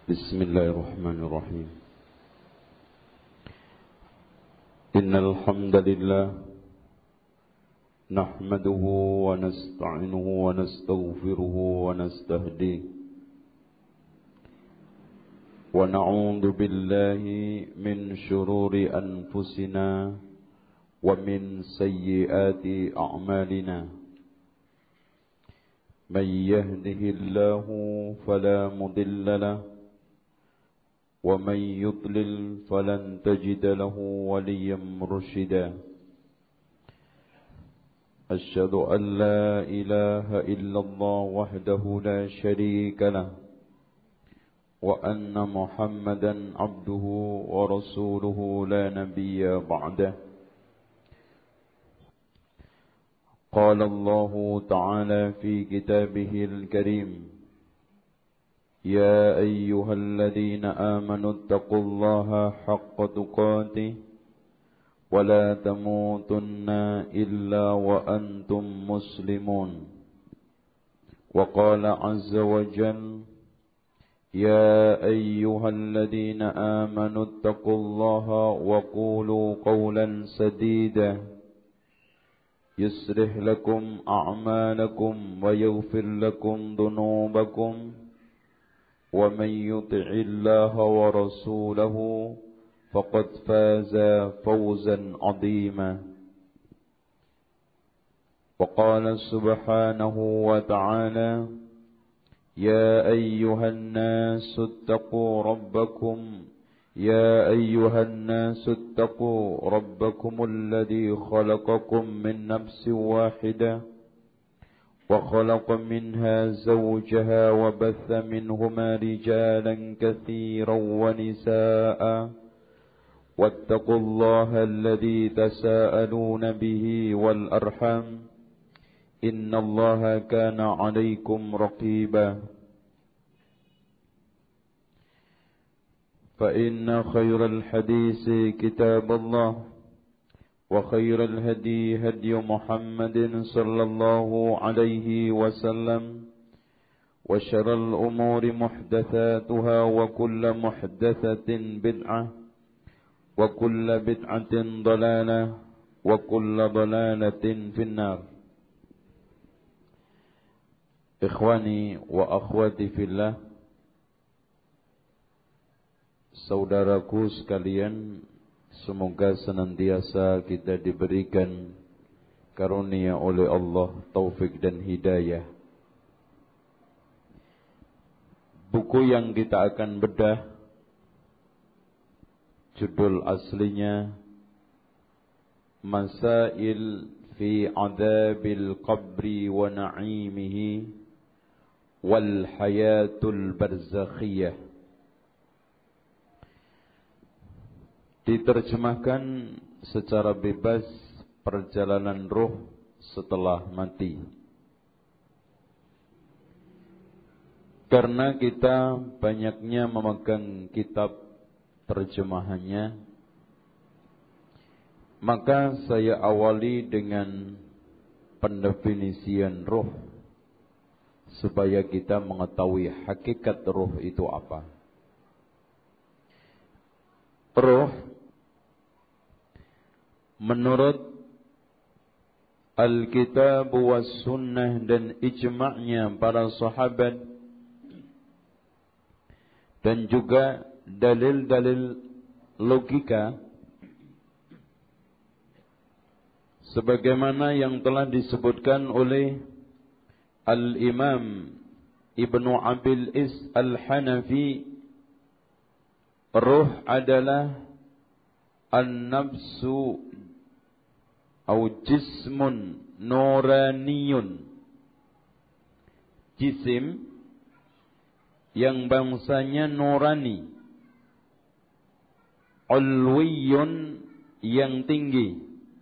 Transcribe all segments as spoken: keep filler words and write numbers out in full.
بسم الله الرحمن الرحيم إن الحمد لله نحمده ونستعينه ونستغفره ونستهديه ونعوذ بالله من شرور أنفسنا ومن سيئات أعمالنا من يهده الله فلا مضل له ومن يضلل فلن تجد له وليا مرشدا أشهد أن لا إله إلا الله وحده لا شريك له وأن محمدا عبده ورسوله لا نبي بعده قال الله تعالى في كتابه الكريم يا أيها الذين آمنوا اتقوا الله حق تقاته ولا تموتن إلا وأنتم مسلمون وقال عز وجل يا أيها الذين آمنوا اتقوا الله وقولوا قولا سديدا يصلح لكم أعمالكم ويغفر لكم ذنوبكم ومن يطع الله ورسوله فقد فاز فوزا عظيما وقال سبحانه وتعالى يا أيها الناس اتقوا ربكم يا أيها الناس اتقوا ربكم الذي خلقكم من نفس واحدة وخلق منها زوجها وبث منهما رجالا كثيرا ونساء واتقوا الله الذي تساءلون به والأرحام إن الله كان عليكم رقيبا فإن خير الحديث كتاب الله وخير الهدي هدي محمد صلى الله عليه وسلم وشر الأمور محدثاتها وكل محدثة بدعة وكل بدعة ضلالة وكل ضلالة في النار. إخواني وأخواتي في الله, saudaraku sekalian, semoga senantiasa kita diberikan karunia oleh Allah taufik dan hidayah. Buku yang kita akan bedah, judul aslinya Masail fi Adzabil Qabri wa Na'imihi wal Hayatul Barzakhiyah. Diterjemahkan secara bebas, perjalanan ruh setelah mati. Karena kita banyaknya memegang kitab terjemahannya, maka saya awali dengan pendefinisian ruh supaya kita mengetahui hakikat ruh itu apa. Ruh menurut Alkitab was Sunnah dan ijma'nya para sahabat dan juga dalil-dalil logika sebagaimana yang telah disebutkan oleh Al-Imam Ibnu Abil Is Al-Hanafi, ruh adalah an-nafsu atau jismun nuraniyun, jisim yang bangsanya nurani, ulwiyun yang tinggi,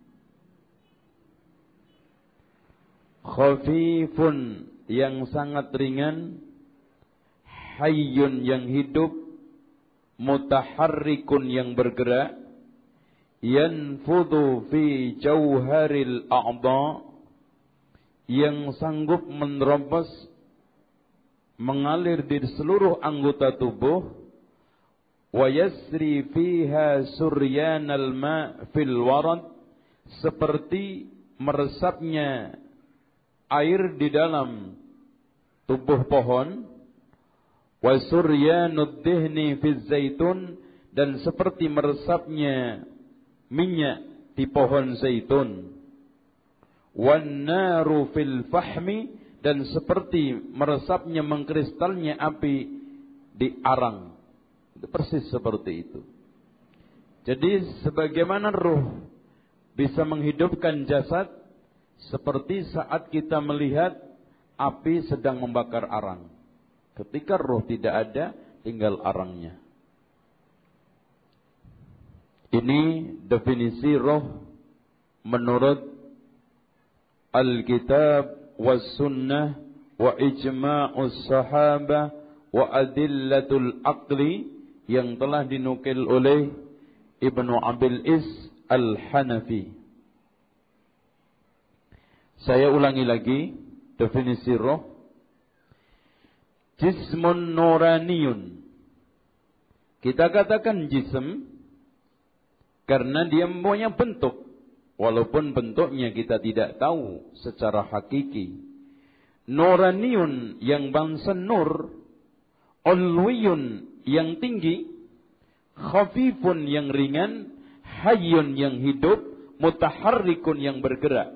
khafifun yang sangat ringan, hayyun yang hidup, mutaharrikun yang bergerak, yanfudhu fi jauharil a'dha yang sanggup menerobos mengalir di seluruh anggota tubuh, wa yasri fiha suryanal ma' fil warad, seperti meresapnya air di dalam tubuh pohon, wa suryanud dihni fiz zaitun, dan seperti meresapnya minyak di pohon zaitun, wan naru fil fahmi, dan seperti meresapnya mengkristalnya api di arang. Itu persis seperti itu. Jadi sebagaimana ruh bisa menghidupkan jasad, seperti saat kita melihat api sedang membakar arang. Ketika ruh tidak ada, tinggal arangnya. Ini definisi roh menurut Alkitab wa sunnah wa ijma'us sahabah wa adillatul aqli, yang telah dinukil oleh Ibnu Abil Is Al-Hanafi. Saya ulangi lagi definisi roh. Jismun nuraniyun. Kita katakan jism karena dia mempunyai bentuk, walaupun bentuknya kita tidak tahu secara hakiki. Nuraniyun yang bangsa nur, ulwiyun yang tinggi, khafifun yang ringan, hayyun yang hidup, mutaharrikun yang bergerak.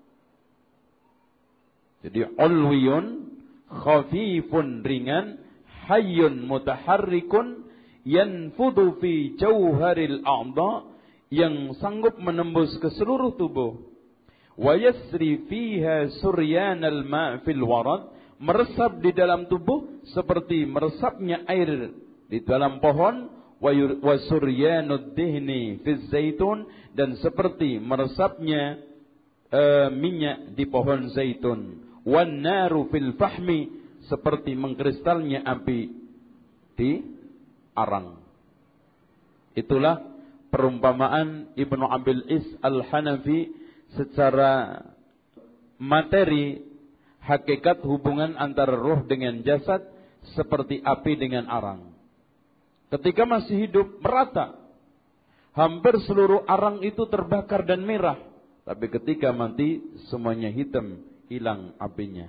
Jadi ulwiyun, khafifun ringan, hayyun mutaharrikun, yanfudu fi jauharil a'dha, yang sanggup menembus ke seluruh tubuh. Wa yasri fiha suryanal ma' fil warad, meresap di dalam tubuh seperti meresapnya air di dalam pohon. Wa suryanud dihni fiz zaitun, dan seperti meresapnya uh, minyak di pohon zaitun. Wan naru fil fahmi, seperti mengkristalnya api di arang. Itulah perumpamaan Ibnu Abil Is Al-Hanafi secara materi hakikat hubungan antara ruh dengan jasad seperti api dengan arang. Ketika masih hidup merata, hampir seluruh arang itu terbakar dan merah. Tapi ketika mati semuanya hitam, hilang apinya.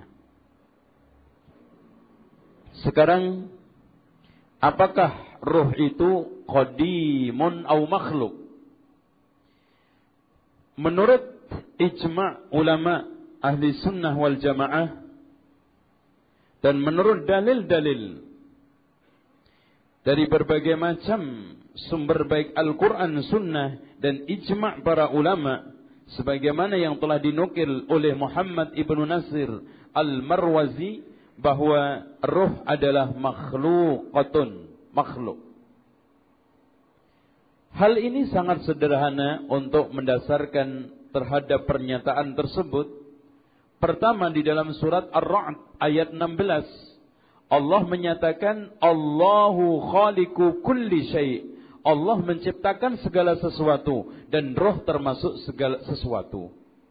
Sekarang, apakah ruh itu qadimun au makhluk? Menurut ijma' ulama ahli sunnah wal jamaah, dan menurut dalil-dalil dari berbagai macam sumber baik Al-Quran, sunnah, dan ijma' para ulama, sebagaimana yang telah dinukil oleh Muhammad ibnu Nasir Al-Marwazi, bahwa ruh adalah makhlukatun, makhluk. Hal ini sangat sederhana untuk mendasarkan terhadap pernyataan tersebut. Pertama, di dalam surat Ar-Ra'd ayat enam belas, Allah menyatakan Allahu khaliqu kulli syai'. Allah menciptakan segala sesuatu, dan roh termasuk segala sesuatu.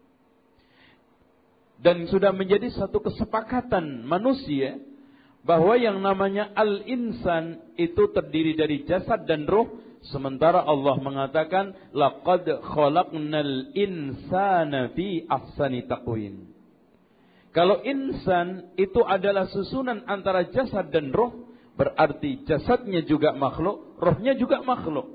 Dan sudah menjadi satu kesepakatan manusia bahwa yang namanya al-insan itu terdiri dari jasad dan roh, sementara Allah mengatakan laqad khalaqnal insana fi ahsani taqwim. Kalau insan itu adalah susunan antara jasad dan roh, berarti jasadnya juga makhluk, rohnya juga makhluk.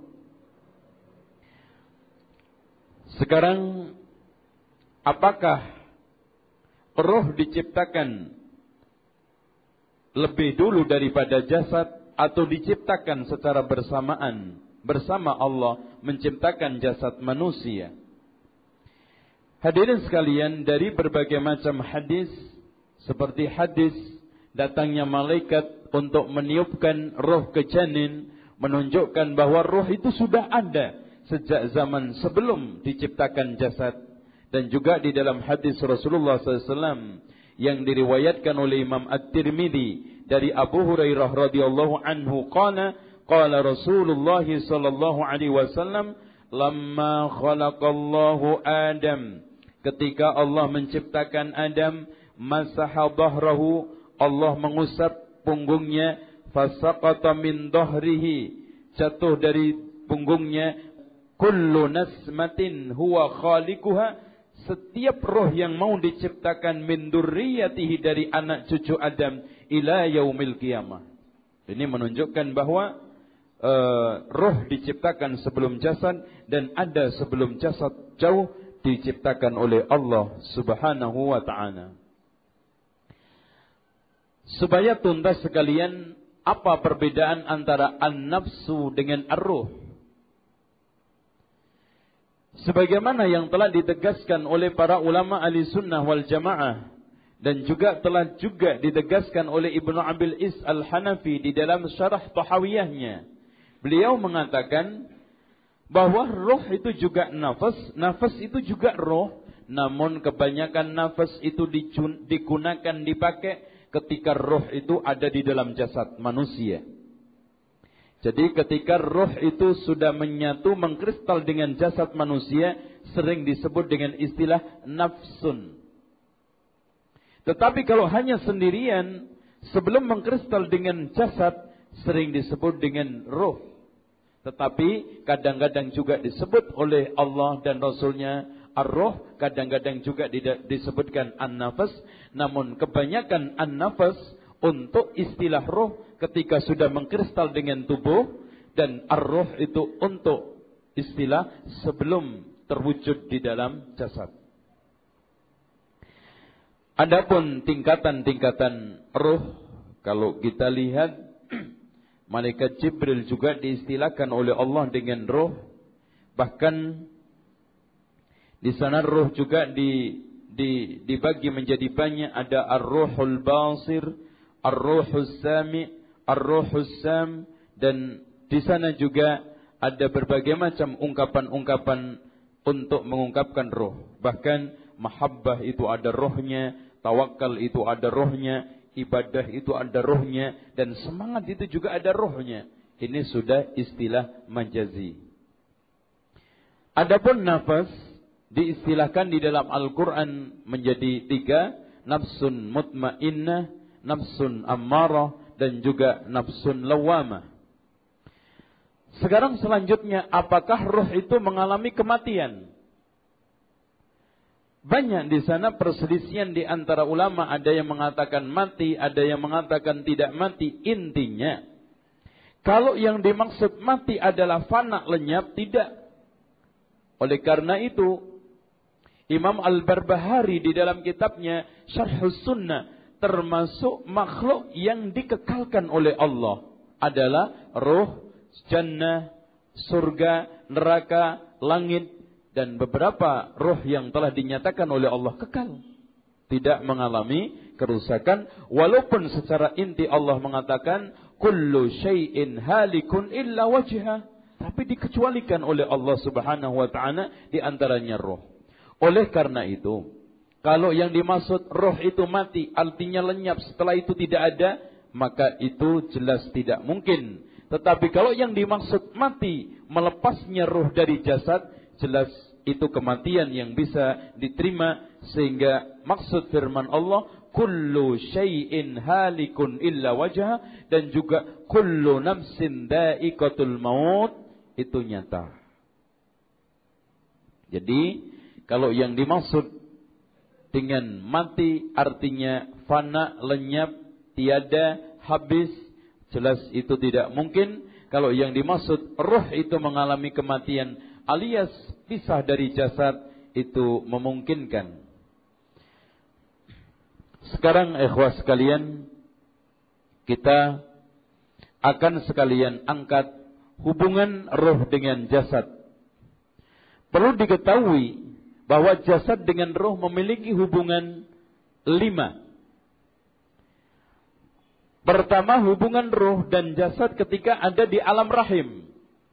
Sekarang, apakah roh diciptakan lebih dulu daripada jasad, atau diciptakan secara bersamaan bersama Allah menciptakan jasad manusia? Hadirin sekalian, dari berbagai macam hadis, seperti hadis datangnya malaikat untuk meniupkan roh ke janin, menunjukkan bahwa roh itu sudah ada sejak zaman sebelum diciptakan jasad. Dan juga di dalam hadis Rasulullah sallallahu alaihi wasallam yang diriwayatkan oleh Imam At-Tirmidzi dari Abu Hurairah radhiyallahu anhu, qala qala Rasulullah sallallahu alaihi wasallam, lamma khalaqallahu Adam, ketika Allah menciptakan Adam, masaha dhahrahu, Allah mengusap punggungnya, fasaqata min dhahrihi, jatuh dari punggungnya, kullu nasmatin huwa khaliquha, setiap roh yang mau diciptakan min dzurriyyatihi dari anak cucu Adam ila yaumil qiyamah. Ini menunjukkan bahwa uh, roh diciptakan sebelum jasad dan ada sebelum jasad jauh diciptakan oleh Allah Subhanahu wa ta'ala. Supaya tuntas sekalian, apa perbedaan antara an-nafsu dengan ar-ruh? Sebagaimana yang telah ditegaskan oleh para ulama ahli sunnah wal jamaah, dan juga telah juga ditegaskan oleh Ibnu Abil Is al-Hanafi di dalam syarah Tahawiyahnya. Beliau mengatakan bahwa roh itu juga nafas, nafas itu juga roh, namun kebanyakan nafas itu digunakan, dipakai ketika roh itu ada di dalam jasad manusia. Jadi ketika roh itu sudah menyatu, mengkristal dengan jasad manusia, sering disebut dengan istilah nafsun. Tetapi kalau hanya sendirian, sebelum mengkristal dengan jasad, sering disebut dengan roh. Tetapi kadang-kadang juga disebut oleh Allah dan Rasulnya ar-ruh, kadang-kadang juga disebutkan an-nafas. Namun kebanyakan an-nafas untuk istilah roh ketika sudah mengkristal dengan tubuh, dan ar-ruh itu untuk istilah sebelum terwujud di dalam jasad. Adapun tingkatan-tingkatan roh, kalau kita lihat, malaikat Jibril juga diistilahkan oleh Allah dengan roh. Bahkan di sana roh juga di, di, dibagi menjadi banyak. Ada ar-ruhul basir, ar-ruhus sami, ar-ruhus sam. Dan di sana juga ada berbagai macam ungkapan-ungkapan untuk mengungkapkan roh. Bahkan mahabbah itu ada rohnya, tawakal itu ada rohnya, ibadah itu ada rohnya, dan semangat itu juga ada rohnya. Ini sudah istilah majazi. Adapun nafas diistilahkan di dalam Al-Quran menjadi tiga. Nafsun mutmainnah, nafsun ammarah, dan juga nafsun lawamah. Sekarang selanjutnya, apakah roh itu mengalami kematian? Banyak di sana perselisihan di antara ulama. Ada yang mengatakan mati, ada yang mengatakan tidak mati. Intinya, kalau yang dimaksud mati adalah fana, lenyap, tidak. Oleh karena itu, Imam Al-Barbahari di dalam kitabnya Syarhus Sunnah, termasuk makhluk yang dikekalkan oleh Allah adalah roh, jannah, surga, neraka, langit, dan beberapa roh yang telah dinyatakan oleh Allah kekal, tidak mengalami kerusakan. Walaupun secara inti Allah mengatakan kullu syai'in halikun illa wajha, tapi dikecualikan oleh Allah Subhanahu wa ta'ala di antaranya roh. Oleh karena itu, kalau yang dimaksud roh itu mati, artinya lenyap, setelah itu tidak ada, maka itu jelas tidak mungkin. Tetapi kalau yang dimaksud mati, melepasnya roh dari jasad, jelas itu kematian yang bisa diterima. Sehingga maksud firman Allah, kullu syai'in halikun illa wajha, dan juga kullu nafsin dha'iqatul maut, itu nyata. Jadi kalau yang dimaksud dengan mati artinya fana, lenyap, tiada, habis, jelas itu tidak mungkin. Kalau yang dimaksud roh itu mengalami kematian alias pisah dari jasad, itu memungkinkan. Sekarang ikhwah sekalian, kita akan sekalian angkat hubungan roh dengan jasad. Perlu diketahui bahwa jasad dengan roh memiliki hubungan lima. Pertama, hubungan roh dan jasad ketika ada di alam rahim.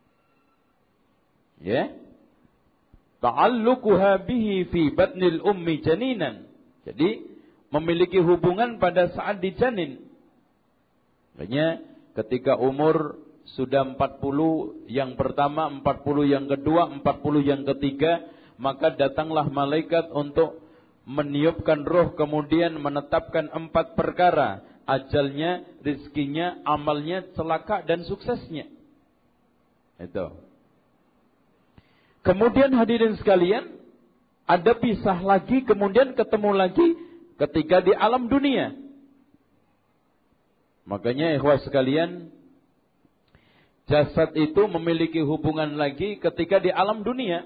Ya. Ta'alluquha bihi fi batnil ummi janinan. Jadi memiliki hubungan pada saat di janin. Makanya ketika umur sudah empat puluh yang pertama, empat puluh yang kedua, empat puluh yang ketiga, maka datanglah malaikat untuk meniupkan roh, kemudian menetapkan empat perkara. ajalnya, rizkinya, amalnya, celaka dan suksesnya. Itu. Kemudian hadirin sekalian, ada pisah lagi, kemudian ketemu lagi ketika di alam dunia. Makanya ikhwah sekalian, jasad itu memiliki hubungan lagi ketika di alam dunia.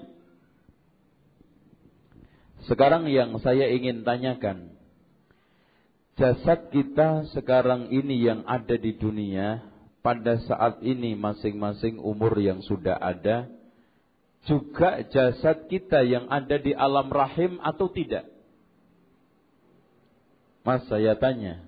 Sekarang yang saya ingin tanyakan, jasad kita sekarang ini yang ada di dunia, pada saat ini masing-masing umur yang sudah ada, juga jasad kita yang ada di alam rahim atau tidak? Mas, saya tanya,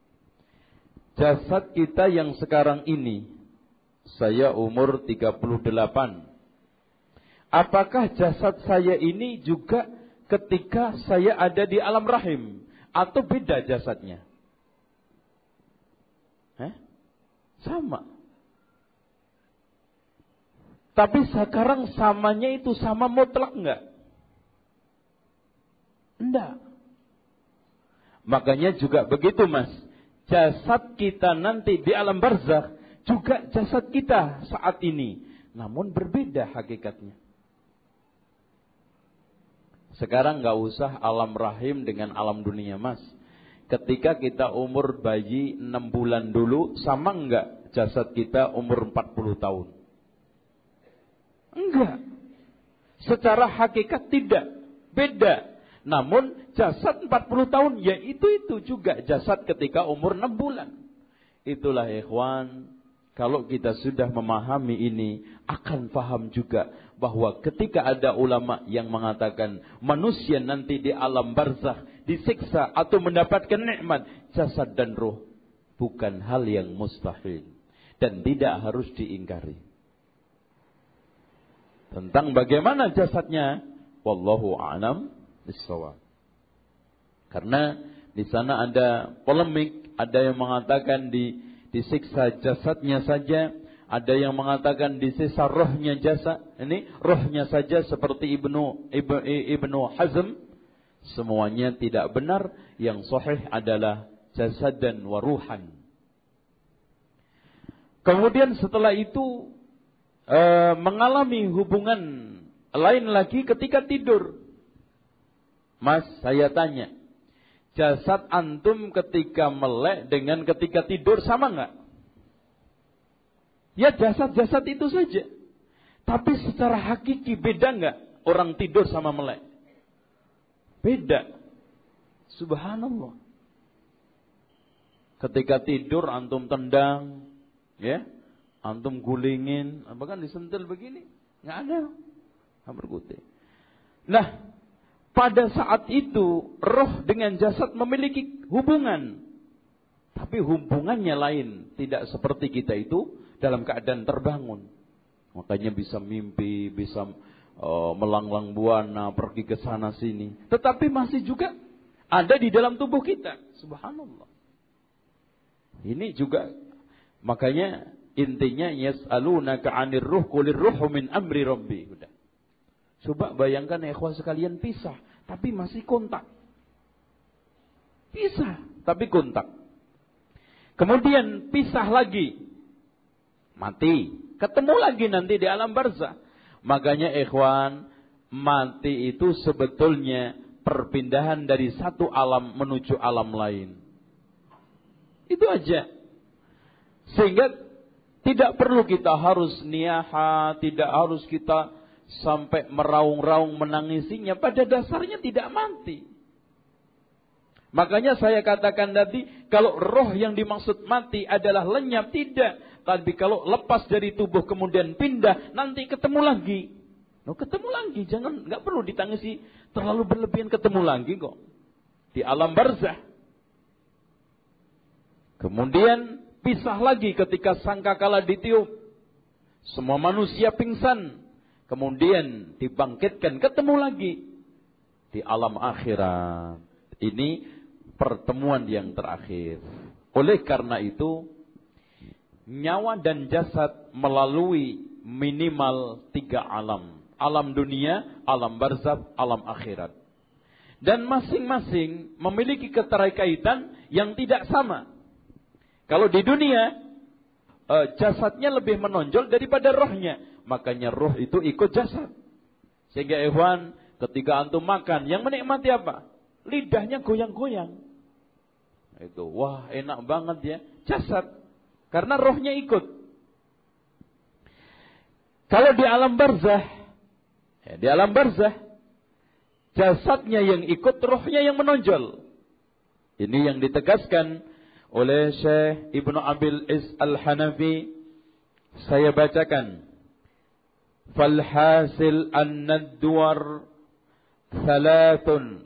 jasad kita yang sekarang ini, saya umur tiga puluh delapan, apakah jasad saya ini juga ketika saya ada di alam rahim atau beda jasadnya? Eh? Sama. Tapi sekarang samanya itu sama mutlak enggak? Enggak. Makanya juga begitu mas, jasad kita nanti di alam barzakh juga jasad kita saat ini, namun berbeda hakikatnya. Sekarang nggak usah alam rahim dengan alam dunia mas. Ketika kita umur bayi enam bulan dulu, sama nggak jasad kita umur empat puluh tahun? Enggak. Secara hakikat tidak, beda. Namun jasad empat puluh tahun, ya itu-itu juga jasad ketika umur enam bulan. Itulah ikhwan, kalau kita sudah memahami ini, akan paham juga bahwa ketika ada ulama yang mengatakan manusia nanti di alam barzakh disiksa atau mendapatkan nikmat jasad dan ruh, bukan hal yang mustahil dan tidak harus diingkari. Tentang bagaimana jasadnya, wallahu a'lam bissawab. Karena di sana ada polemik, ada yang mengatakan di disiksa jasadnya saja, ada yang mengatakan disisa rohnya jasad. Ini rohnya saja seperti Ibnu Ibnu, Ibnu Hazm. Semuanya tidak benar. Yang sahih adalah jasad dan waruhan. Kemudian setelah itu e, mengalami hubungan lain lagi ketika tidur. Mas, saya tanya, jasad antum ketika melek dengan ketika tidur sama enggak? Ya jasad-jasad itu saja. Tapi secara hakiki beda enggak orang tidur sama melek? Beda. Subhanallah. Ketika tidur antum tendang, ya, antum gulingin, bahkan disentil begini, enggak ada. Hampir putih. Nah, pada saat itu roh dengan jasad memiliki hubungan. Tapi hubungannya lain. Tidak seperti kita itu dalam keadaan terbangun. Makanya bisa mimpi, bisa uh, melanglang buana, pergi ke sana sini. Tetapi masih juga ada di dalam tubuh kita. Subhanallah. Ini juga, makanya intinya yas'alunaka 'anir ruh qulir ruhu min amri rabbi. Udah. Coba bayangkan ya ikhwan sekalian, pisah, tapi masih kontak. Pisah, tapi kontak. Kemudian pisah lagi, mati. Ketemu lagi nanti di alam barzakh. Makanya ikhwan, mati itu sebetulnya perpindahan dari satu alam menuju alam lain. Itu aja. Sehingga tidak perlu kita harus niyaha, tidak harus kita sampai meraung-raung menangisinya, pada dasarnya tidak mati. Makanya saya katakan tadi, kalau roh yang dimaksud mati adalah lenyap, tidak. Tapi kalau lepas dari tubuh kemudian pindah, nanti ketemu lagi. No, ketemu lagi, jangan, nggak perlu ditangisi terlalu berlebihan, ketemu lagi kok. Di alam barzakh. Kemudian pisah lagi ketika sangkakala ditiup. Semua manusia pingsan. Kemudian dibangkitkan, ketemu lagi di alam akhirat. Ini pertemuan yang terakhir. Oleh karena itu, nyawa dan jasad melalui minimal tiga alam. Alam dunia, alam barzakh, alam akhirat. Dan masing-masing memiliki keterkaitan yang tidak sama. Kalau di dunia, jasadnya lebih menonjol daripada rohnya. Makanya roh itu ikut jasad. Sehingga ikhwan, ketika antum makan, yang menikmati apa? Lidahnya goyang-goyang. Itu, wah enak banget ya. Jasad. Karena rohnya ikut. Kalau di alam barzah, ya, di alam barzah, jasadnya yang ikut, rohnya yang menonjol. Ini yang ditegaskan oleh Syekh Ibnu Abil Is Al-Hanafi. Saya bacakan. Falhasil an-nadwar thalathun.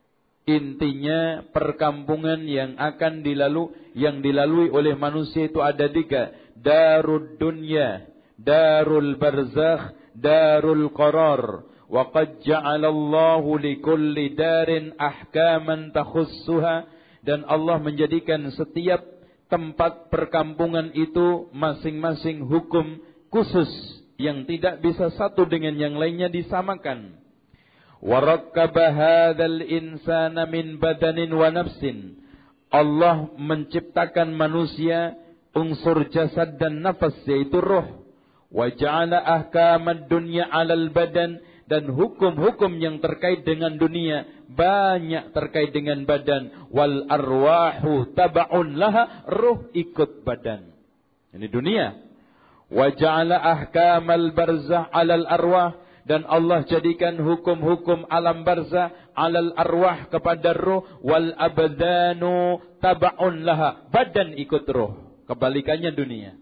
Intinya perkampungan yang akan dilalu, yang dilalui oleh manusia itu ada tiga. Darud dunya, darul barzakh, darul qarar. Wa qad ja'alallahu likulli darin ahkaman takhussuha. Dan Allah menjadikan setiap tempat perkampungan itu masing-masing hukum khusus yang tidak bisa satu dengan yang lainnya disamakan. Wa rakkaba hadzal insana min badanin wa nafsin. Allah menciptakan manusia unsur jasad dan nafas, yaitu roh. Wa ja'ala ahkamad dunya 'alal badan. Dan hukum-hukum yang terkait dengan dunia banyak terkait dengan badan. Wal arwahu taba'un laha, ruh ikut badan. Ini dunia. Wa ja'ala ahkamal barzah 'alal arwah. Dan Allah jadikan hukum-hukum alam barzah 'alal arwah kepada ruh. Wal abdanu taba'un laha, badan ikut ruh. Kebalikannya dunia.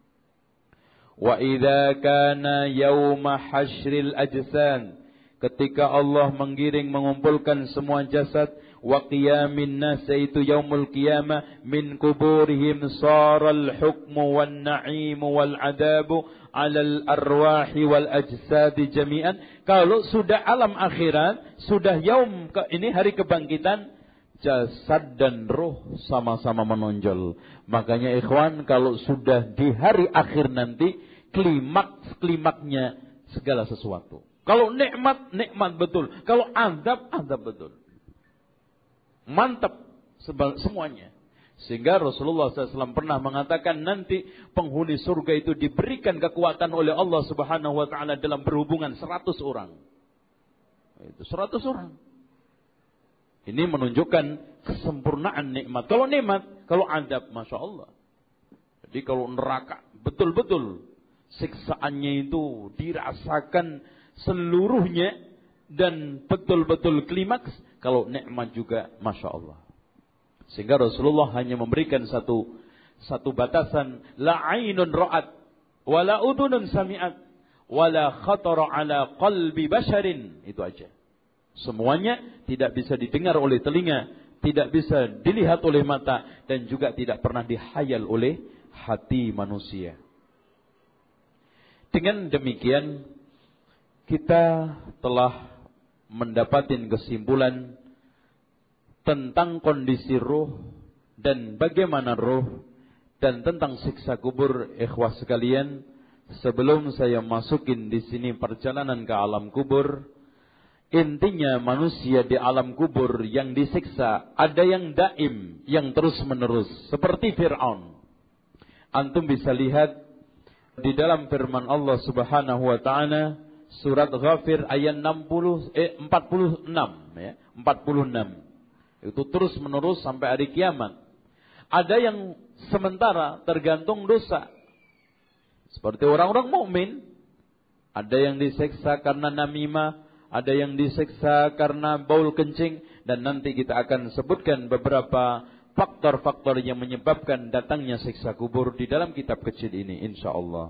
Wa idza kana yauma hasyril ajsan, ketika Allah menggiring mengumpulkan semua jasad, wa qiyamin nas, yaitu yaumul qiyamah, min kuburihim saral hukmu wan na'imu wal adabu 'alal arwahi wal ajsadi jami'an. Kalau sudah alam akhirat, sudah yaum ini hari kebangkitan, jasad dan roh sama-sama menonjol. Makanya ikhwan, kalau sudah di hari akhir nanti, klimaks-klimaknya segala sesuatu. Kalau nikmat, nikmat betul. Kalau azab, azab betul. Mantap semuanya. Sehingga Rasulullah shallallahu alaihi wasallam pernah mengatakan nanti penghuni surga itu diberikan kekuatan oleh Allah subhanahu wa ta'ala dalam berhubungan seratus orang. Itu seratus orang. Ini menunjukkan kesempurnaan nikmat. Kalau nikmat, kalau azab, Masya Allah. Jadi kalau neraka, betul-betul siksaannya itu dirasakan seluruhnya dan betul-betul klimaks. Kalau nikmat juga, Masya Allah. Sehingga Rasulullah hanya memberikan satu satu batasan, la ainun ra'at, wa la udhunun sami'at, wa la khatara ala qalbi basharin. Itu aja. Semuanya tidak bisa didengar oleh telinga, tidak bisa dilihat oleh mata, dan juga tidak pernah dihayal oleh hati manusia. Dengan demikian, kita telah mendapatkan kesimpulan tentang kondisi ruh dan bagaimana ruh, dan tentang siksa kubur. Ikhwah sekalian, sebelum saya masukin di sini perjalanan ke alam kubur, intinya manusia di alam kubur yang disiksa ada yang daim, yang terus menerus, seperti Fir'aun. Antum bisa lihat di dalam firman Allah Subhanahu wa taala surat Ghafir ayat enam puluh eh empat puluh enam ya, empat puluh enam. Itu terus menerus sampai hari kiamat. Ada yang sementara tergantung dosa. Seperti orang-orang mukmin, ada yang disiksa karena namimah, ada yang disiksa karena baul kencing, dan nanti kita akan sebutkan beberapa faktor-faktor yang menyebabkan datangnya siksa kubur di dalam kitab kecil ini, insyaallah.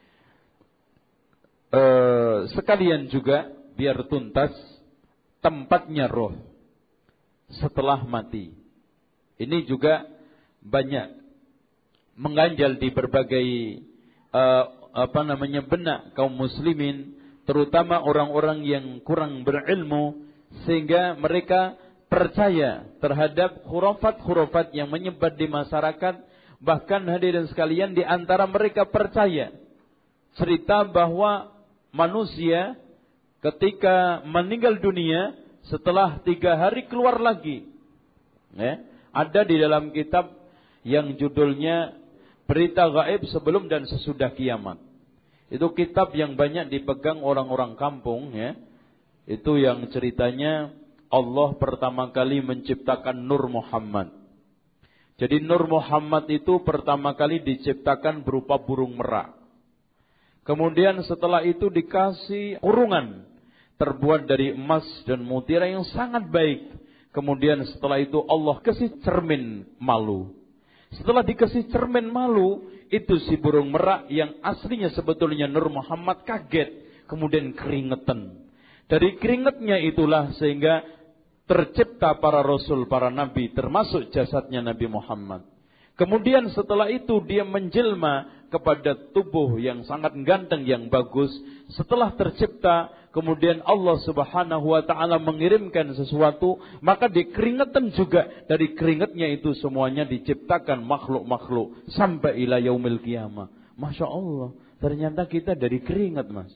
E, sekalian juga biar tuntas tempatnya roh setelah mati. Ini juga banyak mengganjal di berbagai e, apa namanya benak kaum muslimin, terutama orang-orang yang kurang berilmu, sehingga mereka percaya terhadap khurafat-khurafat yang menyebar di masyarakat. Bahkan hadirin sekalian, di antara mereka percaya cerita bahwa manusia ketika meninggal dunia setelah tiga hari keluar lagi. Ya, ada di dalam kitab yang judulnya Berita Gaib Sebelum dan Sesudah Kiamat. Itu kitab yang banyak dipegang orang-orang kampung ya. Itu yang ceritanya Allah pertama kali menciptakan Nur Muhammad. Jadi Nur Muhammad itu pertama kali diciptakan berupa burung merak. Kemudian setelah itu dikasih kurungan terbuat dari emas dan mutiara yang sangat baik. Kemudian setelah itu Allah kasih cermin malu. Setelah dikasih cermin malu, itu si burung merak yang aslinya sebetulnya Nur Muhammad kaget. Kemudian keringetan. Dari keringetnya itulah sehingga tercipta para rasul, para nabi, termasuk jasadnya Nabi Muhammad. Kemudian setelah itu dia menjelma kepada tubuh yang sangat ganteng, yang bagus. Setelah tercipta, kemudian Allah Subhanahu wa ta'ala mengirimkan sesuatu, maka di keringetan juga, dari keringetnya itu semuanya diciptakan makhluk-makhluk sampai ila yaumil qiyamah. Masya Allah, ternyata kita dari keringat, Mas.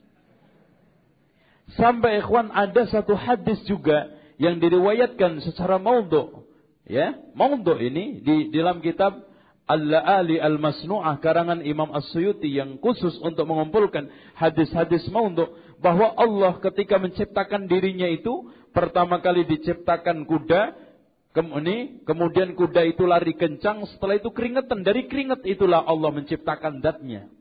Sampai ikhwan ada satu hadis juga yang diriwayatkan secara maudhu. Ya, maudhu ini di dalam kitab Al-La'ali Al-Masnu'ah karangan Imam As-Suyuti yang khusus untuk mengumpulkan hadis-hadis maudhu, bahwa Allah ketika menciptakan dirinya itu pertama kali diciptakan kuda, kemudian kuda itu lari kencang, setelah itu keringetan, dari keringet itulah Allah menciptakan zatnya.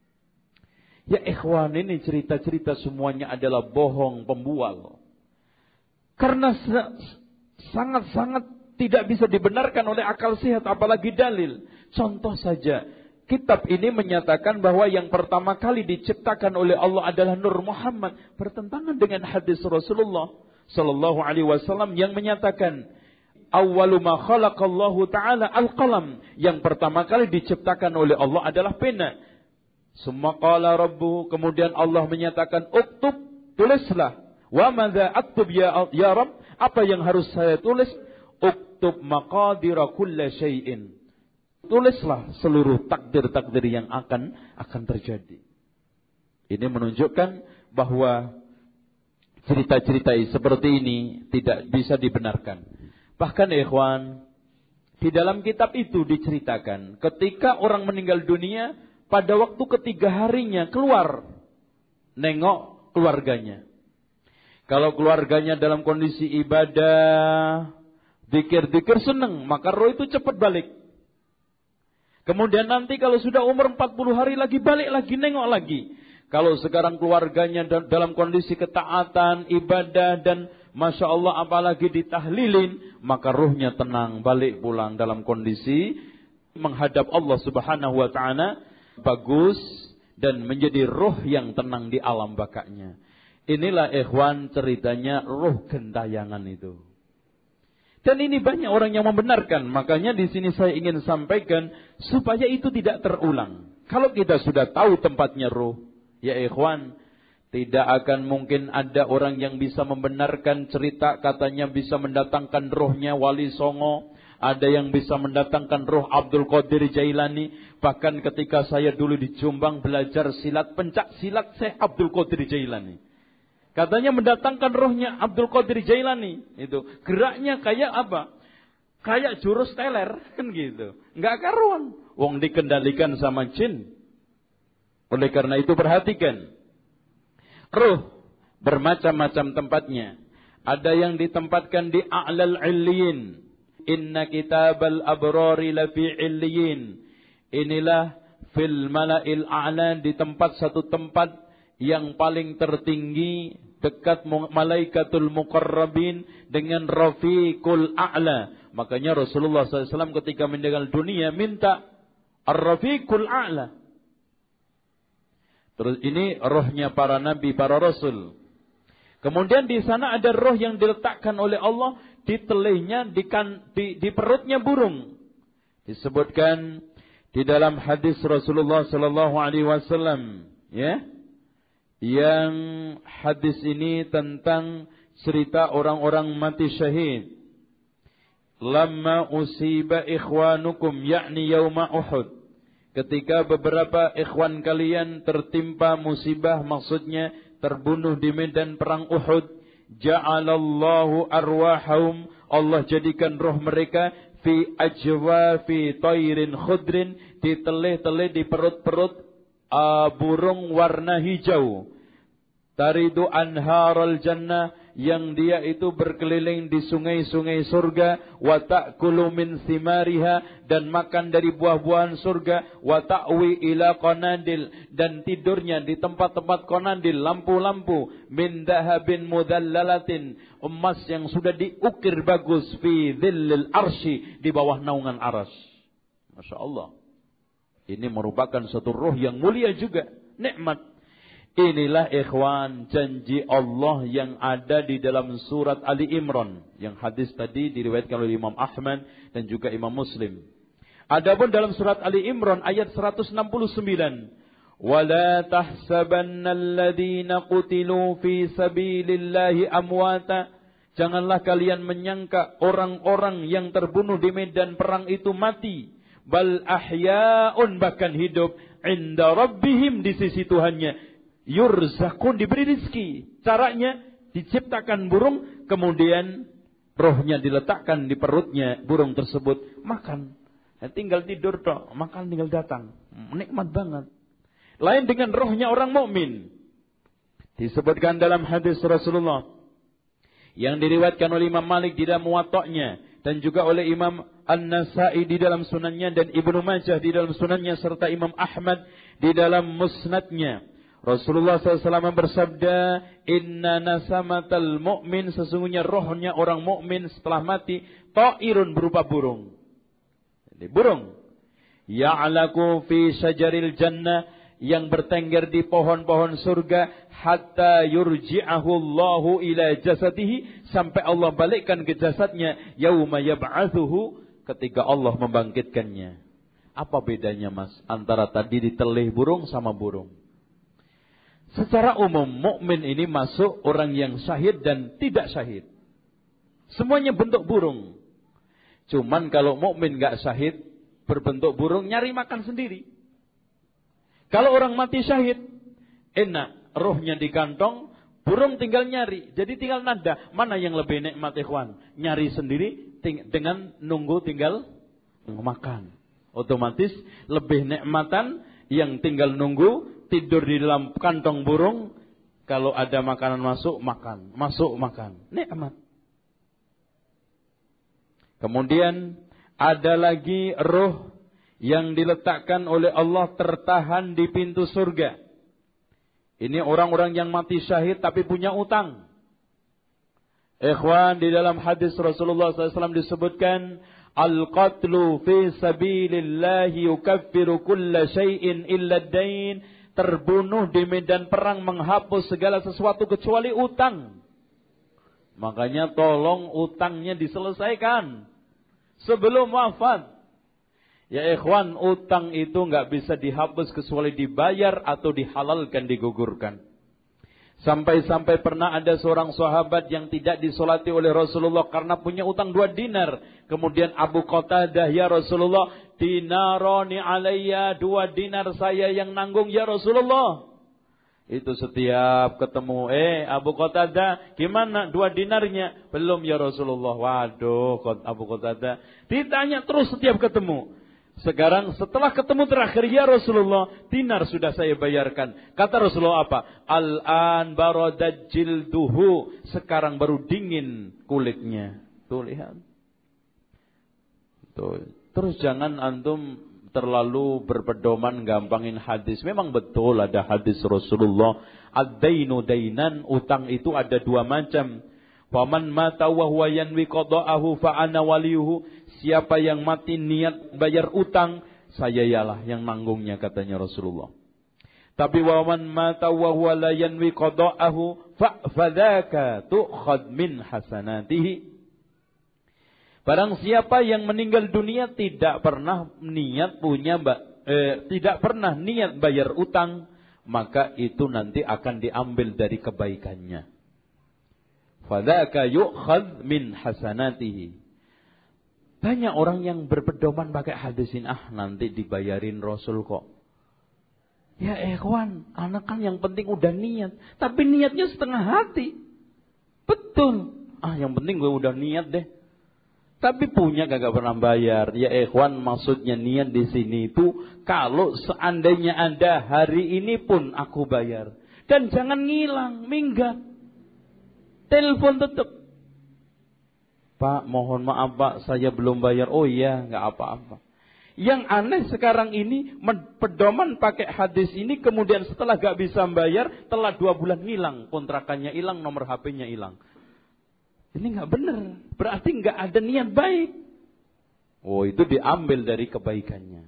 Ya ikhwan, ini cerita-cerita semuanya adalah bohong, pembual. Karena sangat-sangat tidak bisa dibenarkan oleh akal sehat, apalagi dalil. Contoh saja, kitab ini menyatakan bahwa yang pertama kali diciptakan oleh Allah adalah Nur Muhammad, bertentangan dengan hadis Rasulullah sallallahu alaihi wasallam yang menyatakan awwalu ma khalaqallahu ta'ala al-qalam, yang pertama kali diciptakan oleh Allah adalah pena. Summa qala rabbuhu, kemudian Allah menyatakan uktub, tulislah. Wa madza aktub ya ya Rabb, apa yang harus saya tulis? Uktub maqadira kulli syai'in. Tulislah seluruh takdir-takdir yang akan akan terjadi. Ini menunjukkan bahwa cerita-cerita seperti ini tidak bisa dibenarkan. Bahkan ikhwan, di dalam kitab itu diceritakan ketika orang meninggal dunia, pada waktu ketiga harinya keluar nengok keluarganya. Kalau keluarganya dalam kondisi ibadah, zikir-zikir senang, maka roh itu cepat balik. Kemudian nanti kalau sudah umur empat puluh hari lagi, balik lagi, nengok lagi. Kalau sekarang keluarganya dalam kondisi ketaatan, ibadah, dan Masya Allah apalagi ditahlilin, maka ruhnya tenang, balik pulang dalam kondisi menghadap Allah Subhanahu wa ta'ala, bagus, dan menjadi ruh yang tenang di alam bakanya. Inilah ikhwan ceritanya ruh gentayangan itu. Dan ini banyak orang yang membenarkan. Makanya di sini saya ingin sampaikan supaya itu tidak terulang. Kalau kita sudah tahu tempatnya ruh, ya ikhwan, tidak akan mungkin ada orang yang bisa membenarkan cerita katanya bisa mendatangkan ruhnya Wali Songo. Ada yang bisa mendatangkan roh Abdul Qadir Jailani. Bahkan ketika saya dulu di Jombang belajar silat, pencak silat Syekh Abdul Qadir Jailani. Katanya mendatangkan rohnya Abdul Qadir Jailani. Itu geraknya kayak apa? Kayak jurus teler kan gitu. Enggak karuan. Wong dikendalikan sama jin. Oleh karena itu perhatikan. Roh bermacam-macam tempatnya. Ada yang ditempatkan di a'lal illiyin. Inna kitabal abrari lafi illiyin. Inilah fil mala'il a'la, di tempat satu tempat yang paling tertinggi dekat malaikatul muqarrabin dengan rafiqul a'la. Makanya Rasulullah sallallahu alaihi wasallam ketika meninggal dunia minta ar-rafiqul a'la. Terus ini rohnya para nabi, para rasul. Kemudian di sana ada roh yang diletakkan oleh Allah di telihnya, di, kan, di, di perutnya burung. Disebutkan di dalam hadis Rasulullah sallallahu alaihi wasallam, ya. Yang hadis ini tentang cerita orang-orang mati syahid. Lamma usiba ikhwanukum, yakni yauma Uhud. Ketika beberapa ikhwan kalian tertimpa musibah, maksudnya terbunuh di medan perang Uhud, ja'alallahu arwahum, Allah jadikan roh mereka fi ajwafi tayrin khudrin, di telih-telih di perut-perut uh, burung warna hijau. Taridu anharul jannah, yang dia itu berkeliling di sungai-sungai surga. Wa ta'kulu min thimariha, dan makan dari buah-buahan surga. Wa ta'wi ila qanadil, dan tidurnya di tempat-tempat qanadil, lampu-lampu. Min dahabin mudallalatin, emas yang sudah diukir bagus. Fi dhillil arsy, di bawah naungan arsy. Masya Allah. Ini merupakan suatu ruh yang mulia juga, nikmat. Inilah ikhwan janji Allah yang ada di dalam surat Ali Imran. Yang hadis tadi diriwayatkan oleh Imam Ahmad dan juga Imam Muslim. Adapun dalam surat Ali Imran ayat seratus enam puluh sembilan. وَلَا تَحْسَبَنَّ الَّذِينَ قُتِلُوا فِي سَبِيلِ اللَّهِ أَمْوَاتًا. Janganlah kalian menyangka orang-orang yang terbunuh di medan perang itu mati. Bal ahya'un, bahkan hidup. Inda rabbihim, di sisi Tuhannya. Yurzakun, diberi rizki. Caranya diciptakan burung, kemudian rohnya diletakkan di perutnya burung tersebut, makan. Ya, tinggal tidur toh, makan tinggal datang. Nikmat banget. Lain dengan rohnya orang mukmin. Disebutkan dalam hadis Rasulullah yang diriwayatkan oleh Imam Malik di dalam Muwatta'nya, dan juga oleh Imam An-Nasa'i di dalam sunannya, dan Ibnu Majah di dalam sunannya, serta Imam Ahmad di dalam musnadnya. Rasulullah shallallahu alaihi wasallam bersabda, Inna nasamatal mu'min, sesungguhnya rohnya orang mukmin setelah mati, ta'irun, berupa burung. Jadi burung. Ya'laku fi syajaril jannah, yang bertengger di pohon-pohon surga, hatta yurji'ahu Allahu ila jasadihi, sampai Allah balikkan ke jasadnya, yauma yab'atsuhu, ketika Allah membangkitkannya. Apa bedanya mas antara tadi ditelih burung sama burung? Secara umum mukmin ini masuk orang yang syahid dan tidak syahid. Semuanya bentuk burung. Cuman kalau mukmin enggak syahid berbentuk burung, nyari makan sendiri. Kalau orang mati syahid, enak, rohnya di kantong, burung tinggal nyari. Jadi tinggal nada, mana yang lebih nikmat ikhwan? Nyari sendiri ting- dengan nunggu tinggal makan. Otomatis lebih nikmatan yang tinggal nunggu, tidur di dalam kantong burung, kalau ada makanan masuk, makan. Masuk, makan. Nikmat. Kemudian ada lagi roh yang diletakkan oleh Allah tertahan di pintu surga. Ini orang-orang yang mati syahid tapi punya utang. Ikhwan, di dalam hadis Rasulullah shallallahu alaihi wasallam disebutkan, Al-qatlu fi sabilillahi yukaffiru kulla syai'in illa ad-dain. Terbunuh di medan perang menghapus segala sesuatu kecuali utang. Makanya tolong utangnya diselesaikan sebelum wafat. Ya ikhwan, utang itu nggak bisa dihapus kecuali dibayar atau dihalalkan, digugurkan. Sampai-sampai pernah ada seorang sahabat yang tidak disolati oleh Rasulullah karena punya utang dua dinar. Kemudian Abu Qatadah, ya Rasulullah, dinaroni alayya, dua dinar saya yang nanggung ya Rasulullah. Itu setiap ketemu, eh Abu Qatadah, gimana dua dinarnya? Belum ya Rasulullah. Waduh, Abu Qatadah ditanya terus setiap ketemu. Sekarang setelah ketemu terakhir, ya Rasulullah, dinar sudah saya bayarkan. Kata Rasulullah apa? Al-an baradad jilduhu, sekarang baru dingin kulitnya. Tuh lihat. Tuh. Terus jangan antum terlalu berpedoman gampangin hadis. Memang betul ada hadis Rasulullah, ad-dainu dainan, utang itu ada dua macam. Faman mata wa huwa yanwi qada'ahu fa ana waliyuhu. Siapa yang mati niat bayar utang, saya ialah yang nanggungnya, katanya Rasulullah. Tapi waman mata wa huwa la yanwi qada'ahu fa fadzaka tu'khad min hasanatihi. Barang siapa yang meninggal dunia tidak pernah niat punya eh, tidak pernah niat bayar utang, maka itu nanti akan diambil dari kebaikannya. Fadzaka yu'khad min hasanatihi. Banyak orang yang berpedoman pakai hadisin, ah nanti dibayarin Rasul kok. Ya ikhwan, anak kan yang penting udah niat. Tapi niatnya setengah hati. Betul. Ah yang penting gue udah niat deh. Tapi punya kagak pernah bayar. Ya ikhwan, maksudnya niat di sini itu kalau seandainya Anda hari ini pun aku bayar. Dan jangan ngilang, minggat. Telepon tetap. Pak, mohon maaf Pak, saya belum bayar. Oh iya, enggak apa-apa. Yang aneh sekarang ini, pedoman pakai hadis ini, kemudian setelah gak bisa bayar, telah dua bulan hilang, kontrakannya hilang, nomor H P-nya hilang. Ini gak benar, berarti gak ada niat baik. Oh, itu diambil dari kebaikannya.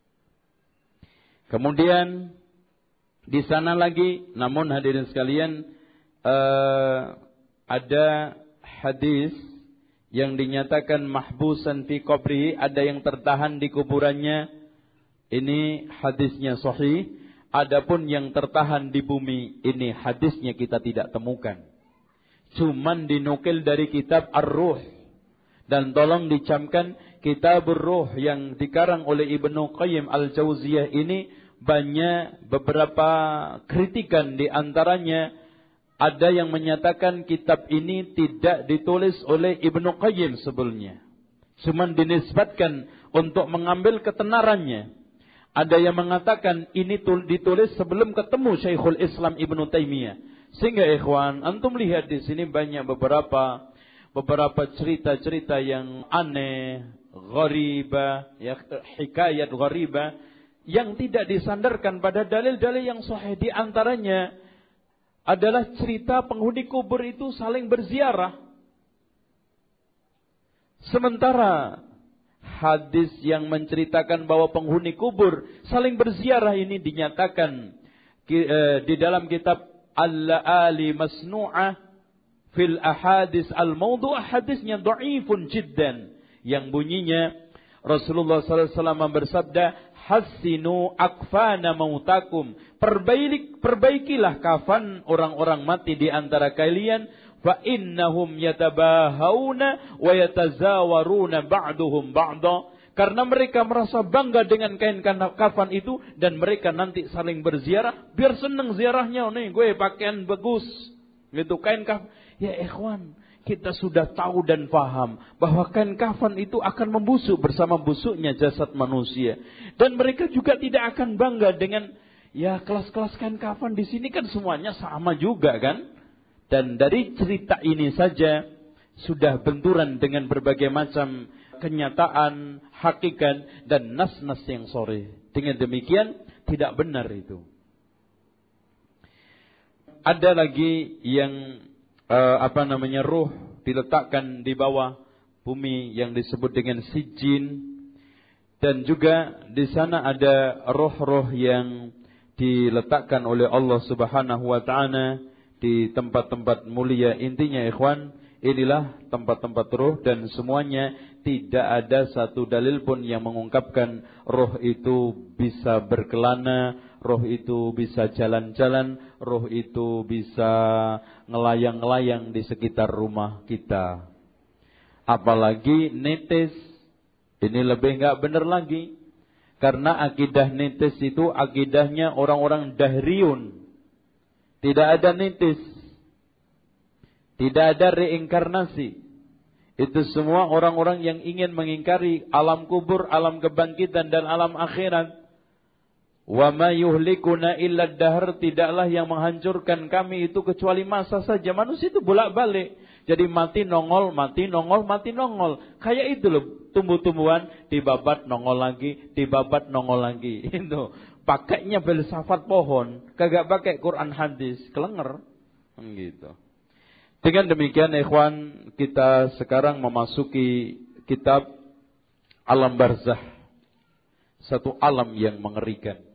Kemudian, di sana lagi, namun hadirin sekalian, uh, ada hadis yang dinyatakan mahbusan fi qabrihi, ada yang tertahan di kuburannya. Ini hadisnya sahih. Adapun yang tertahan di bumi, ini hadisnya kita tidak temukan. Cuman dinukil dari kitab Ar-Ruh. Dan tolong dicamkan, kitab Ar-Ruh yang dikarang oleh Ibnu Qayyim Al-Jauziyah ini banyak beberapa kritikan, di antaranya ada yang menyatakan kitab ini tidak ditulis oleh Ibnu Qayyim sebelumnya. Cuman dinisbatkan untuk mengambil ketenarannya. Ada yang mengatakan ini ditulis sebelum ketemu Syekhul Islam Ibnu Taimiyah. Sehingga ikhwan, antum lihat di sini banyak beberapa beberapa cerita-cerita yang aneh, gharibah, ya, hikayat gharibah yang tidak disandarkan pada dalil-dalil yang sahih. Di antaranya adalah cerita penghuni kubur itu saling berziarah. Sementara hadis yang menceritakan bahwa penghuni kubur saling berziarah ini dinyatakan di dalam kitab Al-La'ali Masnu'ah fil Ahadis Al-Mawdu'ah, hadisnya dhaifun jiddan, yang bunyinya Rasulullah sallallahu alaihi wasallam bersabda, Hassinu akfana mautakum. Perbaiki, perbaikilah kafan orang-orang mati di antara kalian. Fa innahum yatabahawna wa yatazawaruna ba'duhum ba'da. Karena mereka merasa bangga dengan kain kafan itu. Dan mereka nanti saling berziarah. Biar senang ziarahnya. Nih gue pakaian bagus. Gitu kain kafan. Ya ikhwan, kita sudah tahu dan paham bahwa kain kafan itu akan membusuk bersama busuknya jasad manusia. Dan mereka juga tidak akan bangga dengan, ya kelas-kelas kain kafan di sini kan semuanya sama juga kan. Dan dari cerita ini saja sudah benturan dengan berbagai macam kenyataan, hakikat dan nas-nas yang sahih. Dengan demikian tidak benar itu. Ada lagi yang Uh, apa namanya ruh diletakkan di bawah bumi yang disebut dengan sijin, dan juga di sana ada roh-roh yang diletakkan oleh Allah Subhanahu wa taala di tempat-tempat mulia. Intinya ikhwan, inilah tempat-tempat roh dan semuanya tidak ada satu dalil pun yang mengungkapkan roh itu bisa berkelana, roh itu bisa jalan-jalan, roh itu bisa ngelayang-ngelayang di sekitar rumah kita. Apalagi netes, ini lebih enggak benar lagi. Karena akidah netes itu akidahnya orang-orang dahriyun. Tidak ada netes. Tidak ada reinkarnasi. Itu semua orang-orang yang ingin mengingkari alam kubur, alam kebangkitan dan alam akhirat. Wa ma yuhlikuna illa dahr, tidaklah yang menghancurkan kami itu kecuali masa saja. Manusia itu bolak-balik. Jadi mati nongol, mati nongol, mati nongol. Kayak itu loh, tumbuh-tumbuhan dibabat nongol lagi, dibabat nongol lagi. Itu pakainya filsafat pohon, kagak pakai Quran hadis, kelenger. Gitu. Dengan demikian ikhwan, kita sekarang memasuki kitab Alam Barzah. Satu alam yang mengerikan.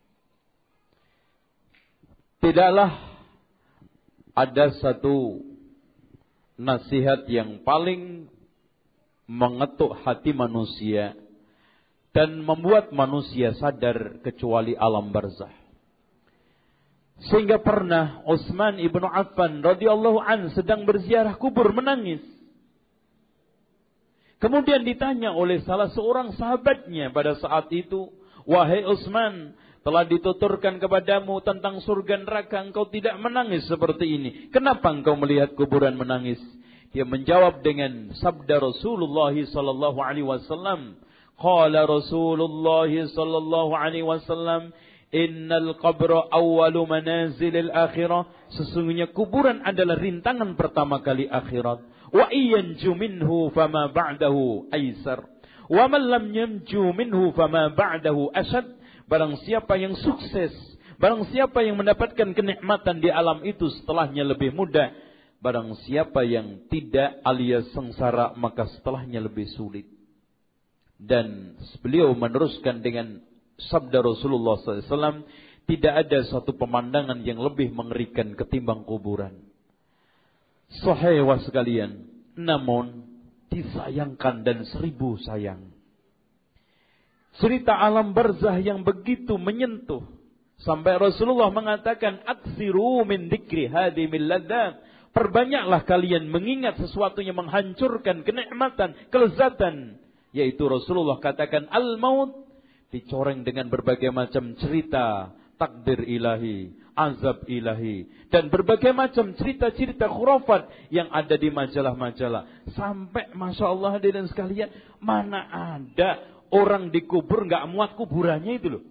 Tidaklah ada satu nasihat yang paling mengetuk hati manusia dan membuat manusia sadar kecuali alam barzah. Sehingga pernah Utsman ibnu Affan radhiyallahu an sedang berziarah kubur menangis. Kemudian ditanya oleh salah seorang sahabatnya pada saat itu, "Wahai Utsman, telah dituturkan kepadamu tentang surga neraka, engkau tidak menangis seperti ini. Kenapa engkau melihat kuburan menangis?" Dia menjawab dengan sabda Rasulullah sallallahu alaihi wasallam. Qala Rasulullah sallallahu alaihi wasallam, innal qabra awwalu manazilil akhirah. Sesungguhnya kuburan adalah rintangan pertama kali akhirat. Wa iyanju minhu fama ba'dahu aisar. Wa man lam yanju minhu fama ba'dahu ashad. Barang siapa yang sukses, barang siapa yang mendapatkan kenikmatan di alam itu setelahnya lebih mudah. Barang siapa yang tidak alias sengsara, maka setelahnya lebih sulit. Dan beliau meneruskan dengan sabda Rasulullah sallallahu alaihi wasallam, tidak ada satu pemandangan yang lebih mengerikan ketimbang kuburan. Sahih sekalian, namun disayangkan dan seribu sayang. Cerita alam barzah yang begitu menyentuh. Sampai Rasulullah mengatakan, aksiru min dzikri hadimil ladzat. Perbanyaklah kalian mengingat sesuatu yang menghancurkan kenikmatan, kelezatan. Yaitu Rasulullah katakan, al-maut dicoreng dengan berbagai macam cerita, takdir ilahi, azab ilahi, dan berbagai macam cerita-cerita khurafat yang ada di majalah-majalah. Sampai Masya Allah hadirin sekalian, mana ada orang dikubur nggak muat kuburannya itu loh.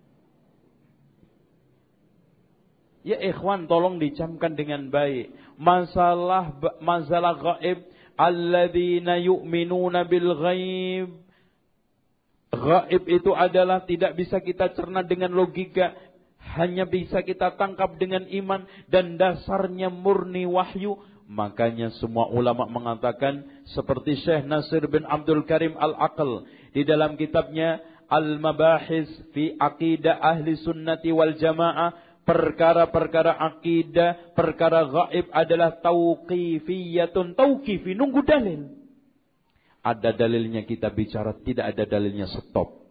Ya ikhwan, tolong dicamkan dengan baik. Masalah masalah gaib, alladzina yu'minuna bil ghaib. Gaib itu adalah tidak bisa kita cerna dengan logika, hanya bisa kita tangkap dengan iman dan dasarnya murni wahyu. Makanya semua ulama mengatakan seperti Syekh Nasir bin Abdul Karim Al-Aql di dalam kitabnya Al-Mabahis fi Aqidah Ahli Sunnati wal Jamaah, perkara-perkara akidah, perkara gaib adalah tauqifiyatun, tauqifi, nunggu dalil. Ada dalilnya kita bicara, tidak ada dalilnya stop.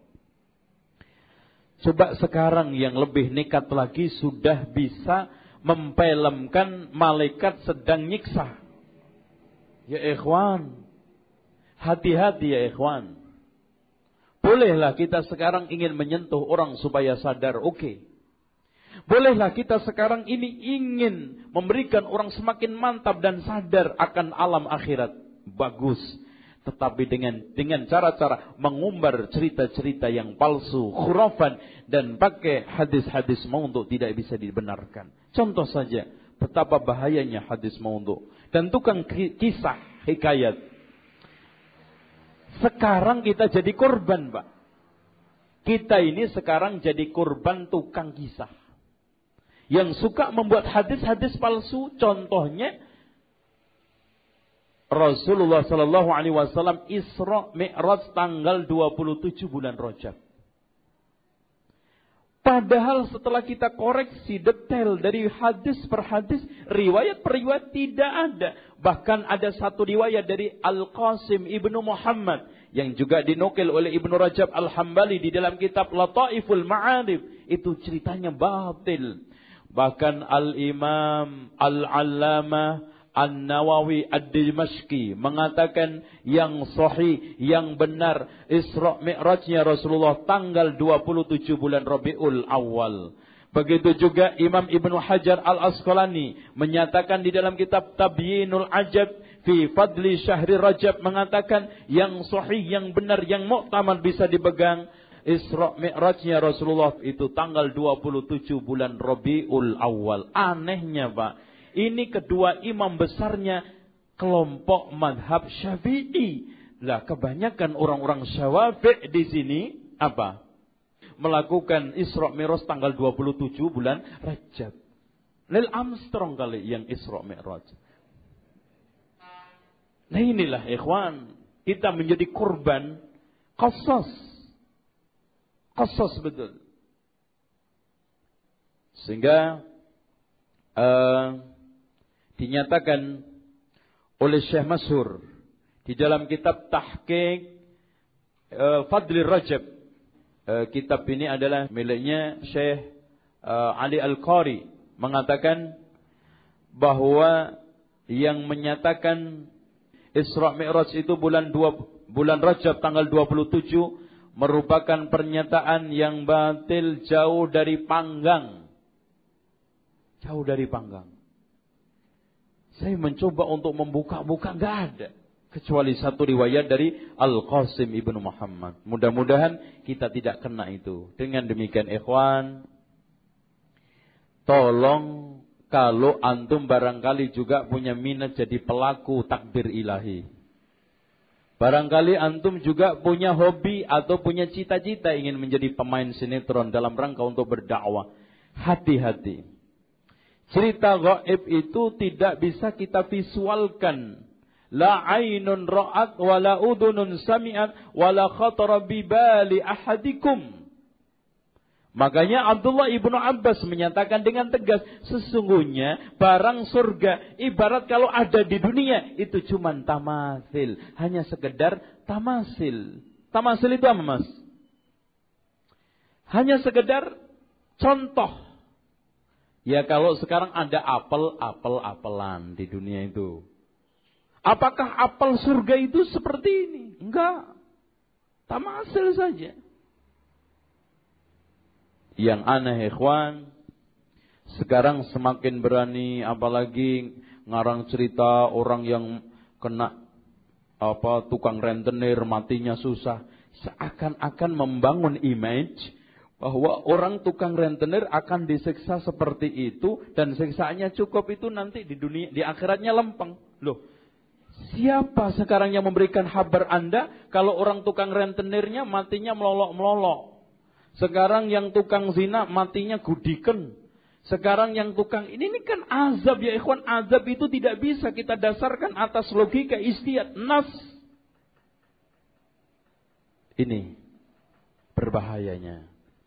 Coba sekarang yang lebih nekat lagi sudah bisa mempelemkan malaikat sedang nyiksa. Ya ikhwan, hati-hati ya ikhwan. Bolehlah kita sekarang ingin menyentuh orang supaya sadar, oke. Okay. Bolehlah kita sekarang ini ingin memberikan orang semakin mantap dan sadar akan alam akhirat. Bagus. Tetapi dengan dengan cara-cara mengumbar cerita-cerita yang palsu, khurafan, dan pakai hadis-hadis maudhu tidak bisa dibenarkan. Contoh saja betapa bahayanya hadis maudhu dan tukang kisah hikayat. Sekarang kita jadi korban, Pak. Kita ini sekarang jadi korban tukang kisah yang suka membuat hadis-hadis palsu. Contohnya Rasulullah sallallahu alaihi wasallam Isra Mi'raj tanggal dua puluh tujuh bulan Rajab. Padahal setelah kita koreksi detail dari hadis per hadis, riwayat per riwayat tidak ada. Bahkan ada satu riwayat dari Al-Qasim Ibnu Muhammad yang juga dinukil oleh Ibnu Rajab Al-Hambali di dalam kitab Lataiful Ma'arif. Itu ceritanya batil. Bahkan Al-Imam Al-Allamah An-Nawawi Ad-Dimashqi mengatakan yang sahih, yang benar Isra Mi'rajnya Rasulullah tanggal dua puluh tujuh bulan Rabiul Awal. Begitu juga Imam Ibnu Hajar Al-Asqalani menyatakan di dalam kitab Tabyinul Ajab fi Fadli Syahri Rajab mengatakan yang sahih, yang benar, yang muktamad bisa dipegang Isra Mi'rajnya Rasulullah itu tanggal dua puluh tujuh bulan Rabiul Awal. Anehnya Pak, ini kedua imam besarnya kelompok madhab Syafi'i. Lah kebanyakan orang-orang Syafi'i di sini apa? Melakukan Isra Mi'raj tanggal dua puluh tujuh bulan Rajab. Neil Armstrong kali yang Isra Mi'raj. Nah inilah ikhwan, kita menjadi korban qasas. Qasas betul. Sehingga uh, dinyatakan oleh Syekh Masyhur di dalam kitab Tahqiq uh, Fadli Rajab. Uh, kitab ini adalah miliknya Syekh uh, Ali Al-Qari, mengatakan bahwa yang menyatakan Isra Mi'raj itu bulan dua, bulan Rajab tanggal dua puluh tujuh merupakan pernyataan yang batil, jauh dari panggang. Jauh dari panggang. Saya mencoba untuk membuka-buka, enggak ada. Kecuali satu riwayat dari Al-Qasim ibnu Muhammad. Mudah-mudahan kita tidak kena itu. Dengan demikian ikhwan, tolong kalau antum barangkali juga punya minat jadi pelaku takbir ilahi. Barangkali antum juga punya hobi atau punya cita-cita ingin menjadi pemain sinetron dalam rangka untuk berdakwah. Hati-hati. Cerita gaib itu tidak bisa kita visualkan. La ainun ra'at wa la udunun sami'at wa la khatara bibali ahadikum. Makanya Abdullah ibnu Abbas menyatakan dengan tegas, sesungguhnya barang surga ibarat kalau ada di dunia itu cuma tamasil, hanya sekedar tamasil. Tamasil itu apa, Mas? Hanya sekedar contoh. Ya kalau sekarang ada apel, apel, apelan di dunia itu. Apakah apel surga itu seperti ini? Enggak. Tamasil saja. Yang aneh ikhwan, sekarang semakin berani apalagi ngarang cerita orang yang kena apa tukang rentenir matinya susah, seakan-akan membangun image bahwa orang tukang rentenir akan disiksa seperti itu dan siksaannya cukup itu nanti di dunia di akhiratnya lempeng. Loh, siapa sekarang yang memberikan kabar Anda kalau orang tukang rentenirnya matinya melolok-melolok? Sekarang yang tukang zina matinya gudiken. Sekarang yang tukang ini, ini kan azab ya ikhwan. Azab itu tidak bisa kita dasarkan atas logika istihad nas. Ini berbahayanya.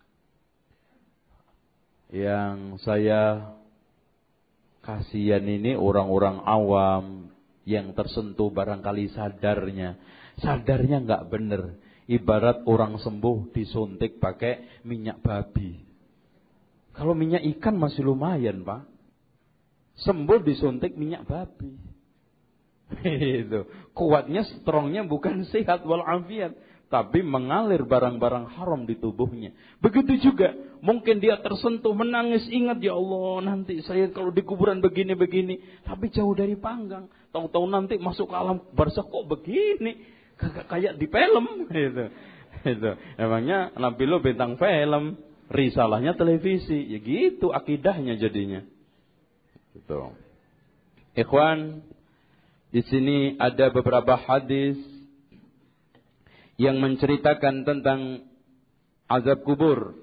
Yang saya kasihan ini orang-orang awam yang tersentuh barangkali sadarnya. Sadarnya nggak benar. Ibarat orang sembuh disuntik pakai minyak babi. Kalau minyak ikan masih lumayan, Pak. Sembuh disuntik minyak babi. Itu. Kuatnya, strongnya bukan sehat walafiat, tapi mengalir barang-barang haram di tubuhnya. Begitu juga, mungkin dia tersentuh, menangis, ingat ya Allah, nanti saya kalau di kuburan begini-begini, tapi jauh dari panggang. Tahu-tahu nanti masuk ke alam barzakh kok begini. Kayak di film itu. Itu. Emangnya Nabi lo bintang film, risalahnya televisi. Ya gitu akidahnya jadinya. Gitu. Ikhwan, di sini ada beberapa hadis yang menceritakan tentang azab kubur.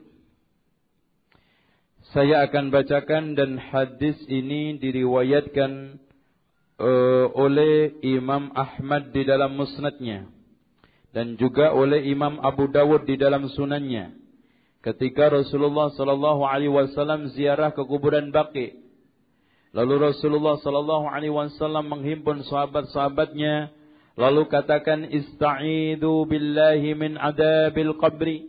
Saya akan bacakan dan hadis ini diriwayatkan Uh, oleh Imam Ahmad di dalam musnadnya dan juga oleh Imam Abu Dawud di dalam sunannya. Ketika Rasulullah sallallahu alaihi wasallam ziarah ke kuburan Baqi, lalu Rasulullah sallallahu alaihi wasallam menghimpun sahabat-sahabatnya, lalu katakan, ista'idu billahi min adabil qabri.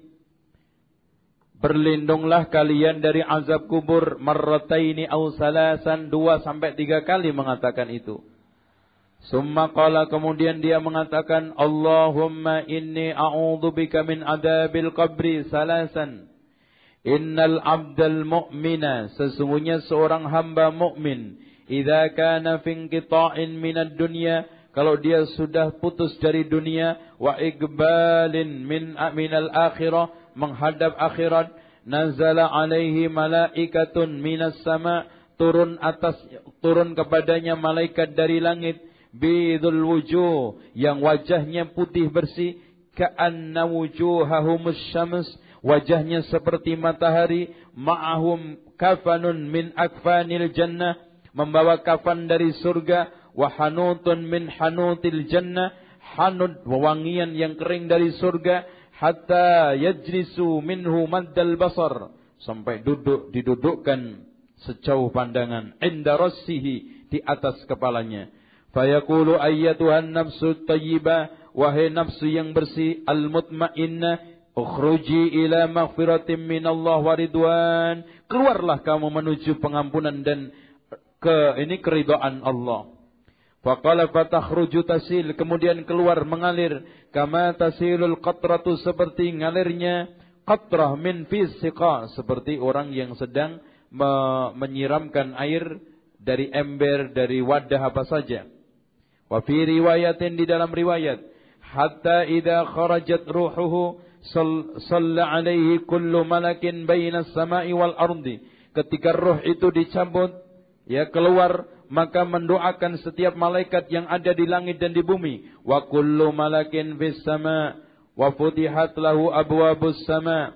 Berlindunglah kalian dari azab kubur marrataini aw salasan, dua sampai tiga kali mengatakan itu. Summa qala, kemudian dia mengatakan, Allahumma inni a'udzubika min adabil qabri salasan. Innal abdal mu'mina, sesungguhnya seorang hamba mukmin, idza kana fi inqita'in minad dunya, kalau dia sudah putus dari dunia, wa iqbalin min minal akhirah, menghadap akhirat, nazala alaihi malaikatun minas sama, turun atas turun kepadanya malaikat dari langit, bidul wujuh, yang wajahnya putih bersih, ka'anna wujuhahumus syams, wajahnya seperti matahari, ma'ahum kafanun min akfanil jannah, membawa kafan dari surga, wa hanutun min hanutil jannah, hanud wangian yang kering dari surga, hatta yajlisu minhu maddal basar, sampai duduk didudukkan sejauh pandangan, inda rassihi, di atas kepalanya. Fayaqulu ayyatuhan nafsu tayyibah, wahai nafsu yang bersih, al-mutmainnah, ukhruji ila maghfiratin minallah wa ridwan, keluarlah kamu menuju pengampunan dan ke ini keridhaan Allah. Faqala fatakhruju tasil, kemudian keluar mengalir, kama tasilul qatratu, seperti ngalirnya qatrah min fi siqa, seperti orang yang sedang me menyiramkan air dari ember, dari wadah apa saja. Wa fi riwayatin, di dalam riwayat, hatta idza kharajat ruhuhu shalla alaihi kullu malakin baina as-sama'i wal ardi. Ketika ruh itu dicabut, ya keluar, maka mendoakan setiap malaikat yang ada di langit dan di bumi. Wa kullu malakin fis sama' wa futihat lahu abwabus sama'.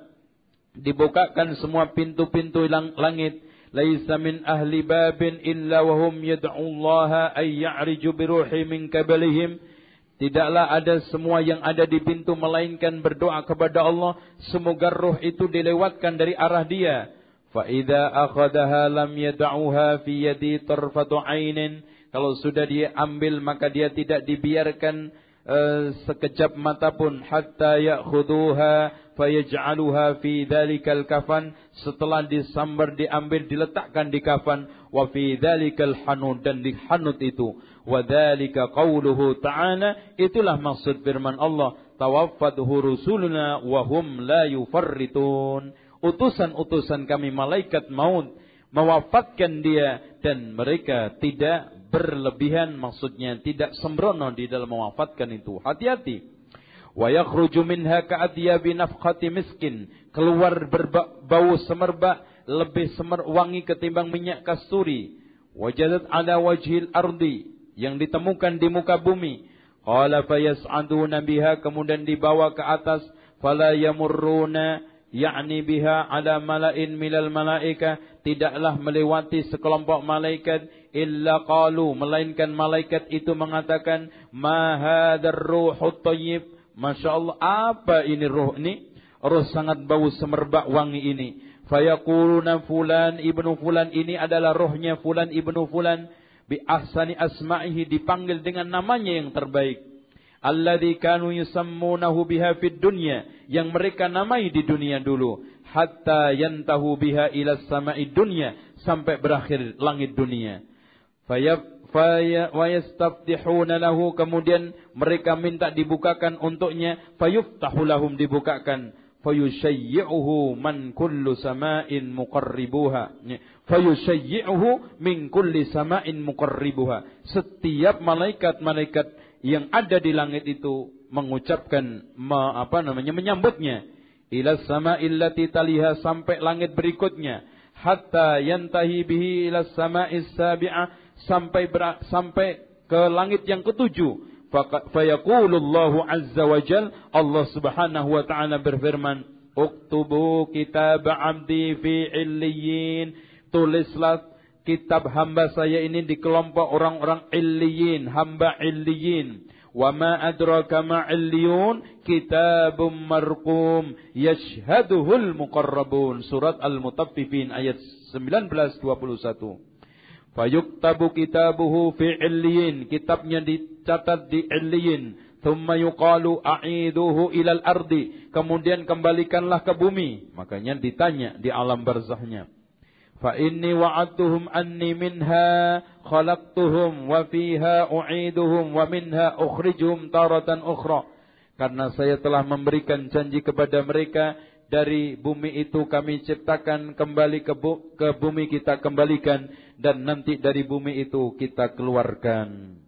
Dibukakan semua pintu-pintu langit. Laisa min ahli babin illa wa hum yad'ullaha ay ya'riju bi ruhi min qablihim. Tidaklah ada semua yang ada di pintu melainkan berdoa kepada Allah semoga ruh itu dilewatkan dari arah dia. Fa idza akhadaha lam yad'uha fi yadi tarfatu 'ainin. Kalau sudah dia ambil maka dia tidak dibiarkan uh, sekejap mata pun. Hatta ya'khuduha fayaj'aluha fi dhalikal kafan. Setelah disambar, diambil, diletakkan di kafan. Wa fi dhalikal hanud, dan di hanud itu. Wa dhalika qawluhu ta'ala. Itulah maksud firman Allah. Tawaffatuhu rusuluna wa hum la yufarritun. Utusan-utusan kami malaikat maut mewafatkan dia dan mereka tidak berlebihan, maksudnya tidak sembrono di dalam mewafatkan itu. Hati-hati. Wa yakhruju minha ka'atyabi nafkhati miskin. Keluar berbau semerbak, lebih semer wangi ketimbang minyak kasturi. Wajadat ala wajhil ardi, yang ditemukan di muka bumi. Qala fayas'aduna biha, kemudian dibawa ke atas. Fala yamurruna yakni biha ala mala'in milal malaika, tidaklah melewati sekelompok malaikat illa qalu, melainkan malaikat itu mengatakan ma hadzal ruhut thayyib. Masyaallah, apa ini ruh ini? Ruh sangat bau semerbak wangi ini. Fayaquluna fulan ibnu fulan, ini adalah ruhnya fulan ibnu fulan. Bi ahsani asma'ihi, dipanggil dengan namanya yang terbaik. Alladzi kanu yusammunahu biha fid dunya, yang mereka namai di dunia dulu. Hatta yantahu biha ila sama'id dunya, sampai berakhir langit dunia. Faya faya wa yastaftihuna lahu, kemudian mereka minta dibukakan untuknya. Fayuftahu lahum, dibukakan. Fayushayyi'uhu man kullu sama'in muqarribuha. Fayushayyi'uhu min kulli sama'in muqarribuha. Setiap malaikat-malaikat yang ada di langit itu mengucapkan me, apa namanya menyambutnya. Ila sama'il lati taliha, sampai langit berikutnya. Hatta yantahi bihi ila sama'is sabi'ah, sampai ber, sampai ke langit yang ketujuh. Fayaqulullahu azza wa jal, Allah subhanahu wa ta'ala berfirman, uktubu kitab abdi fi illiyin. Tulislah kitab hamba saya ini di kelompok orang-orang illiyin, hamba illiyin. Wa ma adraka ma illiyun, kitabum marqum yashhaduhul muqarrabun. Surat Al-Mutaffifin ayat sembilan belas dua puluh satu. Fayuktabu kitabuhu fi illiyin, kitabnya dicatat di illiyin. Thumma yuqalu a'iduhu ilal ardi, kemudian kembalikanlah ke bumi. Makanya ditanya di alam barzahnya. Fa inni wa'adtuhum anni minha khalaqtuhum wa fiha u'iduhum wa minha ukhrijuhum taratan ukhra. Karena saya telah memberikan janji kepada mereka, dari bumi itu kami ciptakan, kembali ke, bu, ke bumi kita kembalikan, dan nanti dari bumi itu kita keluarkan.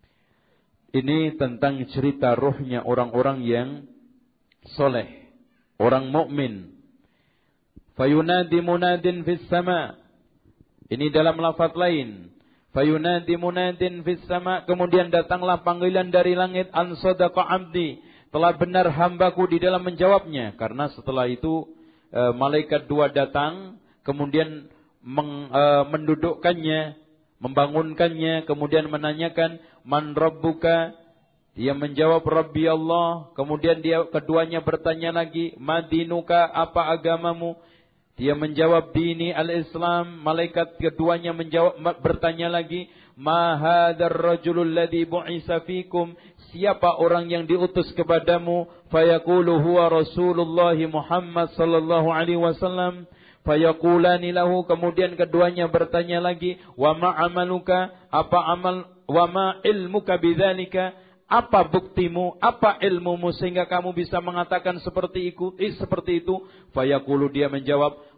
Ini tentang cerita ruhnya orang-orang yang soleh, orang mukmin. Fayunadi munadin fis sama. Ini dalam lafaz lain. Fayunadi munadin fis sama. Kemudian datanglah panggilan dari langit, an sadaqa abdi, telah benar hambaku di dalam menjawabnya. Karena setelah itu e, malaikat dua datang, kemudian meng, e, mendudukkannya, membangunkannya, kemudian menanyakan man rabbuka. Dia menjawab Rabbi Allah. Kemudian dia keduanya bertanya lagi, madinuka, apa agamamu? Dia menjawab dini al-Islam. Malaikat keduanya menjawab, bertanya lagi, ma hadzal rajulul ladzi bu'isa fikum, siapa orang yang diutus kepadamu? Fayaqulu huwa Rasulullah Muhammad sallallahu alaihi wasallam. Fayaqulani lahu, kemudian keduanya bertanya lagi, wa ma amaluka, apa amal, wa ma ilmuka bidzalika, apa buktimu, apa ilmumu sehingga kamu bisa mengatakan seperti itu, eh, seperti itu. Fayaqulu, dia menjawab,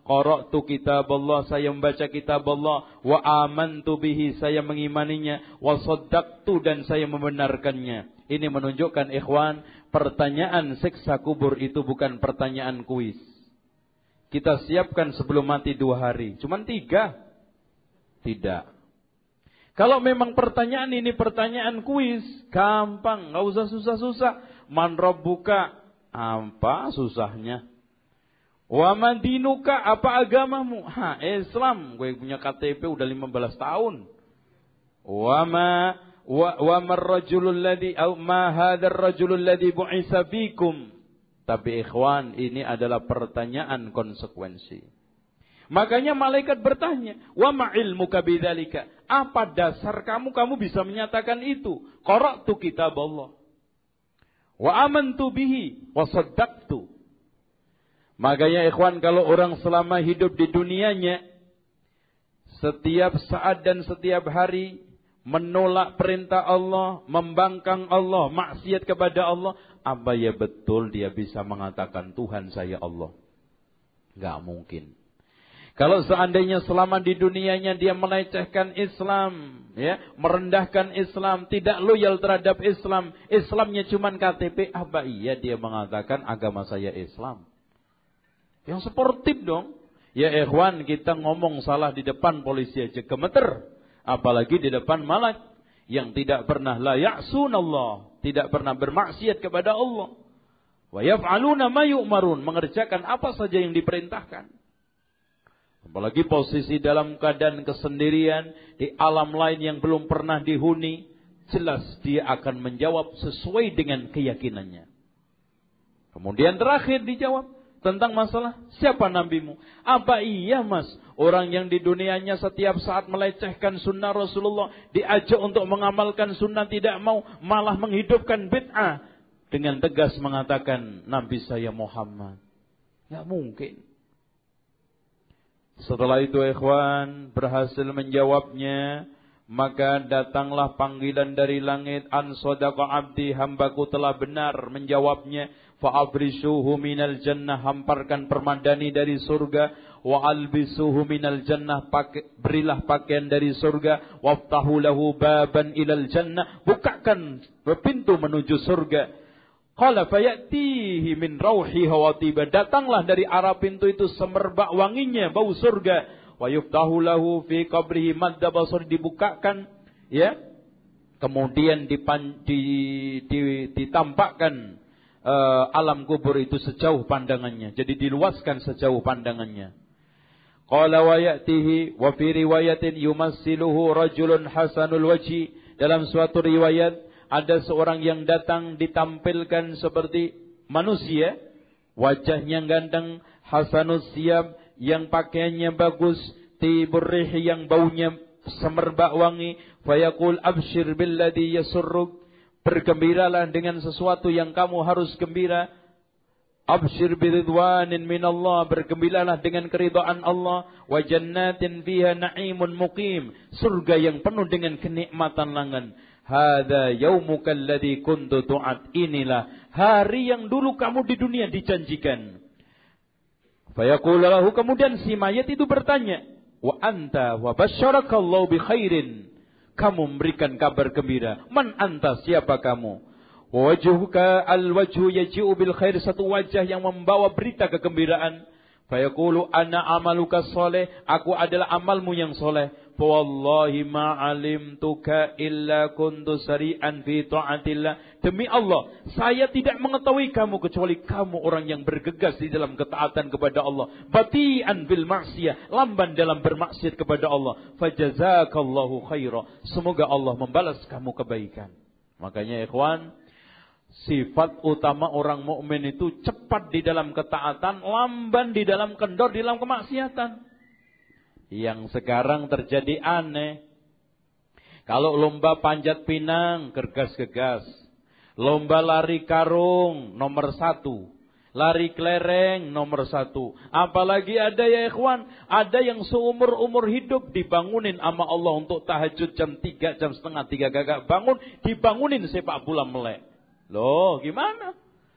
Qara'tu kitab Allah, saya membaca kitab Allah. Wa amantu bihi, saya mengimaninya. Wa saddaqtu, dan saya membenarkannya. Ini menunjukkan ikhwan, pertanyaan siksa kubur itu bukan pertanyaan kuis. Kita siapkan sebelum mati dua hari. Cuman tiga. Tidak. Kalau memang pertanyaan ini pertanyaan kuis, gampang, nggak usah susah-susah. Man rabbuka, apa susahnya? Wa man dinuka, apa agamamu? Ha, Islam. Gue punya K T P udah lima belas tahun. Wa ma wa wa marrajulul ladzi au ma hadzal rajulul ladzi bu'isa fikum. Tapi ikhwan, ini adalah pertanyaan konsekuensi. Makanya malaikat bertanya, wa ma ilmuka bidzalika? Apa dasar kamu kamu bisa menyatakan itu? Qara'tu kitab Allah. Wa amantu bihi wa saddaqtu. Makanya ikhwan, kalau orang selama hidup di dunianya setiap saat dan setiap hari menolak perintah Allah, membangkang Allah, maksiat kepada Allah, apa ya betul dia bisa mengatakan Tuhan saya Allah? Enggak mungkin. Kalau seandainya selama di dunianya dia melecehkan Islam, ya, merendahkan Islam, tidak loyal terhadap Islam, Islamnya cuma K T P, apa iya dia mengatakan agama saya Islam? Yang sportif dong. Ya ikhwan, kita ngomong salah di depan polisi aja gemeter, apalagi di depan malak yang tidak pernah la ya'sunallah, tidak pernah bermaksiat kepada Allah. Wa yaf'aluna ma yu'marun, mengerjakan apa saja yang diperintahkan. Apalagi posisi dalam keadaan kesendirian di alam lain yang belum pernah dihuni, jelas dia akan menjawab sesuai dengan keyakinannya. Kemudian terakhir dijawab tentang masalah siapa nabimu? Apa iya mas, orang yang di dunianya setiap saat melecehkan sunnah Rasulullah, diajak untuk mengamalkan sunnah tidak mau, malah menghidupkan bid'ah, dengan tegas mengatakan Nabi saya Muhammad? Tidak mungkin. Setelah itu ikhwan berhasil menjawabnya, maka datanglah panggilan dari langit, an sadaqa abdi, hambaku telah benar menjawabnya, fa abrisuhu minal jannah, hamparkan permadani dari surga, wa albisuhu minal jannah, pakai, berilah pakaian dari surga, waftahu lahu baban ilal jannah, bukakan pintu menuju surga. Qala fayatihi min rauhiha wa tiba, datanglah dari arah pintu itu semerbak wanginya bau surga. Wa yuftahu lahu fi qabrihi madda basar, dibukakan ya. Kemudian dipan, di, di, ditampakkan uh, alam kubur itu sejauh pandangannya. Jadi diluaskan sejauh pandangannya. Qala wa yatihi wa fi riwayatin yumassiluhu rajulun hasanul wajhi, dalam suatu riwayat ada seorang yang datang ditampilkan seperti manusia, wajahnya ganteng, hasanus siyab, yang pakaiannya bagus, tibur rih, yang baunya semerbak wangi, fayaqul abshir billadhi yasurruk, bergembiralah dengan sesuatu yang kamu harus gembira. Abshir biridwanin minallah, bergembiralah dengan keridhaan Allah, wa jannatin fiha na'imun muqim, surga yang penuh dengan kenikmatan langgeng. Hada yaumuka alladhi kuntu tu'ad, inilah hari yang dulu kamu di dunia dijanjikan. Fayaqulu lahu, kemudian si mayat itu bertanya, wa anta wa basyarakallahu bi khairin, kamu memberikan kabar gembira. Man anta, siapa kamu? Wa wajhuka alwajhu yaji'u bil khair, satu wajah yang membawa berita kegembiraan. Fayaqulu ana amaluka soleh, aku adalah amalmu yang soleh. Wallahi ma'alimtuka illa kuntu sari'an fi ta'atillah. Demi Allah, saya tidak mengetahui kamu kecuali kamu orang yang bergegas di dalam ketaatan kepada Allah. Bati'an bil ma'siyah, lamban dalam bermaksiat kepada Allah. Fajazakallahu khaira, semoga Allah membalas kamu kebaikan. Makanya ikhwan, sifat utama orang mukmin itu cepat di dalam ketaatan, lamban di dalam kendor, di dalam kemaksiatan. Yang sekarang terjadi aneh. Kalau lomba panjat pinang, gergas-gegas. Lomba lari karung, nomor satu. Lari kelereng, nomor satu. Apalagi ada ya ikhwan, ada yang seumur-umur hidup dibangunin sama Allah untuk tahajud jam tiga, jam setengah tiga, gagak bangun, dibangunin sepak bola melek. Loh, gimana?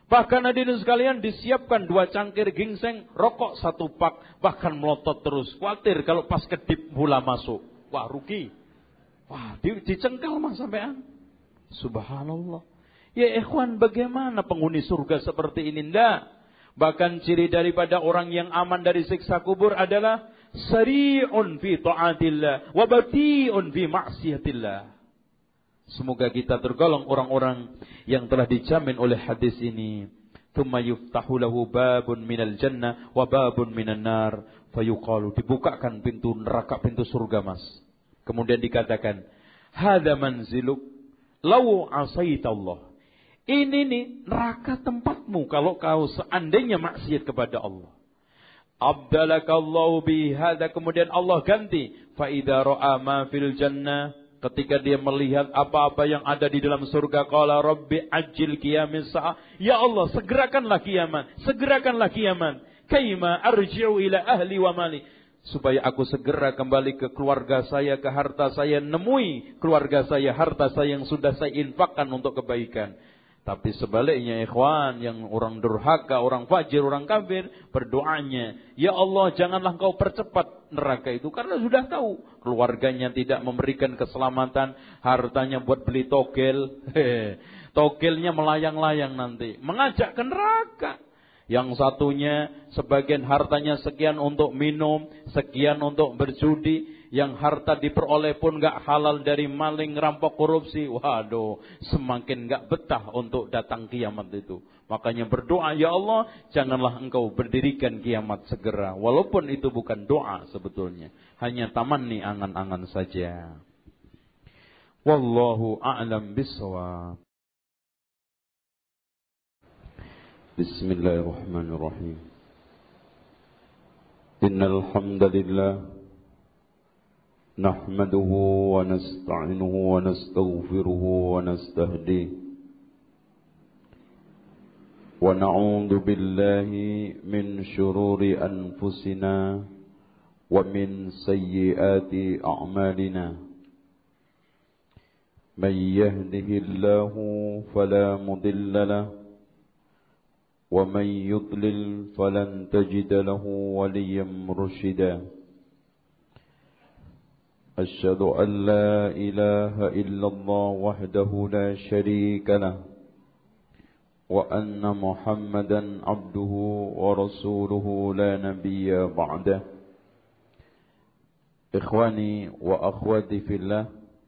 Bahkan hadirin sekalian disiapkan dua cangkir ginseng, rokok satu pak, bahkan melotot terus. Khawatir kalau pas kedip bola masuk. Wah rugi. Wah di, dicengkal mas sampean. Subhanallah. Ya ikhwan, bagaimana penghuni surga seperti ini? Ndak. Bahkan ciri daripada orang yang aman dari siksa kubur adalah sari'un fi ta'atillah wa bati'un fi ma'siyatillah. Semoga kita tergolong orang-orang yang telah dijamin oleh hadis ini. Tsumma yuftahu lahu babun minal jannah wa babun minan nar fayuqalu, dibukakan pintu neraka, pintu surga mas. Kemudian dikatakan, hadza manziluk law asaitallah. Ini nih neraka tempatmu kalau kau seandainya maksiat kepada Allah. Abdalakallahu bi hadza, kemudian Allah ganti fa idza ra'a ma fil jannah, ketika dia melihat apa-apa yang ada di dalam surga, qala rabbi ajil qiyamis sa'ah, ya Allah segerakanlah kiamat, segerakanlah kiamat, kaima arji'u ila ahli wa mali, supaya aku segera kembali ke keluarga saya, ke harta saya, nemui keluarga saya, harta saya yang sudah saya infakkan untuk kebaikan. Tapi sebaliknya ikhwan, yang orang durhaka, orang fajir, orang kafir, berdoanya, ya Allah janganlah engkau percepat neraka itu, karena sudah tahu keluarganya tidak memberikan keselamatan, hartanya buat beli togel, togelnya melayang-layang nanti, mengajak ke neraka. Yang satunya sebagian hartanya sekian untuk minum, sekian untuk berjudi, yang harta diperoleh pun gak halal dari maling, rampok, korupsi. Waduh, semakin gak betah untuk datang kiamat itu. Makanya berdoa, ya Allah janganlah engkau berdirikan kiamat segera. Walaupun itu bukan doa sebetulnya, hanya tamanni, angan-angan saja. Wallahu a'lam bissawab. Bismillahirrahmanirrahim. Innal hamdalillah nahmaduhu wa nasta'inuhu wa nastaghfiruhu wa nastahdihi wa na'udzu billahi min shururi anfusina wa min sayyiati a'malina. Man yahdihillahu fala mudilla lahu ومن يضلل فلن تجد له وليا مرشدا أشهد أن لا إله إلا الله وحده لا شريك له وأن محمدا عبده ورسوله لا نبي بعده إخواني وأخواتي في الله.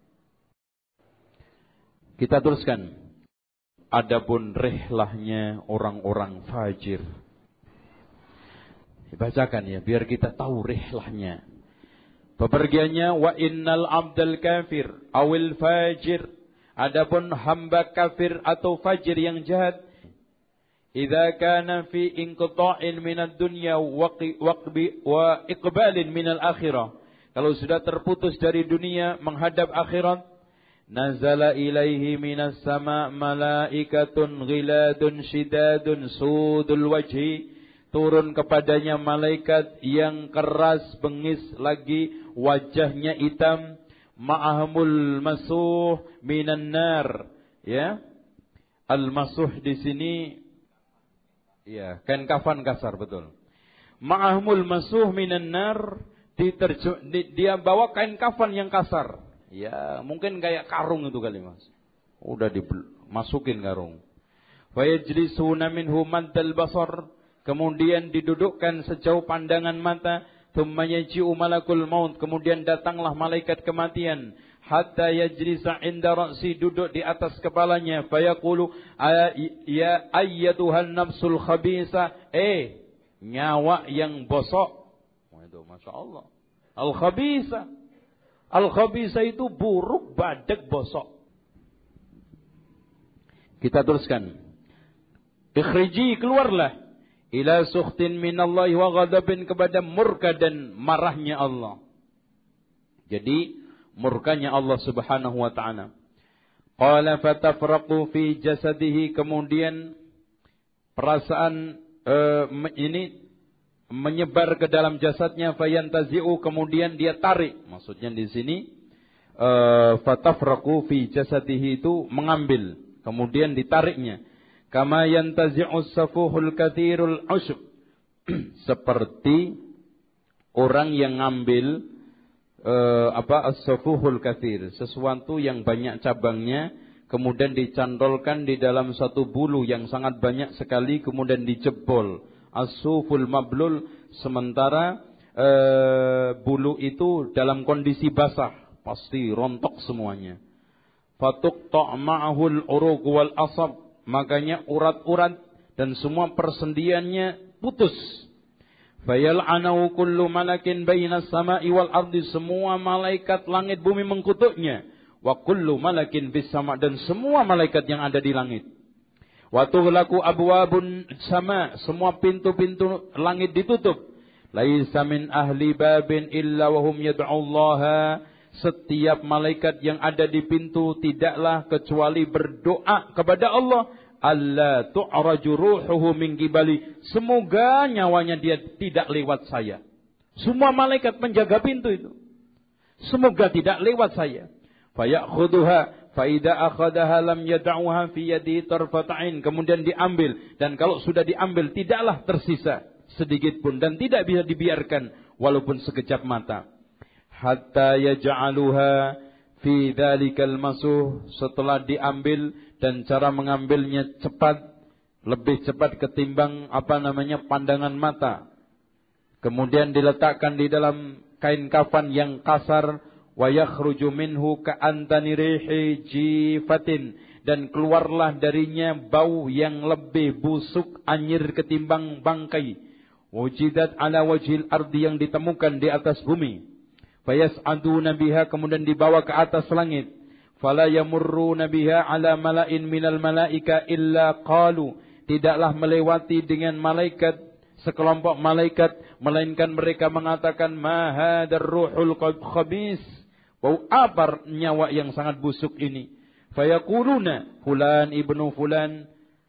Kita teruskan. Adapun rihlahnya orang-orang fajir. Dibacakan ya, biar kita tahu rihlahnya. Bepergiannya, wa innal abdal kafir awil fajir. Adapun hamba kafir atau fajir yang jahat, idza kana fi inqita'in minad dunya wa waqbi wa iqbalin minal akhirah. Kalau sudah terputus dari dunia menghadap akhirat, nazala ilaihi minas sama' malaikatun ghiladun shidadun sudul wajhi, turun kepadanya malaikat yang keras bengis lagi, wajahnya hitam, ma'ahumul masuh minan nar, ya. Al-masuh di sini ya, kain kafan kasar, betul. Ma'ahumul masuh minan nar, dia bawa kain kafan yang kasar. Ya, mungkin kayak karung itu kali mas. Udah dimasukin karung. Fayajlisuna minhu maddal basar, kemudian didudukkan sejauh pandangan mata. Thumma yaji'u malakul maut, kemudian datanglah malaikat kematian. Hatta yajlisa inda ra'si, duduk di atas kepalanya. Fayaqulu ya ayyatuhan nafsul khabisa, eh nyawa yang bosok. Wah itu masya Allah. Al khabisa. Al-khabisa itu buruk, badek, bosok. Kita teruskan. Ikhriji, keluarlah. Ila sukhtin minallahi wa ghadabin, kepada murka dan marahnya Allah. Jadi, murkanya Allah subhanahu wa ta'ala. Qala fatafraqu fi jasadihi, kemudian perasaan uh, ini menyebar ke dalam jasadnya, fayantazi'u, kemudian dia tarik. Maksudnya di sini uh, fatafraqu fi jasadihi itu mengambil, kemudian ditariknya. Kama yantazi'us safuhul kathirul ushb. Seperti orang yang ngambil uh, apa as-safuhul kathir, sesuatu yang banyak cabangnya, kemudian dicantolkan di dalam satu bulu yang sangat banyak sekali, kemudian dijebol. As-suful mablul, sementara uh, bulu itu dalam kondisi basah, pasti rontok semuanya. Fatuqta' ma'ahul uruq wal asab, makanya urat-urat dan semua persendiannya putus. Fayal'anahu kullu malakin bainas sama'i wal ardi, semua malaikat langit bumi mengkutuknya. Wa kullu malakin bis sama', dan semua malaikat yang ada di langit. Wa tughlaqu abwabun sama', semua pintu-pintu langit ditutup. Laisa min ahli babin illa wa hum yad'ullaha, setiap malaikat yang ada di pintu tidaklah kecuali berdoa kepada Allah. Allah tu'raju ruhuhu min qibali, semoga nyawanya dia tidak lewat saya. Semua malaikat menjaga pintu itu, semoga tidak lewat saya. Fayakhuduha fa idza akhadaha lam yad'uha fi yadi tarfata'in, kemudian diambil, dan kalau sudah diambil tidaklah tersisa sedikit pun dan tidak bisa dibiarkan walaupun sekejap mata. Hatta yaj'aluha fi dzalikal masuh, setelah diambil, dan cara mengambilnya cepat, lebih cepat ketimbang apa namanya pandangan mata. Kemudian diletakkan di dalam kain kafan yang kasar, wa yakhruju minhu ka'antani rihi jifatin, dan keluarlah darinya bau yang lebih busuk anyir ketimbang bangkai. Wujidat ala wajhil ardi, yang ditemukan di atas bumi. Fayas'aduna biha, kemudian dibawa ke atas langit. Fala yamurruna biha ala mala'in minal malaika illa qalu, tidaklah melewati dengan malaikat, sekelompok malaikat, melainkan mereka mengatakan ma hadar ruhul khabis, bau apa nyawa yang sangat busuk ini. Fayaquluna fulan ibnu fulan,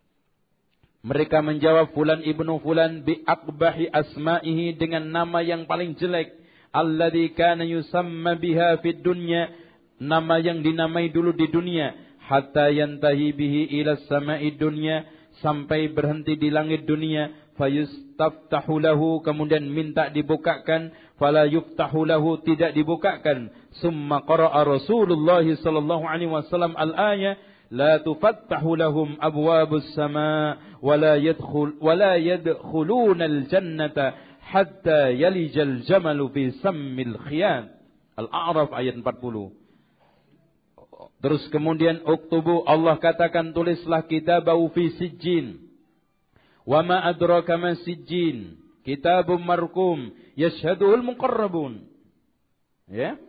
mereka menjawab fulan ibnu fulan bi aqbahi asma'ihi, dengan nama yang paling jelek. Alladzi kana yusamma biha fid dunya, nama yang dinamai dulu di dunia. Hatta yantahi bihi ila sama'i dunya, sampai berhenti di langit dunia. Fayustaftahu lahu, kemudian minta dibukakan. Fala yuftahu lahu, tidak dibukakan. Summa qara'a Rasulullah sallallahu alaihi wasallam al-ayah, la tufattahu lahum abwabus sama' wala yadkhul wala yadkhuluna al-jannata hatta yalijal jamalu fi sammil khiyat. Al-A'raf ayat empat puluh. Terus kemudian uktubu, Allah katakan tulislah kitabahu fi sijjin. Wa ma adraka ma sijjin, kitabun marqum yashhaduhul muqarrabun. Ya.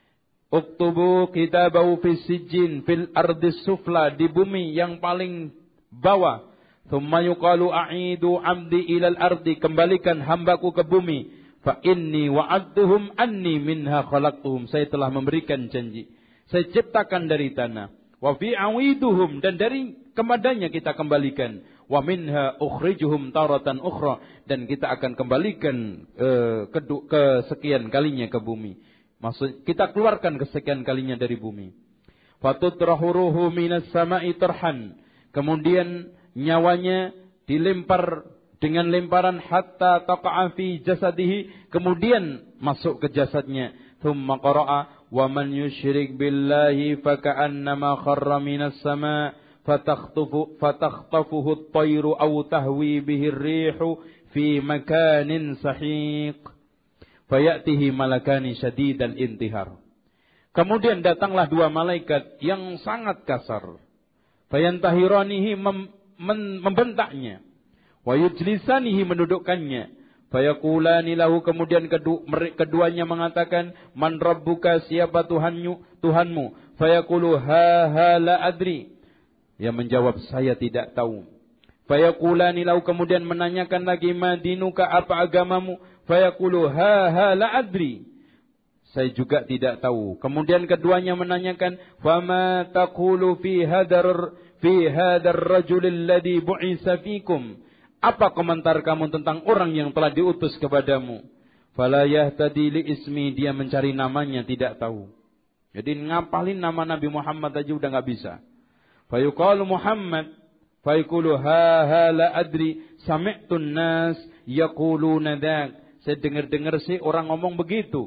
Uktubu kitabahu fi sijjin fil ardis sufla, di bumi yang paling bawah. Thumma yuqalu a'idu 'abdi ilal ardi, kembalikan hambaku ke bumi. Fa inni wa'adtuhum anni minha khalaqtuhum, saya telah memberikan janji, saya ciptakan dari tanah. Wa fi awiduhum, dan dari kepadanya kita kembalikan. Wa minha ukhrijuhum taratan ukhra, dan kita akan kembalikan uh, ke, ke sekian kalinya ke bumi. Maksud kita keluarkan kesekian kalinya dari bumi. Fatutrahu ruhu minas sama'i tarhan, kemudian nyawanya dilempar dengan lemparan hatta taqa'a fi jasadihi, kemudian masuk ke jasadnya. Thumma qara'a wa man yusyrik billahi faka'annama kharra minas sama' fatakhtufu fatakhtafuhu at-tayru aw tahwi bihi ar-rihu fi makanin sahiq fayatihi malakani syadidal intihar. Kemudian datanglah dua malaikat yang sangat kasar. Fayantahiranihi mem membentaknya, wa yujlisanihi menundukkannya. Fayaqulani lahu, kemudian kedu, keduanya mengatakan, man rabbuka, siapa Tuhanmu? Tuhanmu. Fayaqulu ha ha la adri, yang menjawab saya tidak tahu. Fayaqulani lahu, kemudian menanyakan lagi, ma dinuka, apa agamamu? Fayaqulu ha ha la adri, saya juga tidak tahu. Kemudian keduanya menanyakan, fama taqulu fi hadar fi hadar rajul alladhi bu'isa fikum, apa komentar kamu tentang orang yang telah diutus kepadamu? Fala yahtadi li ismi, dia mencari namanya tidak tahu. Jadi ngapalin nama Nabi Muhammad aja udah enggak bisa. Fayuqalu Muhammad, Fayaqulu ha ha la adri sami'tu an-nas yaquluna dzak. Saya dengar-dengar sih orang ngomong begitu.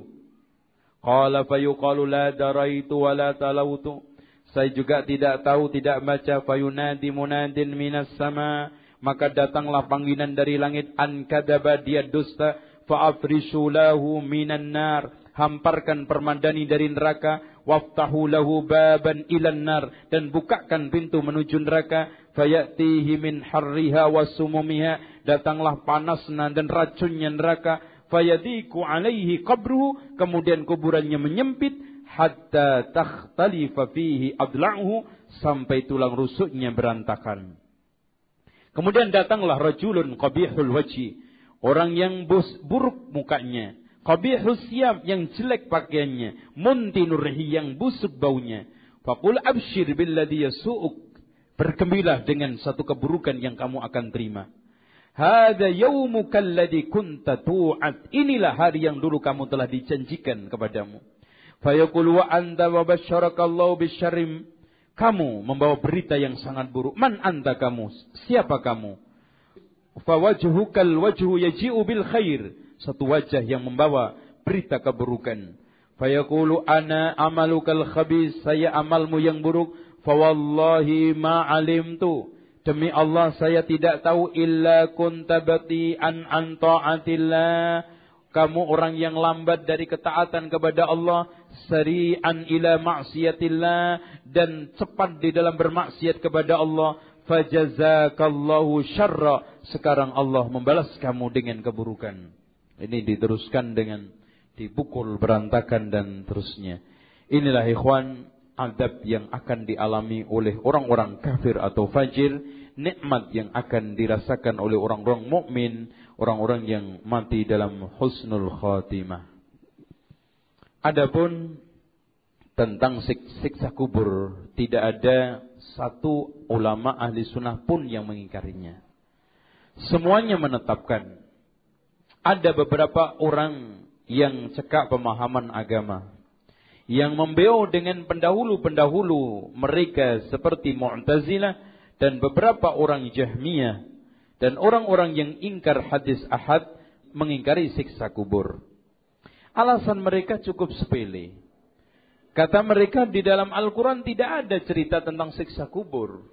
Qala fayuqalu la daraitu wa la talautu. Saya juga tidak tahu, tidak baca. Fayunadi munadin minas sama. Maka datanglah panggilan dari langit. An kadaba, dia dusta. Fa'afrishu lahu minan nar. Hamparkan permadani dari neraka. Waftahu lahu baban ilan nar. Dan bukakan pintu menuju neraka. Fayatihi min harriha wa sumumiha. Datanglah panasnya dan racunnya neraka. Fayadiku alaihi qabruhu. Kemudian kuburannya menyempit. Hatta takhtalifa fihi adla'uhu. Sampai tulang rusuknya berantakan. Kemudian datanglah rajulun qabihul wajhi. Orang yang bus, buruk mukanya. Qabihus siyab, yang jelek pakaiannya. Muntinurhi, yang busuk baunya. Faqul abshir billadhi yasu'uk. Bergembiralah dengan satu keburukan yang kamu akan terima. Hada yaumuka alladhi kunta tu'ad. Inilah hari yang dulu kamu telah dijanjikan kepadamu. Fayaqul wa anta wa basyarakallahu bisyarrim. Kamu membawa berita yang sangat buruk. Man anta kamu? Siapa kamu? Fawajhukal wajhu yaji'u bil khair. Satu wajah yang membawa berita keburukan. Fayaqulu ana amalukal khabis. Saya amalmu yang buruk. Fawallahi ma alimtu. Demi Allah saya tidak tahu illa kunta bati'an an ta'atillah. Kamu orang yang lambat dari ketaatan kepada Allah. Sari'an ila ma'siyatillah. Dan cepat di dalam bermaksiat kepada Allah. Fajazakallahu syarra. Sekarang Allah membalas kamu dengan keburukan. Ini diteruskan dengan dipukul, berantakan dan terusnya. Inilah ikhwan, adab yang akan dialami oleh orang-orang kafir atau fajir. Nikmat yang akan dirasakan oleh orang-orang mukmin, orang-orang yang mati dalam husnul khatimah. Adapun tentang siksa kubur, tidak ada satu ulama ahli sunnah pun yang mengingkarinya. Semuanya menetapkan. Ada beberapa orang yang cekak pemahaman agama, yang membeo dengan pendahulu-pendahulu mereka seperti Mu'tazilah dan beberapa orang Jahmiyah dan orang-orang yang ingkar hadis ahad, mengingkari siksa kubur. Alasan mereka cukup sepele. Kata mereka di dalam Al-Quran tidak ada cerita tentang siksa kubur.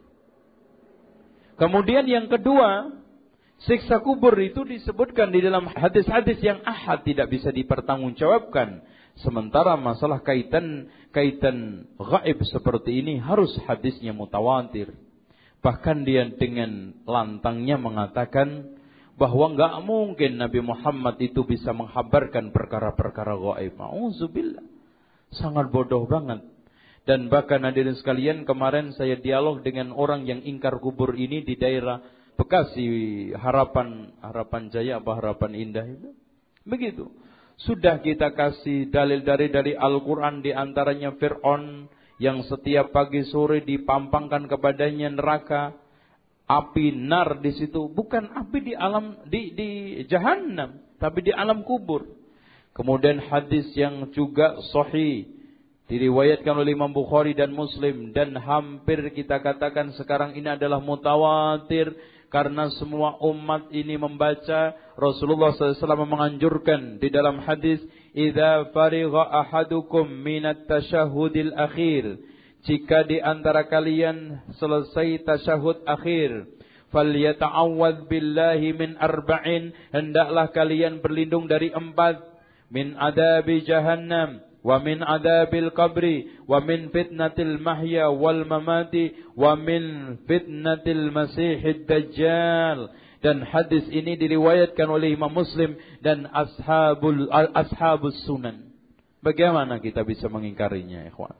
Kemudian yang kedua, siksa kubur itu disebutkan di dalam hadis-hadis yang ahad, tidak bisa dipertanggungjawabkan. Sementara masalah kaitan kaitan gaib seperti ini harus hadisnya mutawatir. Bahkan dia dengan lantangnya mengatakan bahwa enggak mungkin Nabi Muhammad itu bisa menghabarkan perkara-perkara gaib. Auzubillah. Sangat bodoh banget. Dan bahkan hadirin sekalian, kemarin saya dialog dengan orang yang ingkar kubur ini di daerah Bekasi, Harapan Harapan Jaya apa Harapan Indah itu. Begitu. Sudah kita kasih dalil-dalil dari Al-Quran, di antaranya Fir'aun yang setiap pagi sore dipampangkan kepadanya neraka, api nar di situ, bukan api di alam di di Jahannam, tapi di alam kubur. Kemudian hadis yang juga sahih diriwayatkan oleh Imam Bukhari dan Muslim, dan hampir kita katakan sekarang ini adalah mutawatir karena semua umat ini membaca. Rasulullah shallallahu alaihi wasallam menganjurkan di dalam hadis, "Idza farigha ahadukum minat tasyahhudil akhir." Jika di antara kalian selesai tasyahud akhir, falyata'awwadz billahi min arba'in, hendaklah kalian berlindung dari empat, min adabi jahannam, wa min adabil qabri, wa min fitnatil mahya wal mamati, wa min fitnatil masihid dajjal. Dan hadis ini diriwayatkan oleh Imam Muslim dan ashabul ashabus sunan. Bagaimana kita bisa mengingkarinya, ikhwan?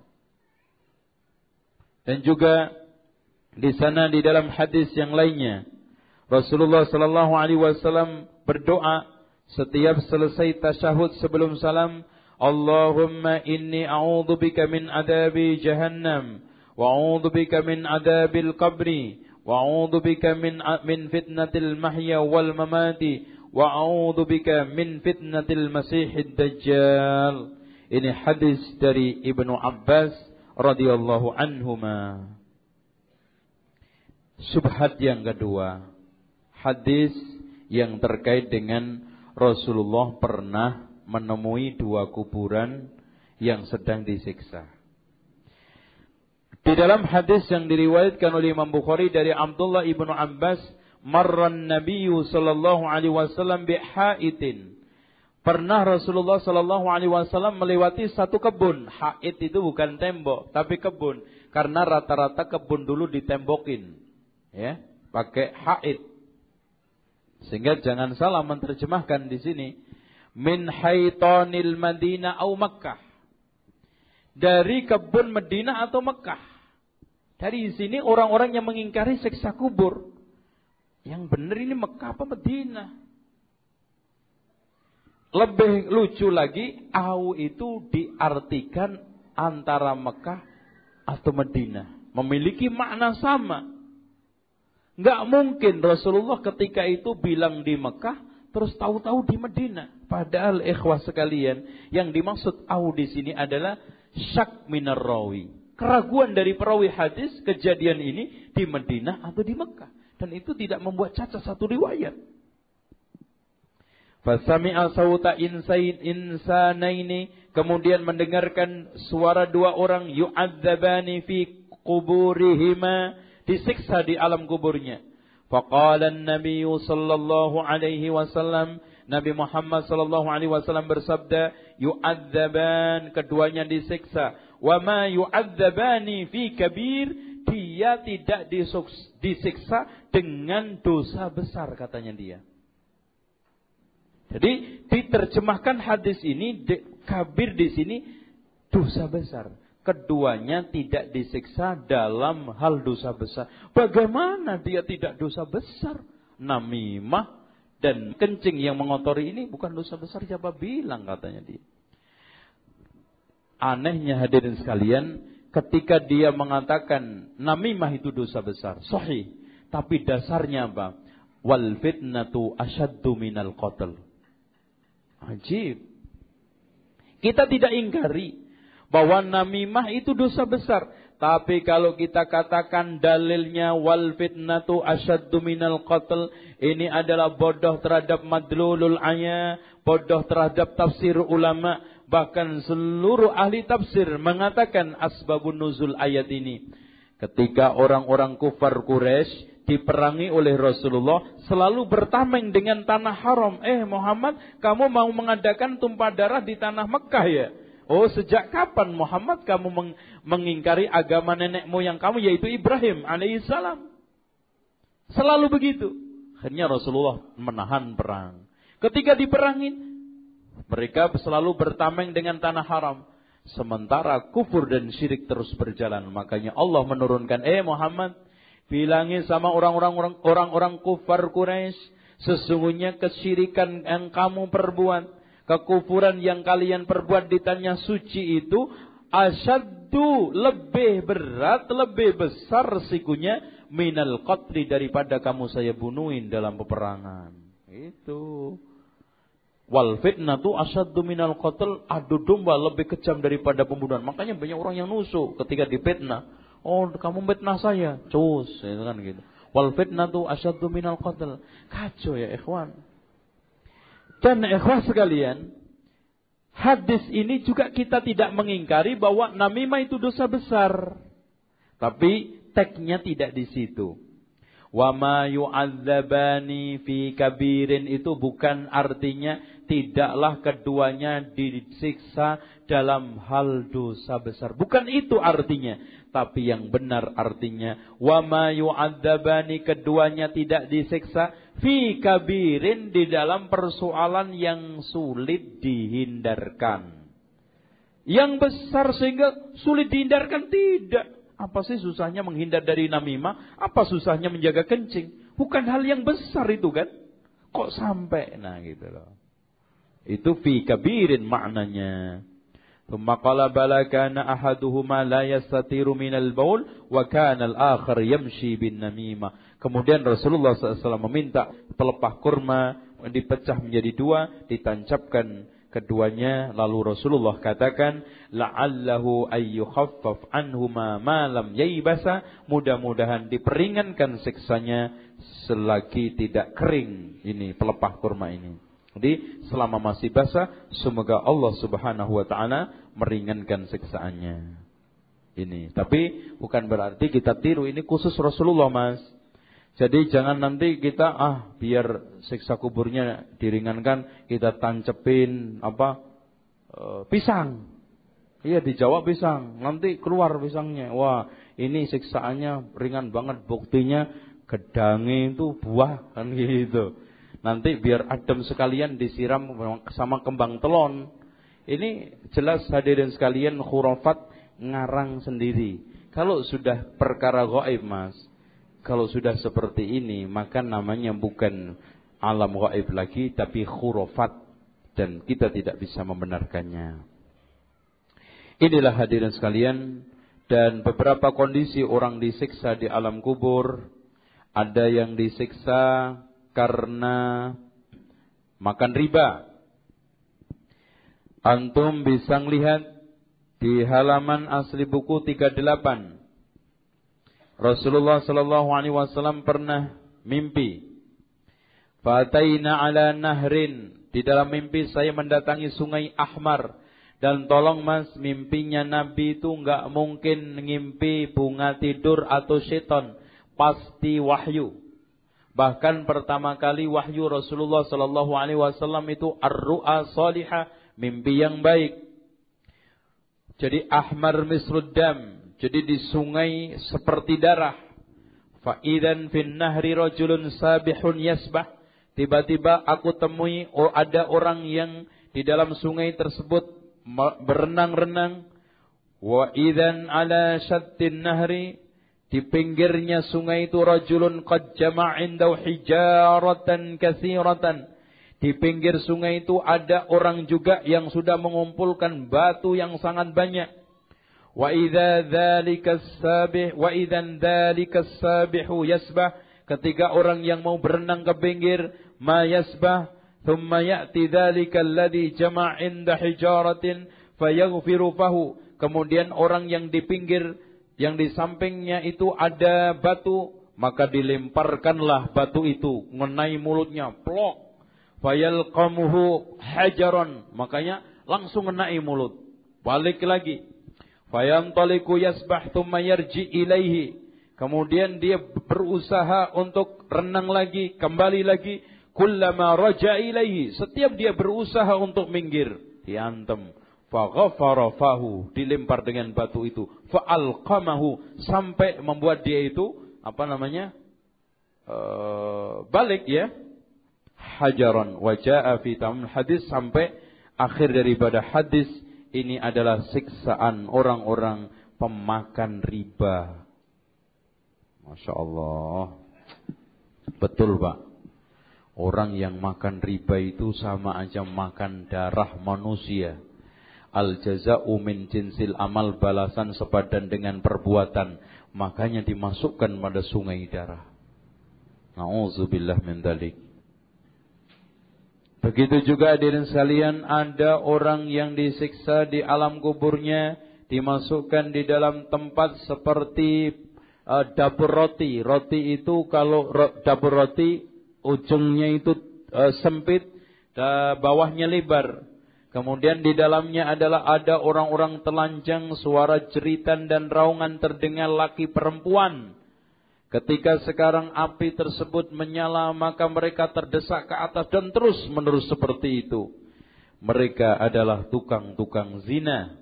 Dan juga di sana di dalam hadis yang lainnya, Rasulullah sallallahu alaihi wasallam berdoa setiap selesai tasyahud sebelum salam, Allahumma inni a'udzubika min adabi jahannam, wa a'udzubika min adabil qabri, wa a'udzubika min min fitnatil mahya wal mamati, wa a'udzubika min fitnatil masihid dajjal. Ini hadis dari Ibnu Abbas radhiyallahu anhuma. Syubhat yang kedua, hadis yang terkait dengan Rasulullah pernah menemui dua kuburan yang sedang disiksa. Di dalam hadis yang diriwayatkan oleh Imam Bukhari dari Abdullah ibnu Abbas, marran Nabiyyu sallallahu alaihi wasallam bihaitin. Pernah Rasulullah sallallahu alaihi wasallam melewati satu kebun. Haid itu bukan tembok, tapi kebun. Karena rata-rata kebun dulu ditembokin, ya, pakai haid. Sehingga jangan salah menerjemahkan di sini min haitanil Madinah au Makkah. Dari kebun Madinah atau Mekah. Dari sini orang-orang yang mengingkari siksa kubur. Yang benar ini Mekah apa Madinah? Lebih lucu lagi, au itu diartikan antara Mekah atau Madinah. Memiliki makna sama. Enggak mungkin Rasulullah ketika itu bilang di Mekah, terus tahu-tahu di Madinah. Padahal ikhwah sekalian, yang dimaksud au di sini adalah syak minar rawi. Keraguan dari perawi hadis kejadian ini di Madinah atau di Mekah. Dan itu tidak membuat cacat satu riwayat. Fasami'a sauta insain insanaini, kemudian mendengarkan suara dua orang yu'adzabani fi quburihima, disiksa di alam kuburnya. Faqala an-nabiy sallallahu alaihi wasallam, Nabi Muhammad sallallahu alaihi wasallam bersabda, yu'adzaban, keduanya disiksa. Wa ma yu'adzabani fi kabir, dia tidak disiksa dengan dosa besar, katanya dia. Jadi diterjemahkan hadis ini, de, kabir di sini dosa besar. Keduanya tidak disiksa dalam hal dosa besar. Bagaimana dia tidak dosa besar? Namimah dan kencing yang mengotori ini bukan dosa besar, siapa bilang, katanya dia. Anehnya hadirin sekalian, ketika dia mengatakan namimah itu dosa besar, sahih. Tapi dasarnya apa? Wal fitnatu asyaddu minal qatl. Ajib. Kita tidak ingkari bahwa namimah itu dosa besar. Tapi kalau kita katakan dalilnya wal fitnatu asyaddu minal qatl, ini adalah bodoh terhadap madlulul ayat, bodoh terhadap tafsir ulama. Bahkan seluruh ahli tafsir mengatakan asbabun nuzul ayat ini. Ketika orang-orang kufar Quraisy diperangi oleh Rasulullah, selalu bertameng dengan tanah haram. Eh Muhammad, kamu mau mengadakan tumpah darah di tanah Mekah ya? Oh, sejak kapan Muhammad kamu meng- mengingkari agama nenek moyang kamu, yaitu Ibrahim alaihissalam? Selalu begitu. Akhirnya Rasulullah menahan perang. Ketika diperangin, mereka selalu bertameng dengan tanah haram. Sementara kufur dan syirik terus berjalan. Makanya Allah menurunkan, eh Muhammad, bilangi sama orang-orang orang-orang kufar Quraisy, sesungguhnya kesyirikan yang kamu perbuat, kekufuran yang kalian perbuat di tanah suci itu asyaddu, lebih berat, lebih besar risikonya minal qatli, daripada kamu saya bunuhin dalam peperangan. Itu. Wal fitnatu asyaddu minal qatl, adu domba lebih kejam daripada pembunuhan. Makanya banyak orang yang nusuk ketika difitnah. Oh, kamu fitnah saya, cus, itu kan gitu. Wal fitnatu asyaddu minal qatl. Kacau ya ikhwan. Dan ikhwan sekalian, hadis ini juga kita tidak mengingkari bahwa namimah itu dosa besar. Tapi teksnya tidak di situ. Wa ma yu'adzabani fi kabirin, itu bukan artinya tidaklah keduanya disiksa dalam hal dosa besar. Bukan itu artinya. Tapi yang benar artinya wa ma yu'adzabani, keduanya tidak disiksa fi kabirin, di dalam persoalan yang sulit dihindarkan. Yang besar sehingga sulit dihindarkan, tidak. Apa sih susahnya menghindar dari namimah? Apa susahnya menjaga kencing? Bukan hal yang besar itu kan? Kok sampai? Nah gitu loh. Itu fi kabirin maknanya. Thumma qala bala kana ahaduhuma la yastatiru minal baul wa kana al-akhar yamshi bin namimah. Kemudian Rasulullah shallallahu alaihi wasallam meminta pelepah kurma dipecah menjadi dua, ditancapkan keduanya. Lalu Rasulullah katakan, la'allahu ayyukhaffaf anhuma ma lam yaybasa, mudah-mudahan diperingankan siksanya selagi tidak kering ini pelepah kurma ini. Jadi selama masih basah, semoga Allah Subhanahu wa taala meringankan siksaannya. Ini, tapi bukan berarti kita tiru, ini khusus Rasulullah, Mas. Jadi jangan nanti kita ah biar siksa kuburnya diringankan, kita tancepin apa e, pisang. Iya, dijawab pisang, nanti keluar pisangnya. Wah, ini siksaannya ringan banget, buktinya gedangnya itu buah kan gitu. Nanti biar adem sekalian disiram sama kembang telon. Ini jelas hadirin sekalian khurafat ngarang sendiri. Kalau sudah perkara gaib, Mas, kalau sudah seperti ini, maka namanya bukan alam gaib lagi, tapi khurafat, dan kita tidak bisa membenarkannya. Inilah hadirin sekalian, dan beberapa kondisi orang disiksa di alam kubur. Ada yang disiksa karena makan riba. Antum bisa lihat di halaman asli buku tiga puluh delapan. Rasulullah sallallahu alaihi wasallam pernah mimpi. Fataina ala nahrin. Di dalam mimpi saya mendatangi sungai Ahmar. Dan tolong Mas, mimpinya Nabi itu enggak mungkin ngimpi bunga tidur atau setan. Pasti wahyu. Bahkan pertama kali wahyu Rasulullah sallallahu alaihi wasallam itu ar-ru'a salihah, mimpi yang baik. Jadi ahmar misruddam, jadi di sungai seperti darah. Fa idzan fin nahri rajulun sabihun yasbah. Tiba-tiba aku temui oh ada orang yang di dalam sungai tersebut berenang-renang. Wa idzan ala syattin nahri, di pinggirnya sungai itu rajulun qad jama'a indahu hijaratan katsiratan. Di pinggir sungai itu ada orang juga yang sudah mengumpulkan batu yang sangat banyak. Wa idza dzalika as-sabih wa idzan dzalika as-sabihu yasbah, ketika orang yang mau berenang ke pinggir ma yasbah, thumma ya'ti dzalika alladhi jama'a inda hijaratin fayaghfiru fahu. Kemudian orang yang di pinggir, yang di sampingnya itu ada batu, maka dilemparkanlah batu itu mengenai mulutnya, plok. Fayalqamuhu hajaron, makanya langsung mengenai mulut. Balik lagi. Fayantaliku yasbah thumma yarji ilaihi. Kemudian dia berusaha untuk renang lagi, kembali lagi. Kullama raja ilaihi, setiap dia berusaha untuk minggir, diantem. Faghafara fahu, dilempar dengan batu itu. Fa'alqamahu, sampai membuat dia itu apa namanya? Uh, balik ya. Hajaran wa jaa fi tamam hadis, sampai akhir daripada hadis ini adalah siksaan orang-orang pemakan riba. Masya Allah. Betul Pak. Orang yang makan riba itu sama aja makan darah manusia. Al jaza'u min jinsil amal, balasan sepadan dengan perbuatan. Makanya dimasukkan pada sungai darah. Na'udzubillah min dzalik. Begitu juga hadirin sekalian, ada orang yang disiksa di alam kuburnya, dimasukkan di dalam tempat seperti uh, dapur roti. Roti itu kalau ro, dapur roti ujungnya itu uh, sempit, uh, bawahnya lebar. Kemudian di dalamnya adalah ada orang-orang telanjang, suara jeritan dan raungan terdengar laki perempuan. Ketika sekarang api tersebut menyala, maka mereka terdesak ke atas dan terus menerus seperti itu. Mereka adalah tukang-tukang zina.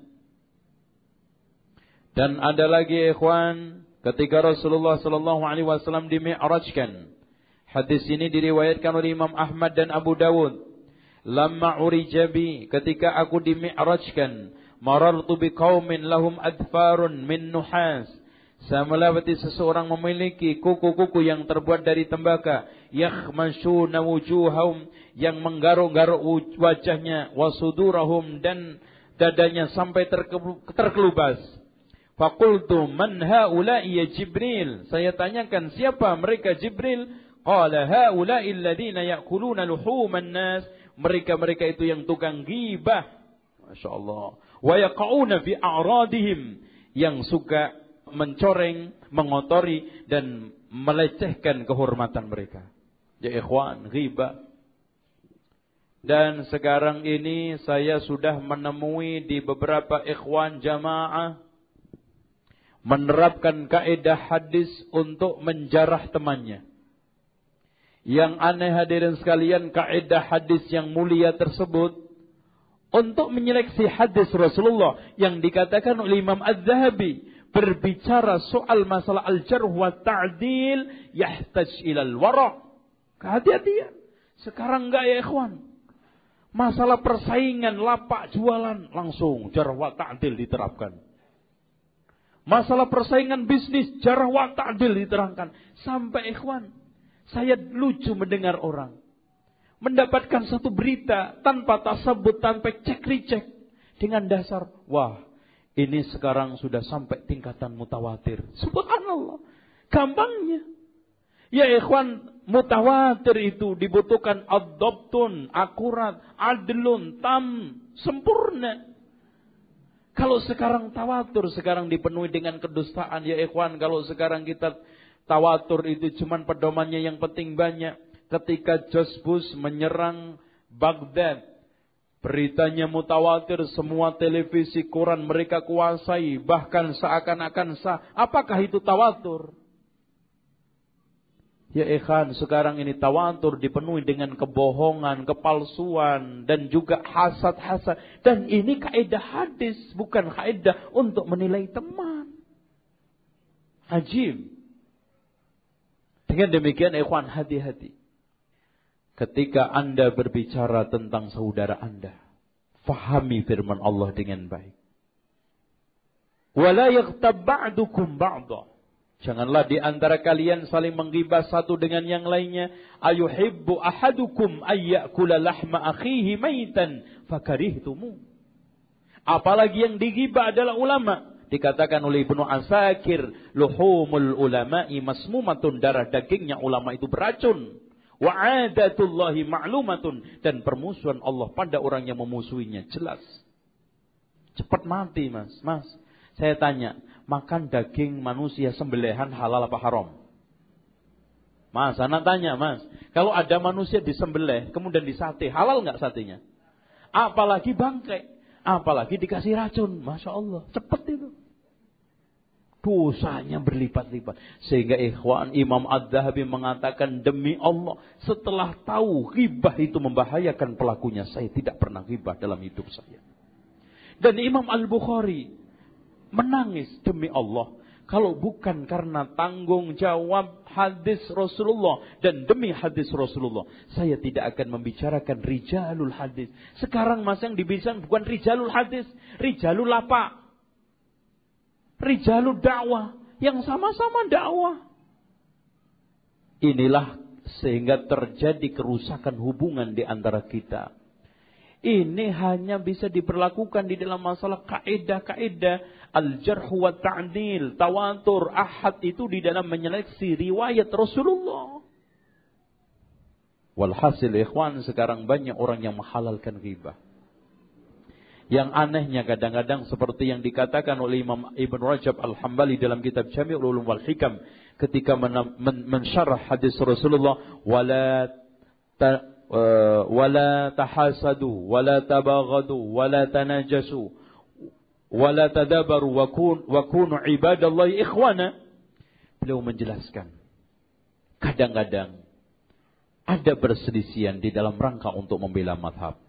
Dan ada lagi ikhwan, ketika Rasulullah sallallahu alaihi wasallam dimi'rajkan. Hadis ini diriwayatkan oleh Imam Ahmad dan Abu Dawud. Lamma urijabi, ketika aku dimi'rajkan, marartu biqaumin lahum adfarun min nuhas. Saya melewati seseorang memiliki kuku-kuku yang terbuat dari tembaga, yakhmashuna wujuhahum, yang menggaruk-garuk wajahnya, wasudurahum, dan dadanya sampai terkelubas. Faqultu man haula'i ya Jibril? Saya tanyakan, siapa mereka Jibril? Qala haula'i alladhina ya'kuluna luhuman nas mereka-mereka itu yang tukang ghibah. Masya Allah. Wa yaqa'una fi a'radihim, yang suka mencoreng, mengotori dan melecehkan kehormatan mereka. Ya ikhwan, ghibah. Dan sekarang ini saya sudah menemui di beberapa ikhwan jamaah menerapkan kaidah hadis untuk menjarah temannya. Yang aneh hadirin sekalian, kaidah hadis yang mulia tersebut untuk menyeleksi hadis Rasulullah yang dikatakan oleh Imam Az-Zahabi berbicara soal masalah al-jarh wa ta'dil yahtaj ilal wara'. Kehati-hatian. Sekarang enggak ya ikhwan. Masalah persaingan, lapak jualan, langsung jarh wa ta'dil diterapkan. Masalah persaingan bisnis, jarh wa ta'dil diterangkan. Sampai ikhwan, saya lucu mendengar orang mendapatkan satu berita tanpa tasabut, tanpa cek-ricek, dengan dasar, wah, ini sekarang sudah sampai tingkatan mutawatir. Subhanallah. Gampangnya. Ya ikhwan, mutawatir itu dibutuhkan ad-dabtun, akurat, adlun, tam, sempurna. Kalau sekarang tawatur, sekarang dipenuhi dengan kedustaan. Ya ikhwan, kalau sekarang kita tawatur itu cuman pedomannya yang penting banyak. Ketika George Bush menyerang Baghdad, beritanya mutawatir, semua televisi, koran mereka kuasai, bahkan seakan-akan sah. Apakah itu tawatur? Ya ikhwan, sekarang ini tawatur dipenuhi dengan kebohongan, kepalsuan, dan juga hasad-hasad. Dan ini kaidah hadis, bukan kaidah untuk menilai teman. Ajib. Dengan demikian ikhwan, hati-hati. Ketika Anda berbicara tentang saudara Anda, fahami firman Allah dengan baik. Wala yaghtab ba'dukum ba'dha. Janganlah di antara kalian saling menggibah satu dengan yang lainnya. Ayuhibbu ahadukum ayyakula lahma akhihi maitan fakarihtumu. Apalagi yang digibah adalah ulama. Dikatakan oleh Ibnu Asakir, luhumul ulama'i masmumatun, darah dagingnya ulama itu beracun. Wa adatullahi ma'lumatun, dan permusuhan Allah pada orang yang memusuhinya jelas. Cepat mati, Mas. Mas, saya tanya, makan daging manusia sembelihan halal apa haram? Mas, anak tanya, Mas, kalau ada manusia disembelih kemudian disate, halal enggak satenya? Apalagi bangkai, apalagi dikasih racun. Masya Allah, cepat itu. Dosanya berlipat-lipat. Sehingga ikhwan, Imam Az-Zahabi mengatakan, demi Allah, setelah tahu ghibah itu membahayakan pelakunya, saya tidak pernah ghibah dalam hidup saya. Dan Imam Al-Bukhari menangis, demi Allah, kalau bukan karena tanggung jawab hadis Rasulullah dan demi hadis Rasulullah, saya tidak akan membicarakan rijalul hadis. Sekarang mas yang dibicarakan bukan rijalul hadis, rijalul lapak, rijalul dakwah, yang sama-sama dakwah. Inilah sehingga terjadi kerusakan hubungan di antara kita. Ini hanya bisa diperlakukan di dalam masalah kaidah-kaidah al-jarh wa ta'dil, tawatur, ahad, itu di dalam menyeleksi riwayat Rasulullah. Walhasil ikhwan, sekarang banyak orang yang menghalalkan ghibah. Yang anehnya kadang-kadang seperti yang dikatakan oleh Imam Ibn Rajab Al-Hambali dalam kitab Jami'ul Ulum wal Hikam ketika men- men- mensyarah hadis Rasulullah, wala ta Uh, wala tahasadu wala tabaghadu wala tanajasu wala tadabaru wa kun wa kunu ibadallahi ikhwana. Beliau menjelaskan, kadang-kadang ada perselisihan di dalam rangka untuk membela mazhab,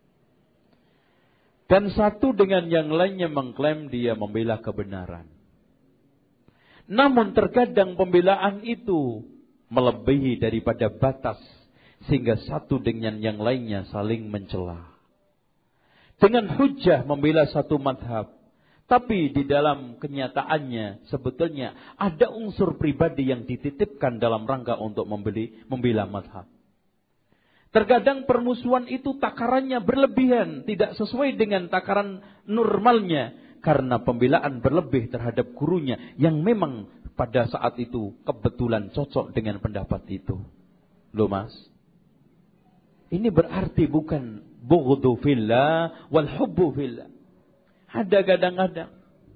dan satu dengan yang lainnya mengklaim dia membela kebenaran. Namun terkadang pembelaan itu melebihi daripada batas, sehingga satu dengan yang lainnya saling mencela. Dengan hujjah membela satu madhab, tapi di dalam kenyataannya sebetulnya ada unsur pribadi yang dititipkan dalam rangka untuk membeli, membela madhab. Terkadang permusuhan itu takarannya berlebihan, tidak sesuai dengan takaran normalnya, karena pembelaan berlebih terhadap gurunya yang memang pada saat itu kebetulan cocok dengan pendapat itu. Loh mas, Ini berarti bukan bughdhu fillah wal hubbu fillah. Ada kadang-kadang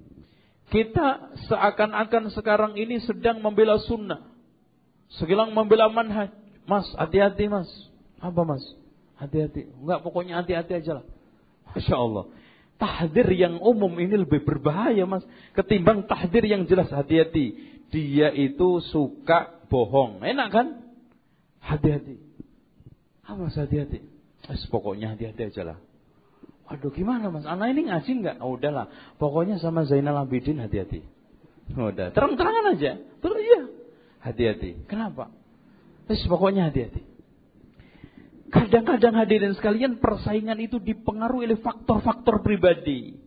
kita seakan-akan sekarang ini sedang membela sunnah, sedang membela manhaj. Mas, hati-hati mas. Apa mas? Hati-hati. Enggak, pokoknya hati-hati aja lah. Masya Allah. Tahdir yang umum ini lebih berbahaya mas, ketimbang tahdir yang jelas. Hati-hati. Dia itu suka bohong. Enak kan? Hati-hati. Apa mas hati-hati? Eh, pokoknya hati-hati aja lah. Waduh gimana mas? Anak ini ngaji enggak? Oh udahlah. Pokoknya sama Zainal Abidin hati-hati. Udah. Terang-terangan aja. Terus iya. Hati-hati. Kenapa? Eh, pokoknya hati-hati. Kadang-kadang hadirin sekalian, persaingan itu dipengaruhi oleh faktor-faktor pribadi.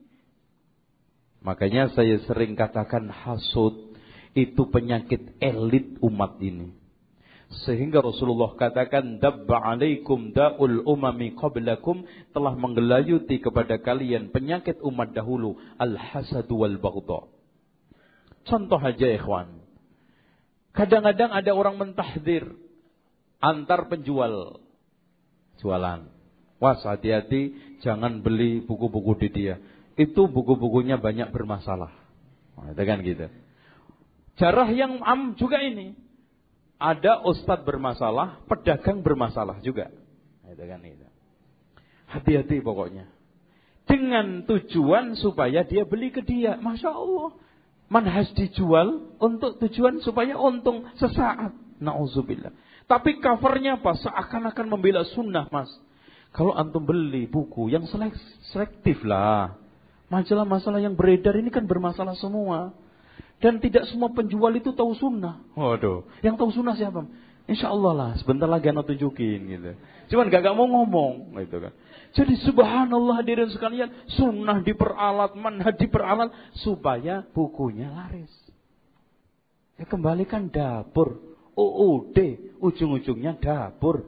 Makanya saya sering katakan hasud itu penyakit elit umat ini. Sehingga Rasulullah katakan, dabba alaikum da'ul umami qablakum, telah menggelayuti kepada kalian penyakit umat dahulu, al-hasadu wal baghdha. Contoh aja ikhwan. Kadang-kadang ada orang mentahdir antar penjual jualan. Was, hati-hati, jangan beli buku-buku di dia. Itu buku-bukunya banyak bermasalah. Nah, itu kan gitu. Jarah yang am juga ini. Ada ustadz bermasalah, pedagang bermasalah juga. Nah, itu kan gitu. Hati-hati pokoknya. Dengan tujuan supaya dia beli ke dia. Masya Allah. Manhaj dijual untuk tujuan supaya untung sesaat. Na'udzubillah. Tapi covernya apa? Seakan-akan membela sunnah mas. Kalau antum beli buku yang selektif lah. Majalah-masalah yang beredar ini kan bermasalah semua. Dan tidak semua penjual itu tahu sunnah. Waduh. Yang tahu sunnah siapa? Insya Allah lah. Sebentar lagi anak tunjukin gitu. Cuman gak, gak mau ngomong. Gitu kan. Jadi subhanallah hadirin sekalian. Sunnah diperalat, manhaj diperalat. Supaya bukunya laris. Ya kembalikan dapur. U U D. Ujung-ujungnya dapur.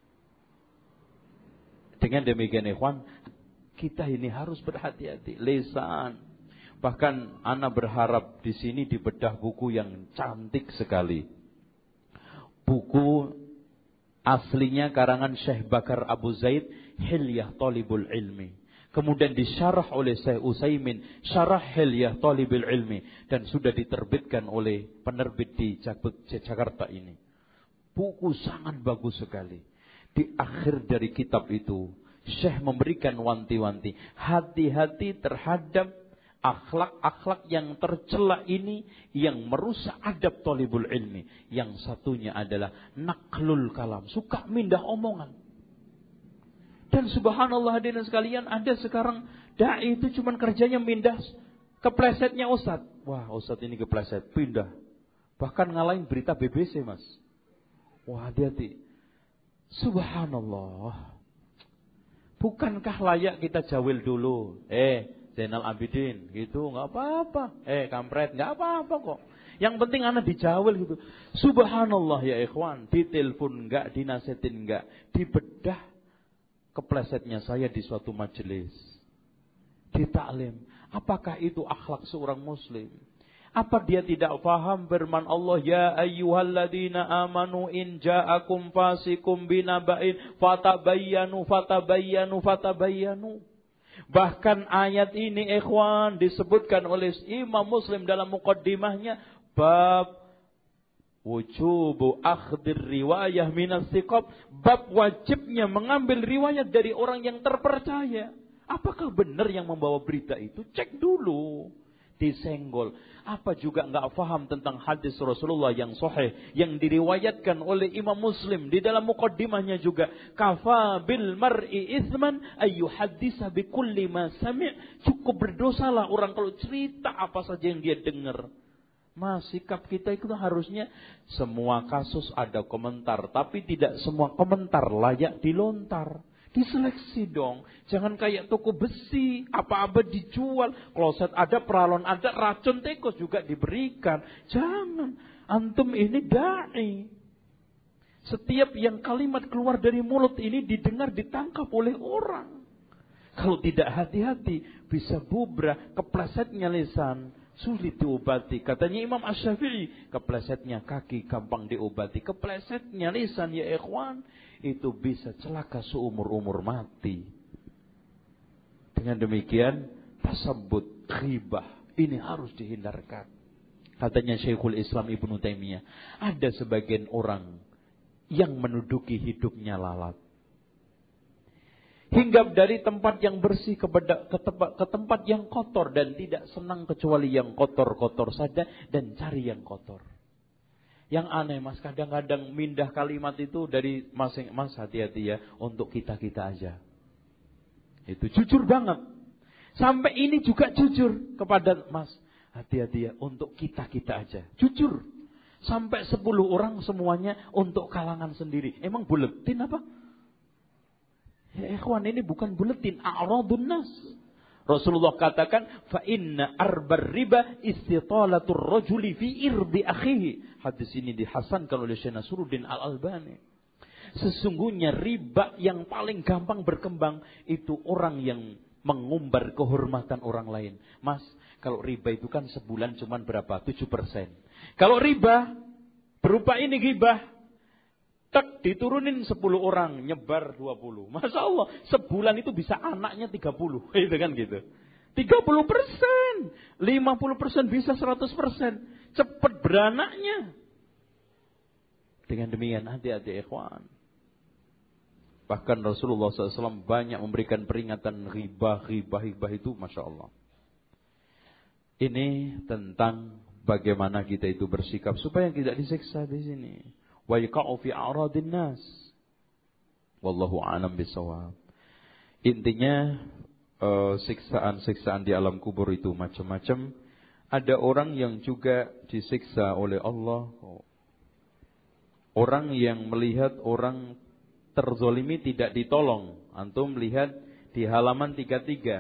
Dengan demikian ikhwan. Kita ini harus berhati-hati. Lisan. Bahkan ana berharap di sini dibedah buku yang cantik sekali. Buku aslinya karangan Syekh Bakar Abu Zaid, Hilyah Talibul Ilmi. Kemudian disyarah oleh Syekh Utsaimin, Syarah Hilyah Talibul Ilmi, dan sudah diterbitkan oleh penerbit di Jakarta ini. Buku sangat bagus sekali. Di akhir dari kitab itu, Syekh memberikan wanti-wanti, hati-hati terhadap akhlak-akhlak yang tercela ini yang merusak adab thalibul ilmi. Yang satunya adalah naklul kalam, suka mindah omongan. Dan subhanallah hadirin sekalian, ada sekarang dai itu cuma kerjanya mindah keplesetnya ustaz. Wah, ustaz ini kepleset, pindah. Bahkan ngalahin berita B B C, Mas. Wah, hati-hati. Subhanallah. Bukankah layak kita jawil dulu? Eh, Zainal Abidin, gitu, nggak apa-apa. Eh, kampret, nggak apa-apa kok. Yang penting anak dijawil gitu. Subhanallah ya ikhwan, ditelepon nggak, dinasetin nggak, dibedah keplesetnya saya di suatu majelis, di taklim. Apakah itu akhlak seorang muslim? Apa dia tidak paham firman Allah, ya ayyuhalladzina amanu in ja'akum fasikum binaba'in fatabayyanu fatabayyanu fatabayyanu. Bahkan ayat ini ikhwan disebutkan oleh Imam Muslim dalam muqaddimahnya, bab wujubu akhdir riwayah minas thiqab, bab wajibnya mengambil riwayat dari orang yang terpercaya. Apakah benar yang membawa berita itu? Cek dulu. Disenggol. Apa juga enggak faham tentang hadis Rasulullah yang sahih yang diriwayatkan oleh Imam Muslim di dalam muqaddimahnya juga, kafa bil mar'i itsman ayyuhaddisa bi kulli ma sami'. Cukup berdosalah orang kalau cerita apa saja yang dia dengar. Mas, sikap kita itu harusnya semua kasus ada komentar, tapi tidak semua komentar layak dilontar. Diseleksi dong. Jangan kayak toko besi, apa-apa dijual. Kloset ada, peralon ada, racun tikus juga diberikan. Jangan. Antum ini dai. Setiap yang kalimat keluar dari mulut ini didengar, ditangkap oleh orang. Kalau tidak hati-hati, bisa bubrah, keplesetnya lisan. sulit diobati. Katanya Imam Asy-Syafi'i, keplesetnya kaki gampang diobati, keplesetnya lisan ya ikhwan itu bisa celaka seumur-umur mati. Dengan demikian tasabbut, ghibah ini harus dihindarkan. Katanya Syekhul Islam Ibnu Taimiyah, ada sebagian orang yang menduduki hidupnya lalat. Hinggap dari tempat yang bersih ke, beda, ke, tempat, ke tempat yang kotor dan tidak senang kecuali yang kotor-kotor saja dan cari yang kotor. Yang aneh mas, kadang-kadang mindah kalimat itu dari masing mas hati-hati ya untuk kita-kita aja. Itu jujur banget. Sampai ini juga jujur kepada mas, hati-hati ya untuk kita-kita aja. Jujur. Sampai sepuluh orang semuanya untuk kalangan sendiri. Emang buletin apa? Ya ikhwan, ini bukan buletin, a'radun nas. Rasulullah katakan, fa inna arbar riba istitalatur rajuli fi irdi akhihi. Hadis ini dihasankan oleh Syekh Nasruddin Al-Albani. Sesungguhnya riba yang paling gampang berkembang itu orang yang mengumbar kehormatan orang lain. Mas, kalau riba itu kan sebulan cuman berapa? tujuh persen. Kalau riba berupa ini ghibah, tak diturunin sepuluh orang, nyebar dua puluh. Masya Allah, sebulan itu bisa anaknya tiga puluh. Itu kan gitu. tiga puluh persen, lima puluh persen bisa seratus persen. Cepat beranaknya. Dengan demikian hati-hati ikhwan. Bahkan Rasulullah shallallahu alaihi wasallam banyak memberikan peringatan ghibah, ghibah, ghibah itu Masya Allah. Ini tentang bagaimana kita itu bersikap supaya tidak disiksa di sini. Wa yaqa'u fi a'radin nas. Wallahu a'lam bishawab. Intinya uh, siksaan-siksaan di alam kubur itu macam-macam. Ada orang yang juga disiksa oleh Allah. Orang yang melihat orang terzolimi tidak ditolong. Antum lihat di halaman tiga puluh tiga.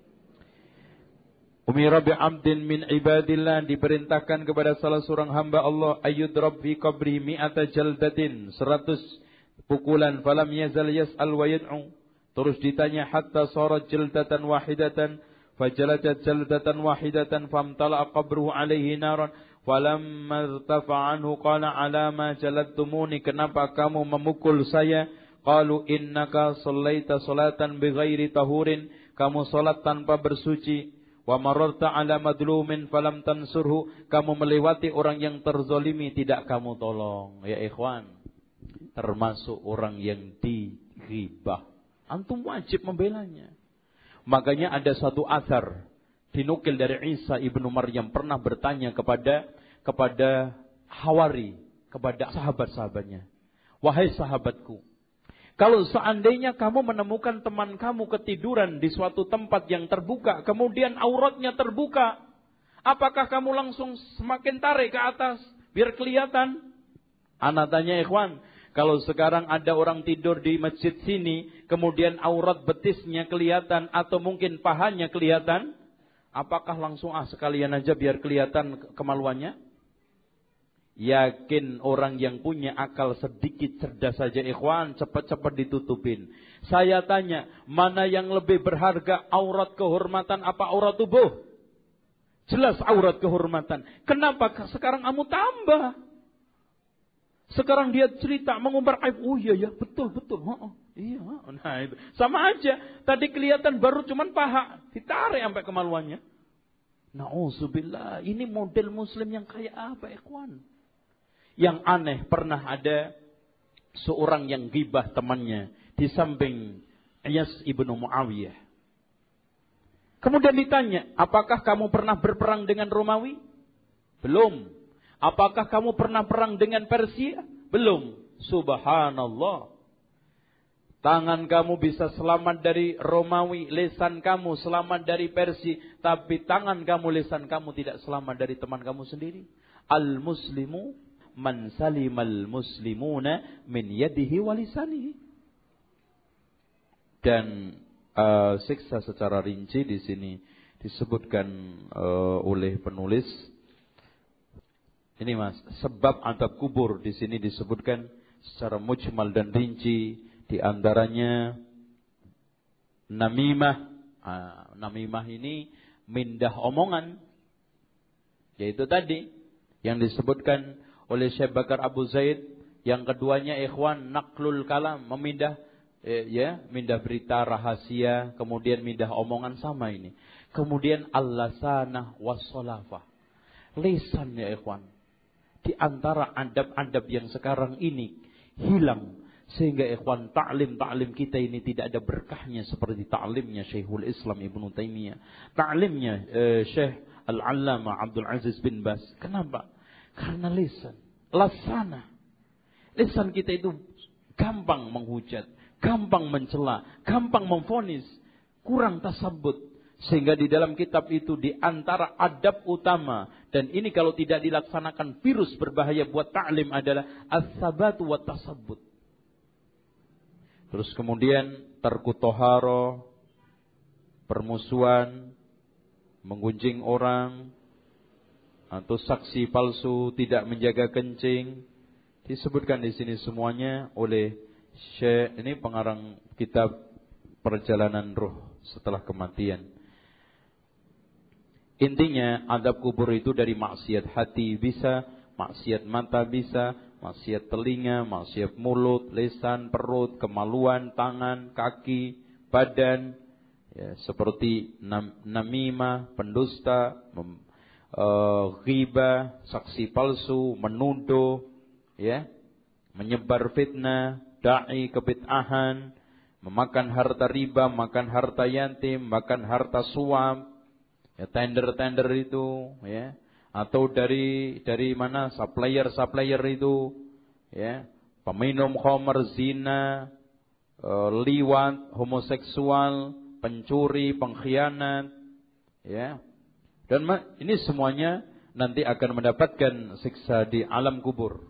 Umira bi'abdin min ibadillah, diperintahkan kepada salah seorang hamba Allah ayyudrab fi qabri mi'ata jaldatin, seratus pukulan, falam yazal yas'al wa yad'u, terus ditanya hatta sarat jaldatan wahidatan, fajaladat jaldatan wahidatan famtala'a qabruhu alaihi naran, falamma irtafa anhu qala ala ma jaladtumuni, kenapa kamu memukul saya? Qalu innaka sallaita salatan bighairi tahurin, kamu salat tanpa bersuci. Wa mararta ala madlumin falam tansurhu, kamu melewati orang yang terzolimi tidak kamu tolong. Ya ikhwan, termasuk orang yang dighibah, antum wajib membelanya. Makanya ada satu athar dinukil dari Isa ibnu Maryam pernah bertanya kepada kepada Hawari, kepada sahabat-sahabatnya, wahai sahabatku, kalau seandainya kamu menemukan teman kamu ketiduran di suatu tempat yang terbuka, kemudian auratnya terbuka, apakah kamu langsung semakin tarik ke atas biar kelihatan? Ana tanya ikhwan, kalau sekarang ada orang tidur di masjid sini, kemudian aurat betisnya kelihatan atau mungkin pahanya kelihatan, apakah langsung ah sekalian aja biar kelihatan kemaluannya? Yakin orang yang punya akal sedikit cerdas saja ikhwan, cepat-cepat ditutupin. Saya tanya, mana yang lebih berharga, aurat kehormatan apa aurat tubuh? Jelas aurat kehormatan. Kenapa sekarang kamu tambah? Sekarang dia cerita mengumbar aib. Oh iya ya, betul betul. Oh, oh, iya, nah itu sama aja. Tadi kelihatan baru cuman paha, ditarik sampai kemaluannya. Na'udzubillah, ini model muslim yang kayak apa ikhwan? Yang aneh, pernah ada seorang yang ghibah temannya di samping Iyas ibnu Muawiyah. Kemudian ditanya, apakah kamu pernah berperang dengan Romawi? Belum. Apakah kamu pernah perang dengan Persia? Belum. Subhanallah. Tangan kamu bisa selamat dari Romawi, lisan kamu selamat dari Persia, tapi tangan kamu, lisan kamu tidak selamat dari teman kamu sendiri. Al-muslimu man salimal muslimuna min yadihi wa lisanihi. Dan uh, siksa secara rinci di sini disebutkan uh, oleh penulis. Ini mas, sebab azab kubur di sini disebutkan secara mujmal dan rinci, di antaranya namimah. Uh, namimah ini mindah omongan. Yaitu tadi yang disebutkan oleh Syekh Bakar Abu Zaid. Yang keduanya ikhwan naqlul kalam, memindah eh, ya, mindah berita rahasia, kemudian mindah omongan sama ini. Kemudian al-lasanah was-salafah. Lisan ya ikhwan. Di antara adab-adab yang sekarang ini hilang, sehingga ikhwan ta'lim-ta'lim kita ini tidak ada berkahnya seperti ta'limnya Syekhul Islam Ibnu Taimiyah, ta'limnya eh, Syekh Al-Allamah Abdul Aziz bin Bas. Kenapa? Karena lisan, lasana. Lisan kita itu gampang menghujat, gampang mencela, gampang memvonis, kurang tasabbut. Sehingga di dalam kitab itu di antara adab utama, dan ini kalau tidak dilaksanakan virus berbahaya buat ta'lim adalah as-sabatu wa tasabbut. Terus kemudian tarku toharo, permusuhan, menggunjing orang, atau saksi palsu, tidak menjaga kencing. Disebutkan di sini semuanya oleh Syekh, ini pengarang kitab Perjalanan Ruh Setelah Kematian. Intinya adab kubur itu dari maksiat hati bisa, maksiat mata bisa, maksiat telinga, maksiat mulut, lisan, perut, kemaluan, tangan, kaki, badan, ya, seperti nam, namimah, pendusta, mem, uh, ghibah, saksi palsu, menuduh, ya, menyebar fitnah, dai kebid'ahan, memakan harta riba, makan harta yatim, makan harta suap, ya, tender-tender itu, ya, atau dari dari mana supplier-supplier itu, ya, peminum khamr, zina, e, liwat, homoseksual, pencuri, pengkhianat, ya. Dan ini semuanya nanti akan mendapatkan siksa di alam kubur.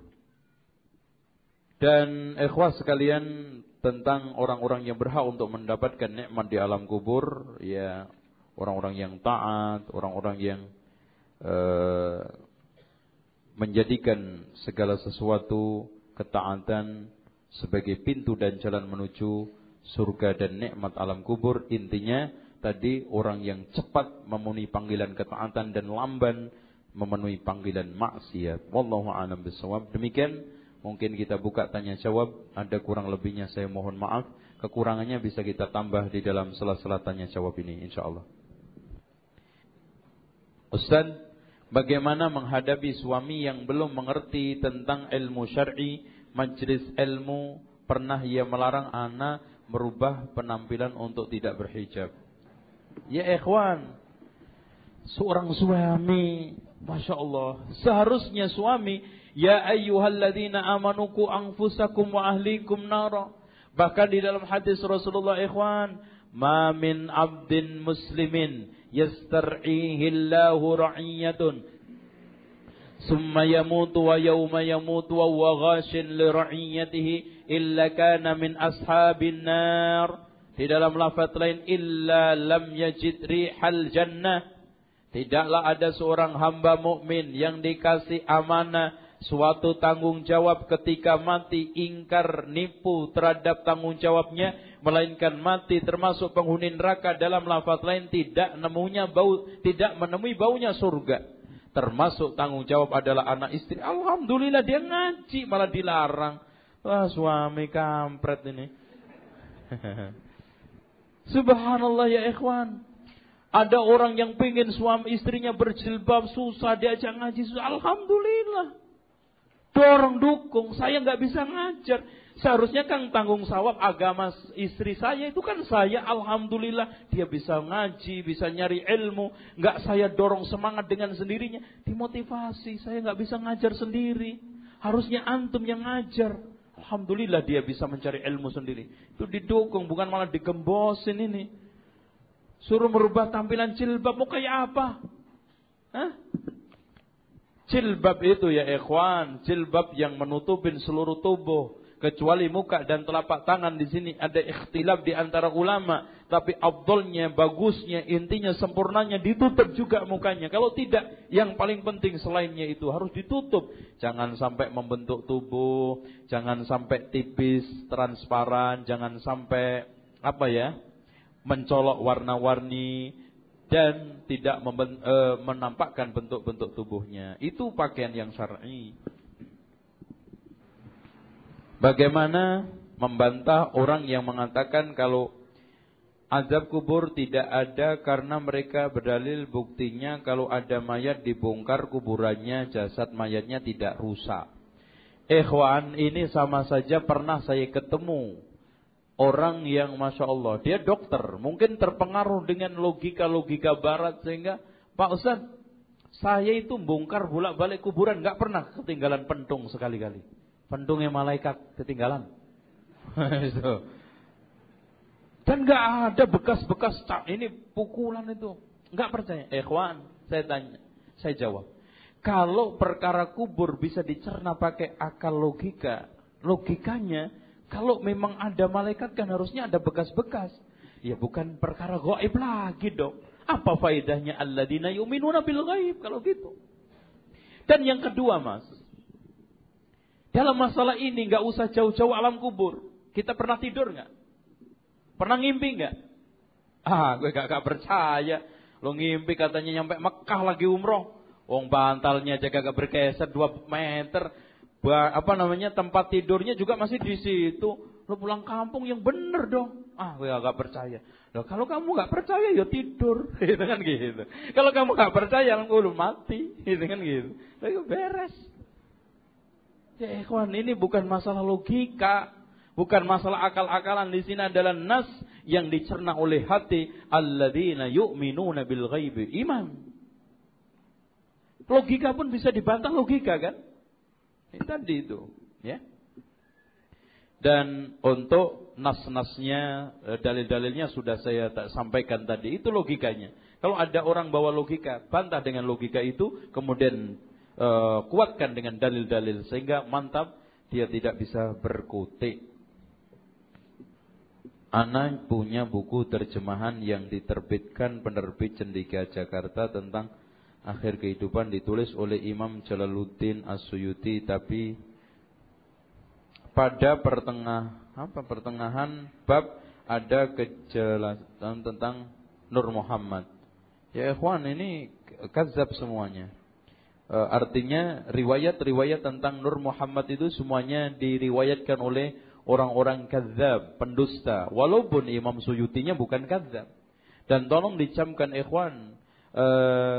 Dan ikhwah sekalian, tentang orang-orang yang berhak untuk mendapatkan nikmat di alam kubur, ya, orang-orang yang taat, orang-orang yang uh, menjadikan segala sesuatu ketaatan sebagai pintu dan jalan menuju surga dan nikmat alam kubur. Intinya tadi orang yang cepat memenuhi panggilan ketaatan dan lamban memenuhi panggilan maksiat. Wallahu a'lam bishawab. Demikian mungkin kita buka tanya jawab. Ada kurang lebihnya saya mohon maaf. Kekurangannya bisa kita tambah di dalam sela-sela tanya jawab ini insyaallah. Ustaz, bagaimana menghadapi suami yang belum mengerti tentang ilmu syar'i? Majelis ilmu pernah ia melarang ana merubah penampilan untuk tidak berhijab. Ya ikhwan, seorang suami, Masya Allah, seharusnya suami, ya ayyuhalladzina amanu qu anfusakum wa ahlikum nara. Bahkan di dalam hadis Rasulullah ikhwan, ma min abdin muslimin yastar'ihi Allahu ra'iyatun summa yamutu wa yawma yamutu wa huwa ghashin li ra'iyatihi illa kana min ashabin nar. Di dalam lafaz lain, illa lam yajid rihal jannah. Tidaklah ada seorang hamba mukmin yang dikasih amanah suatu tanggung jawab ketika mati ingkar nipu terhadap tanggung jawabnya, melainkan mati termasuk penghuni neraka. Dalam lafaz lain, tidak nemunya bau, tidak menemui baunya surga. Termasuk tanggung jawab adalah anak istri. Alhamdulillah dia ngaji malah dilarang. Wah, suami kampret ini. Subhanallah ya ikhwan. Ada orang yang pingin suami istrinya berjilbab, susah diajak ngaji, susah. Alhamdulillah. Dorong dukung, saya nggak bisa ngajar. Seharusnya kan tanggung jawab agama istri saya itu kan saya. Alhamdulillah dia bisa ngaji, bisa nyari ilmu. Nggak saya dorong semangat dengan sendirinya. Dimotivasi, saya nggak bisa ngajar sendiri. Harusnya antum yang ngajar. Alhamdulillah dia bisa mencari ilmu sendiri. Itu didukung, bukan malah digembosin ini. Suruh merubah tampilan jilbab, mau kayak apa? Hah? Jilbab itu ya ikhwan, jilbab yang menutupin seluruh tubuh kecuali muka dan telapak tangan. Di sini ada ikhtilaf di antara ulama, tapi afdalnya, bagusnya, intinya sempurnanya ditutup juga mukanya. Kalau tidak, yang paling penting selainnya itu harus ditutup. Jangan sampai membentuk tubuh, jangan sampai tipis, transparan, jangan sampai apa ya, mencolok warna-warni, dan tidak memben, e, menampakkan bentuk-bentuk tubuhnya. Itu pakaian yang syar'i. Bagaimana membantah orang yang mengatakan kalau azab kubur tidak ada karena mereka berdalil buktinya kalau ada mayat dibongkar kuburannya, jasad mayatnya tidak rusak. Ikhwan, ini sama saja pernah saya ketemu orang yang Masya Allah, dia dokter, mungkin terpengaruh dengan logika-logika barat sehingga, Pak Ustaz, saya itu bongkar bolak-balik kuburan, gak pernah ketinggalan pentung sekali-kali. Pentungnya malaikat ketinggalan. Dan gak ada bekas-bekas ini pukulan itu. Gak percaya. Ikhwan, saya tanya, saya jawab. Kalau perkara kubur bisa dicerna pakai akal logika, logikanya kalau memang ada malaikat kan harusnya ada bekas-bekas. Ya bukan perkara gaib lagi dong. Apa faedahnya alladzina yu'minuna bil ghaib kalau gitu? Dan yang kedua, Mas, dalam masalah ini enggak usah jauh-jauh alam kubur. Kita pernah tidur enggak? Pernah ngimpi enggak? Ah, gue gak, gak percaya. Lo ngimpi katanya nyampe Mekah lagi umroh. Wong bantalnya aja gak bergeser dua meter. Ba, apa namanya tempat tidurnya juga masih di situ. Lo pulang kampung yang bener dong. Ah, gue gak percaya. Loh, kalau kamu gak percaya ya tidur. Gitu kan gitu. Kalau kamu gak percaya lu mati. Gitu kan gitu. Lalu beres. Ya ikhwan, ini bukan masalah logika. Bukan masalah akal-akalan. Di sini adalah nas yang dicerna oleh hati. Alladzina yu'minuna bil ghaibi. Iman. Logika pun bisa dibantah logika kan? Ini tadi itu, ya. Dan untuk nas-nasnya, dalil-dalilnya sudah saya sampaikan tadi. Itu logikanya. Kalau ada orang bawa logika, bantah dengan logika itu, kemudian uh, kuatkan dengan dalil-dalil sehingga mantap, dia tidak bisa berkutik. Ana punya buku terjemahan yang diterbitkan penerbit Cendika Jakarta tentang akhir kehidupan, ditulis oleh Imam Jalaluddin As-Suyuti, tapi pada pertengah apa pertengahan bab ada kejelasan tentang Nur Muhammad. Ya ikhwan, ini kadzab semuanya. E, artinya riwayat-riwayat tentang Nur Muhammad itu semuanya diriwayatkan oleh orang-orang kadzab, pendusta. Walaupun Imam Suyutinya bukan kadzab. Dan tolong dicamkan ikhwan, e,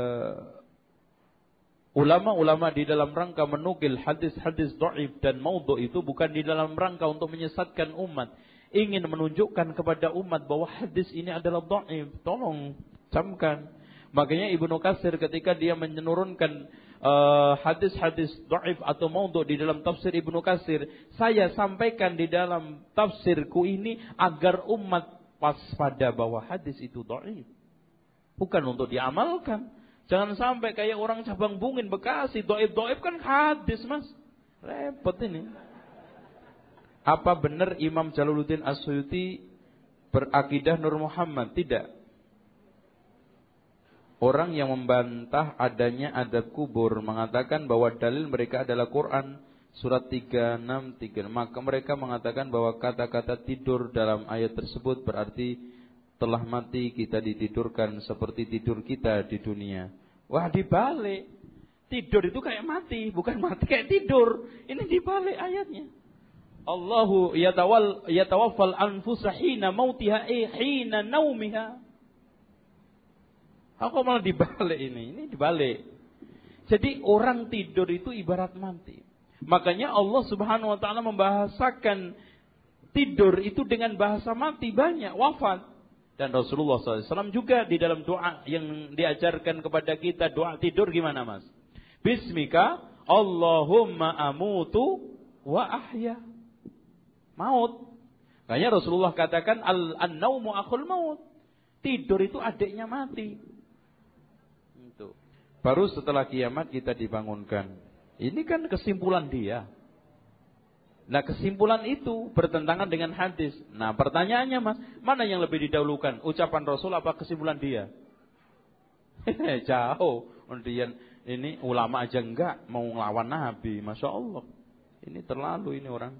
ulama-ulama di dalam rangka menukil hadis-hadis dhaif dan maudhu itu bukan di dalam rangka untuk menyesatkan umat. Ingin menunjukkan kepada umat bahwa hadis ini adalah dhaif. Tolong camkan. Makanya Ibnu Katsir ketika dia menurunkan uh, hadis-hadis dhaif atau maudhu di dalam tafsir Ibnu Katsir, saya sampaikan di dalam tafsirku ini agar umat waspada bahwa hadis itu dhaif. Bukan untuk diamalkan. Jangan sampai kayak orang Cabang Bungin Bekasi, doib-doib kan hadis, Mas. Repot ini. Apa benar Imam Jalaluddin As-Suyuti berakidah Nur Muhammad? Tidak. Orang yang membantah adanya adab kubur mengatakan bahwa dalil mereka adalah Quran surat tiga enam tiga. Maka mereka mengatakan bahwa kata-kata tidur dalam ayat tersebut berarti telah mati kita ditidurkan seperti tidur kita di dunia. Wah, dibalik. Tidur itu kayak mati, bukan mati kayak tidur. Ini dibalik ayatnya. Allahu yatawal yatawaffal anfusa hina mautiha eh hina naumiha. Aku malah dibalik ini. Ini dibalik. Jadi orang tidur itu ibarat mati. Makanya Allah Subhanahu wa taala membahasakan tidur itu dengan bahasa mati banyak, wafat. Dan Rasulullah shallallahu alaihi wasallam juga di dalam doa yang diajarkan kepada kita, doa tidur gimana, Mas? Bismika Allahumma amutu wa ahya. Maut. Makanya Rasulullah katakan al-naumu akhul maut. Tidur itu adiknya mati. Itu. Baru setelah kiamat kita dibangunkan. Ini kan kesimpulan dia. Nah, kesimpulan itu bertentangan dengan hadis. Nah, pertanyaannya, Mas, mana yang lebih didahulukan? Ucapan Rasul apa kesimpulan dia? Jauh. Kemudian ini ulama aja enggak mau ngelawan Nabi. Masya Allah. Ini terlalu ini orang.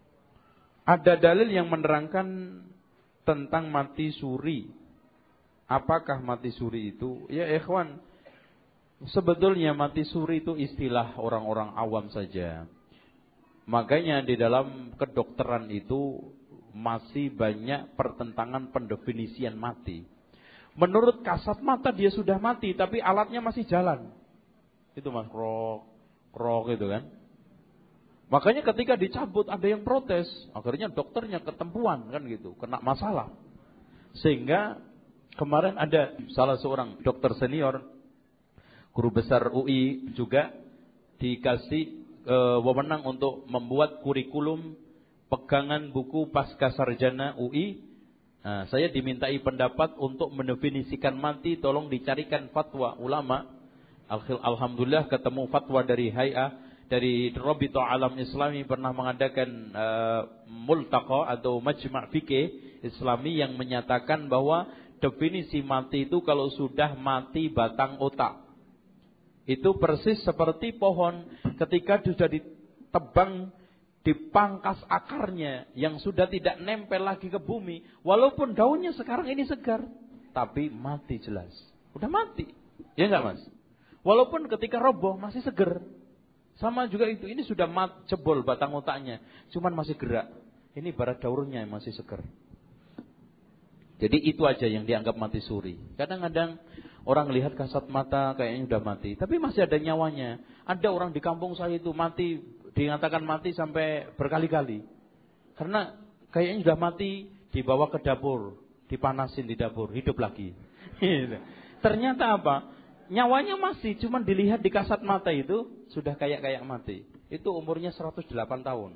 Ada dalil yang menerangkan tentang mati suri. apakah mati suri itu? Ya ikhwan, sebetulnya mati suri itu istilah orang-orang awam saja. Makanya di dalam kedokteran itu masih banyak pertentangan pendefinisian mati. Menurut kasat mata dia sudah mati, tapi alatnya masih jalan. Itu mas, krok, krok gitu kan. Makanya ketika dicabut ada yang protes, akhirnya dokternya ketempuan kan gitu, kena masalah. Sehingga kemarin ada salah seorang dokter senior, guru besar U I juga dikasih e, wewenang untuk membuat kurikulum pegangan buku pasca sarjana U I. Nah, saya dimintai pendapat untuk mendefinisikan mati, tolong dicarikan fatwa ulama. Alhamdulillah ketemu fatwa dari Hay'ah, dari Rabita Alam Islami pernah mengadakan uh, multaqa atau majma' fikih Islami yang menyatakan bahwa definisi mati itu kalau sudah mati batang otak. Itu persis seperti pohon ketika sudah ditebang, dipangkas akarnya yang sudah tidak nempel lagi ke bumi, walaupun daunnya sekarang ini segar, tapi mati jelas. Udah mati. Ya enggak, Mas? Walaupun ketika roboh masih segar. Sama juga itu, ini sudah mat, jebol batang otaknya, cuman masih gerak. Ini barat daurnya yang masih segar. Jadi itu aja yang dianggap mati suri. Kadang-kadang orang lihat kasat mata kayaknya sudah mati, tapi masih ada nyawanya. Ada orang di kampung saya itu mati, dinyatakan mati sampai berkali-kali. Karena kayaknya sudah mati, dibawa ke dapur, dipanasin di dapur, hidup lagi. Ternyata apa? Nyawanya masih, cuman dilihat di kasat mata itu sudah kayak-kayak mati. Itu umurnya seratus delapan tahun.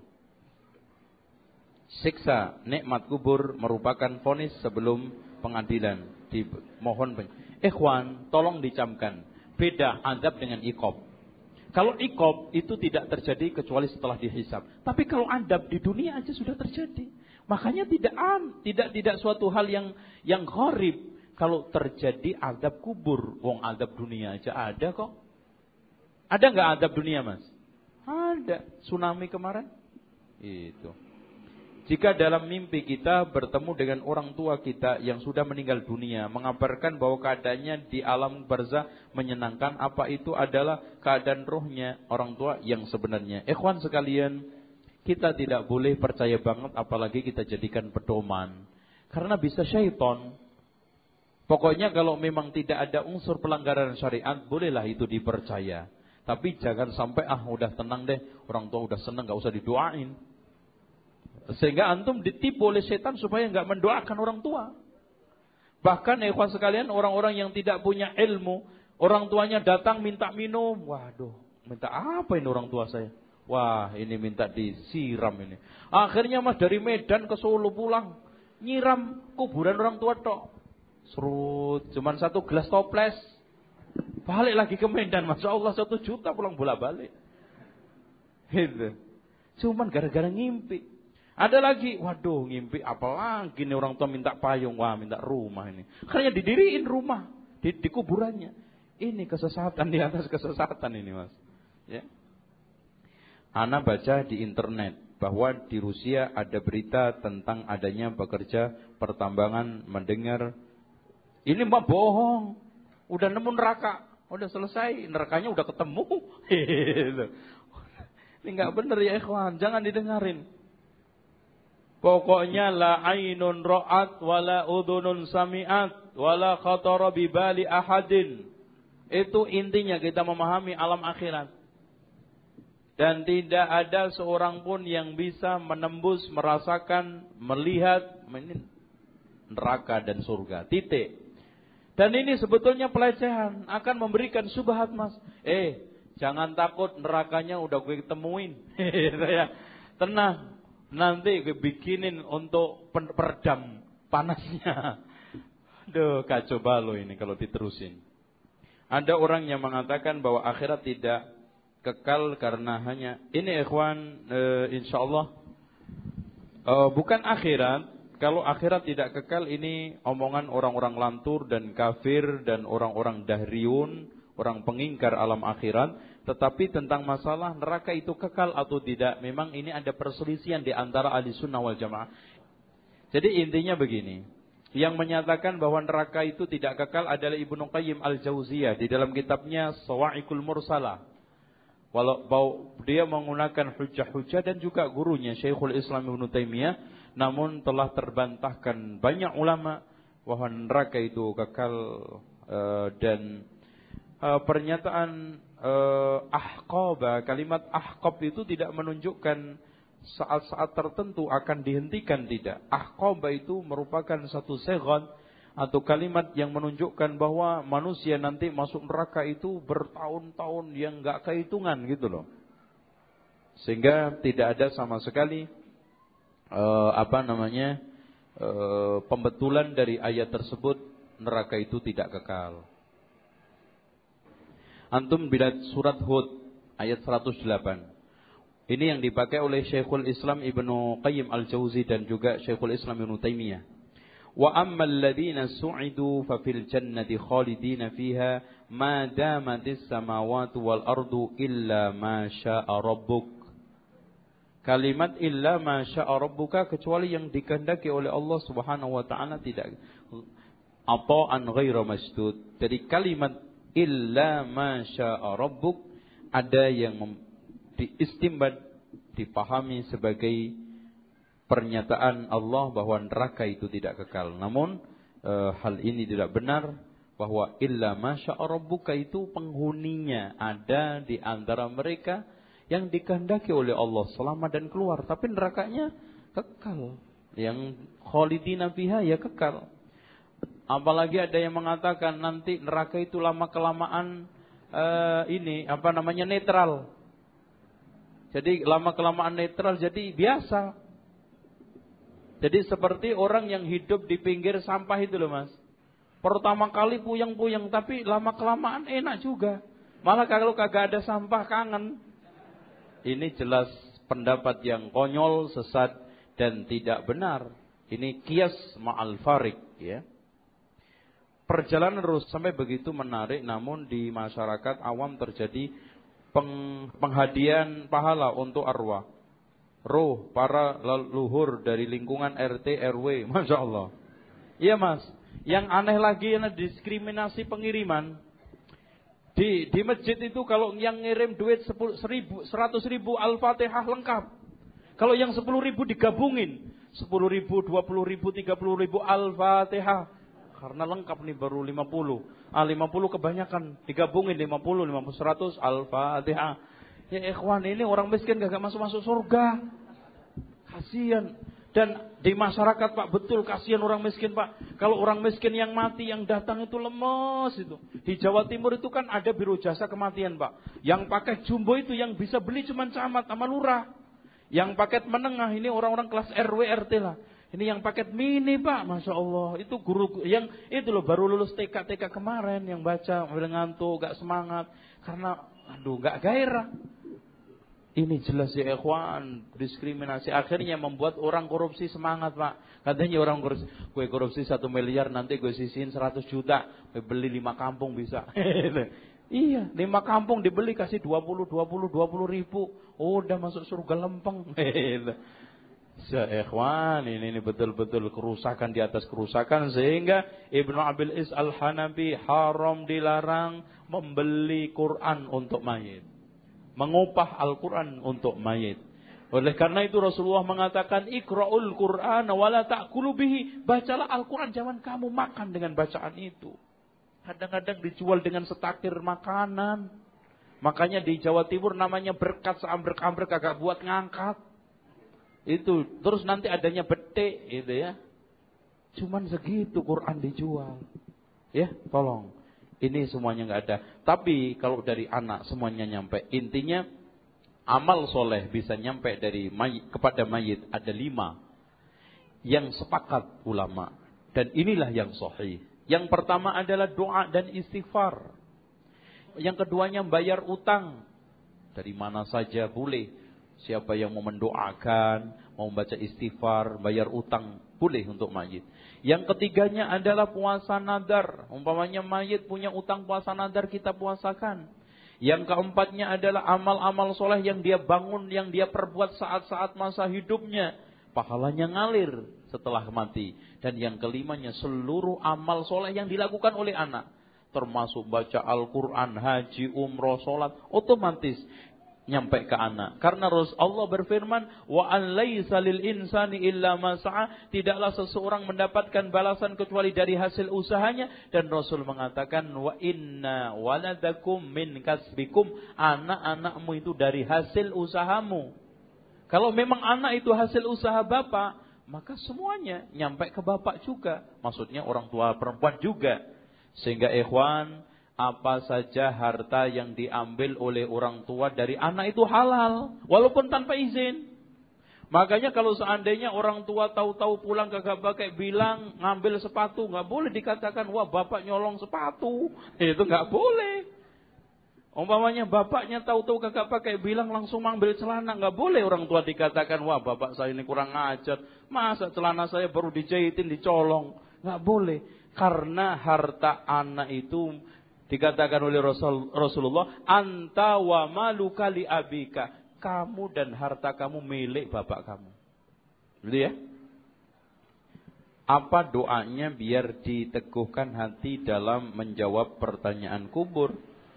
Siksa nikmat kubur merupakan vonis sebelum pengadilan. Dimohon, ikhwan, tolong dicamkan. Beda adab dengan iqab. Kalau iqab itu tidak terjadi kecuali setelah dihisab. Tapi kalau adab di dunia aja sudah terjadi. Makanya tidak tidak tidak suatu hal yang yang gharib kalau terjadi adab kubur. Wong adab dunia aja ada kok. Ada nggak adab dunia, Mas? Ada. Tsunami kemarin. Itu. Jika dalam mimpi kita bertemu dengan orang tua kita yang sudah meninggal dunia, mengabarkan bahwa keadaannya di alam barzah menyenangkan, apa itu adalah keadaan rohnya orang tua yang sebenarnya? Ikhwan sekalian, kita tidak boleh percaya banget, apalagi kita jadikan pedoman. Karena bisa syaitan. Pokoknya kalau memang tidak ada unsur pelanggaran syariat, bolehlah itu dipercaya. Tapi jangan sampai, ah udah tenang deh, orang tua udah senang, gak usah didoain. Sehingga antum ditipu oleh setan supaya enggak mendoakan orang tua. Bahkan ikhwan sekalian, orang-orang yang tidak punya ilmu, orang tuanya datang minta minum, waduh, minta apa ini orang tua saya? Wah, ini minta disiram ini. Akhirnya Mas dari Medan ke Solo pulang, nyiram kuburan orang tua tok. Serut, cuman satu gelas toples. Balik lagi ke Medan, Masya Allah satu juta pulang bolak-balik. Gitu. Cuman gara-gara ngimpi. Ada lagi, waduh ngimpi apalagi nih orang tua minta payung, wah minta rumah ini. Karena didiriin rumah di, di kuburannya. Ini kesesatan di atas kesesatan ini, Mas. Ya. Ana baca di internet bahwa di Rusia ada berita tentang adanya pekerja pertambangan mendengar ini mah bohong. Udah nemu neraka, udah selesai, nerakanya udah ketemu. Ini enggak benar ya ikhwan, jangan didengarin. Pokoknya la ainun ra'at wala udhunun sami'at wala khatara bi bali ahadin. Itu intinya kita memahami alam akhirat. Dan tidak ada seorang pun yang bisa menembus, merasakan, melihat neraka dan surga. Titik. Dan ini sebetulnya pelecehan, akan memberikan subhat, Mas. Eh, jangan takut, nerakanya udah gue ketemuin. Ya, tenang. Nanti gue bikinin untuk peredam panasnya. Aduh, kacau balau ini kalau diterusin. Ada orang yang mengatakan bahwa akhirat tidak kekal karena hanya ini ikhwan, e, insyaallah e, bukan akhirat. Kalau akhirat tidak kekal ini omongan orang-orang lantur dan kafir dan orang-orang dahriyun, orang pengingkar alam akhirat. Tetapi tentang masalah neraka itu kekal atau tidak, memang ini ada perselisihan di antara ahli sunnah wal jamaah. Jadi intinya begini, Yang menyatakan bahwa neraka itu tidak kekal adalah Ibnu Qayyim Al-Jauziyah di dalam kitabnya Shawa'iqul Mursalah. Walau dia menggunakan hujah-hujah dan juga gurunya Syekhul Islam Ibnu Taimiyah, namun telah terbantahkan banyak ulama bahwa neraka itu kekal. Uh, dan uh, pernyataan uh, ahqaba, kalimat ahqab itu tidak menunjukkan saat-saat tertentu akan dihentikan, tidak. Ahqaba itu merupakan satu segon atau kalimat yang menunjukkan bahwa manusia nanti masuk neraka itu bertahun-tahun yang enggak kehitungan gitu loh. Sehingga tidak ada sama sekali uh, apa namanya uh, pembetulan dari ayat tersebut neraka itu tidak kekal. Antum bila surat Hud ayat seratus delapan. Ini yang dipakai oleh Syekhul Islam Ibnu Qayyim Al-Jauzi dan juga Syekhul Islam Ibnu Taimiyah. Wa ammal ladzina su'idu fa fil jannati khalidina fiha ma damatis samawati wal ardu illa ma syaa rabbuk. Kalimat illa ma syaa rabbuka kecuali yang dikehendaki oleh Allah Subhanahu wa taala tidak ata'an ghairu masdud. Jadi kalimat illa ma syaa rabbuk ada yang diistimbat dipahami sebagai pernyataan Allah bahwa neraka itu tidak kekal. Namun e, hal ini tidak benar, bahwa illa masya rabbuka itu penghuninya ada di antara mereka yang dikehendaki oleh Allah selamat dan keluar, tapi nerakanya kekal. Yang khalidina fiha ya kekal. Apalagi ada yang mengatakan nanti neraka itu lama kelamaan e, ini apa namanya netral. Jadi lama kelamaan netral jadi biasa. Jadi seperti orang yang hidup di pinggir sampah itu loh mas. Pertama kali puyeng-puyeng, tapi lama-kelamaan enak juga. Malah kalau kagak ada sampah kangen. Ini jelas pendapat yang konyol, sesat, dan tidak benar. Ini kias ma'al farik. Ya. Perjalanan terus sampai begitu menarik, namun di masyarakat awam terjadi peng, penghadian pahala untuk arwah. Roh para leluhur dari lingkungan R T R W, masya Allah. Iya mas. Yang aneh lagi adalah diskriminasi pengiriman. Di di masjid itu kalau yang ngirim duit seribu, seratus ribu Al-Fatihah lengkap. Kalau yang sepuluh ribu digabungin, sepuluh ribu, dua puluh ribu, tiga puluh ribu Al-Fatihah. Karena lengkap nih baru lima puluh. Ah lima puluh kebanyakan, digabungin lima puluh, lima puluh, seratus Al-Fatihah. Ya ikhwan, ini orang miskin gak masuk-masuk surga. Kasihan. Dan di masyarakat Pak, betul kasihan orang miskin Pak. Kalau orang miskin yang mati, yang datang itu lemes itu. Di Jawa Timur itu kan ada biro jasa kematian Pak. Yang pakai jumbo itu yang bisa beli cuma camat sama lurah. Yang paket menengah ini orang-orang kelas R W R T lah. Ini yang paket mini Pak, masya Allah. Itu guru yang itu loh baru lulus T K T K kemarin yang baca udah ngantuk, gak semangat karena aduh gak gairah. Ini jelas ya ikhwan, diskriminasi akhirnya membuat orang korupsi semangat Pak. Katanya orang korupsi, gue korupsi satu miliar nanti gue sisihin seratus juta, gue beli lima kampung bisa. Iya, lima kampung dibeli kasih dua puluh, dua puluh, dua puluh ribu, oh, udah masuk surga lempeng. Ya ikhwan, ini, ini betul-betul kerusakan di atas kerusakan sehingga Ibnu Abil Is Al-Hanafi haram dilarang membeli Quran untuk mayit. Mengupah Al-Quran untuk mayit. Oleh karena itu Rasulullah mengatakan Iqra'ul Quran wa la ta'kulu bihi. Bacalah Al-Quran, jangan kamu makan dengan bacaan itu. Kadang-kadang dijual dengan setakir makanan. Makanya di Jawa Timur namanya berkat seambrek-ambrek agak buat ngangkat. Itu terus nanti adanya betik gitu ya. Cuman segitu Quran dijual. Ya, tolong. Ini semuanya enggak ada. Tapi kalau dari anak semuanya nyampe. Intinya amal soleh bisa nyampe dari mayit kepada mayit ada lima yang sepakat ulama. Dan inilah yang sahih. Yang pertama adalah doa dan istighfar. Yang keduanya bayar utang. Dari mana saja boleh. Siapa yang mau mendoakan, mau membaca istighfar, bayar utang, boleh untuk mayit. Yang ketiganya adalah puasa nadar. Umpamanya mayit punya utang puasa nadar, kita puasakan. Yang keempatnya adalah amal-amal soleh yang dia bangun, yang dia perbuat saat-saat masa hidupnya. Pahalanya ngalir setelah mati. Dan yang kelimanya seluruh amal soleh yang dilakukan oleh anak. Termasuk baca Al-Quran, haji, umroh, sholat. Otomatis nyampe ke anak. Karena Allah berfirman, wa an laisa lil insani illa ma sa'a, tidaklah seseorang mendapatkan balasan kecuali dari hasil usahanya. Dan Rasul mengatakan, wa inna waladakum min kasbikum, anak-anakmu itu dari hasil usahamu. Kalau memang anak itu hasil usaha bapak, maka semuanya nyampe ke bapak juga. Maksudnya orang tua perempuan juga. Sehingga ikhwan, apa saja harta yang diambil oleh orang tua dari anak itu halal, walaupun tanpa izin. Makanya kalau seandainya orang tua tahu-tahu pulang kagak pakai bilang ngambil sepatu, nggak boleh dikatakan wah bapak nyolong sepatu, itu nggak boleh. Umpamanya bapaknya tahu-tahu kagak pakai bilang langsung ngambil celana, nggak boleh orang tua dikatakan wah bapak saya ini kurang ajar, masa celana saya baru dijahitin dicolong, nggak boleh. Karena harta anak itu dikatakan oleh Rasul, Rasulullah, anta wa maluka li abika, kamu dan harta kamu milik bapak kamu. Gitu ya? Apa doanya biar diteguhkan hati dalam menjawab pertanyaan kubur?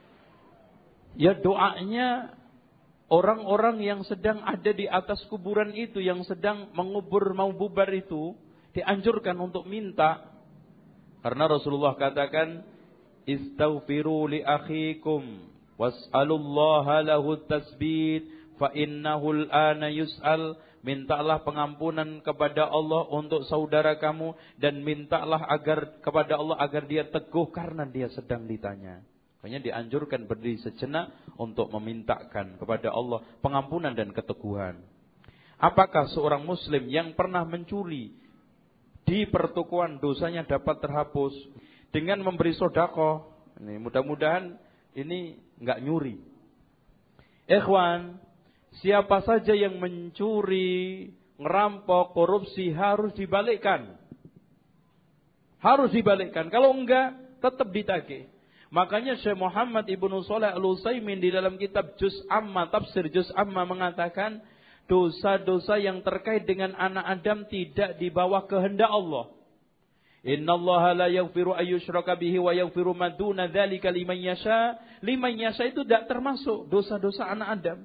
Ya doanya orang-orang yang sedang ada di atas kuburan itu, yang sedang mengubur mau bubar itu, dianjurkan untuk minta. Karena Rasulullah katakan, istaghfiru li akhikum was'alullaha lahu tasbit fa innahu al-ana yus'al. Mintalah pengampunan kepada Allah untuk saudara kamu dan mintalah agar kepada Allah agar dia teguh karena dia sedang ditanya. Makanya dianjurkan berdiri sejenak untuk memintakan kepada Allah pengampunan dan keteguhan. Apakah seorang muslim yang pernah mencuri di pertukuan dosanya dapat terhapus dengan memberi sedekah? Ini mudah-mudahan ini enggak nyuri. Ikhwan, siapa saja yang mencuri, ngerampok, korupsi harus dibalikkan. Harus dibalikkan. Kalau enggak, tetap ditagih. Makanya Syekh Muhammad Ibnu Shalih Al-Utsaimin di dalam kitab Juz Amma, tafsir Juz Amma mengatakan, dosa-dosa yang terkait dengan anak Adam tidak di bawah kehendak Allah. Innallaha la yaghfiru ayyushraka bihi wa yaghfiru ma duna dzalika liman yasha. Liman yasha itu tidak termasuk dosa-dosa anak Adam.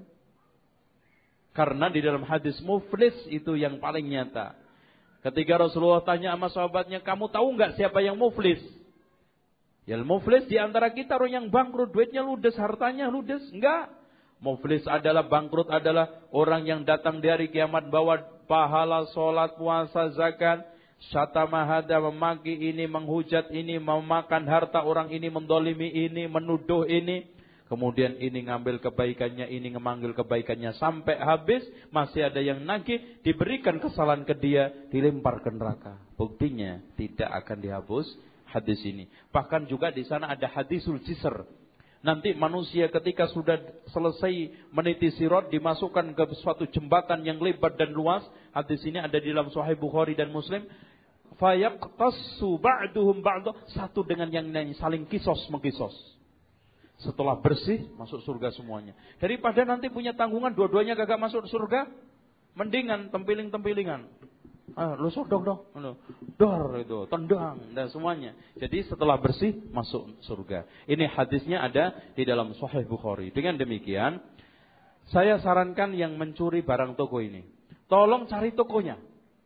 Karena di dalam hadis muflis itu yang paling nyata. Ketika Rasulullah tanya sama sahabatnya, kamu tahu enggak siapa yang muflis? Ya muflis di antara kita orang yang bangkrut, duitnya ludes, hartanya ludes. Enggak. Muflis adalah, bangkrut adalah orang yang datang di hari kiamat bawa pahala sholat, puasa, zakat, syatama hada, memaki ini, menghujat ini, memakan harta orang ini, mendolimi ini, menuduh ini. Kemudian ini ngambil kebaikannya, ini ngemanggil kebaikannya sampai habis, masih ada yang nagih, diberikan kesalahan ke dia, dilempar ke neraka. Buktinya tidak akan dihapus hadis ini. Bahkan juga di sana ada hadisul jisr. Nanti manusia ketika sudah selesai meniti sirat dimasukkan ke suatu jembatan yang lebar dan luas. Hadis ini ada di dalam Sahih Bukhari dan Muslim. Fayaqtassu ba'duhum ba'du, satu dengan yang lain saling kisos mengkisos. Setelah bersih masuk surga semuanya. Daripada nanti punya tanggungan dua-duanya gagak masuk surga, mendingan tempiling-tempilingan. Ah, lu sodok dong, dor itu, tendang dan semuanya. Jadi setelah bersih masuk surga. Ini hadisnya ada di dalam Sahih Bukhari. Dengan demikian, saya sarankan yang mencuri barang toko ini, tolong cari tokonya.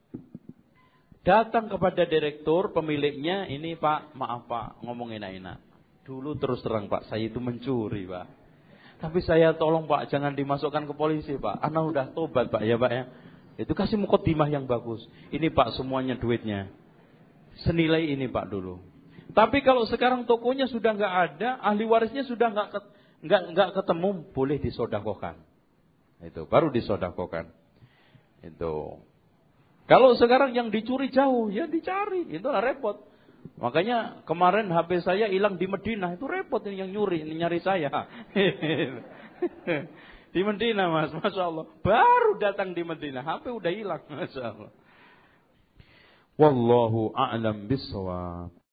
Datang kepada direktur pemiliknya, ini Pak, maaf Pak, ngomong enak-enak. Dulu terus terang Pak, saya itu mencuri Pak. Tapi saya tolong Pak, jangan dimasukkan ke polisi Pak. Anak udah tobat Pak ya Pak ya. Itu kasih mukadimah yang bagus. Ini Pak semuanya duitnya. Senilai ini Pak dulu. Tapi kalau sekarang tokonya sudah nggak ada, ahli warisnya sudah nggak nggak nggak ketemu, boleh disodakokan. Itu baru disodakokan. Itu. Kalau sekarang yang dicuri jauh, ya dicari. Itulah repot. Makanya kemarin H P saya hilang di Madinah, itu repot ini yang nyuri, ini nyari saya. Di Madinah Mas, Masya Allah. Baru datang di Madinah, H P udah hilang, Masya Allah. Wallahu a'lam bishawab.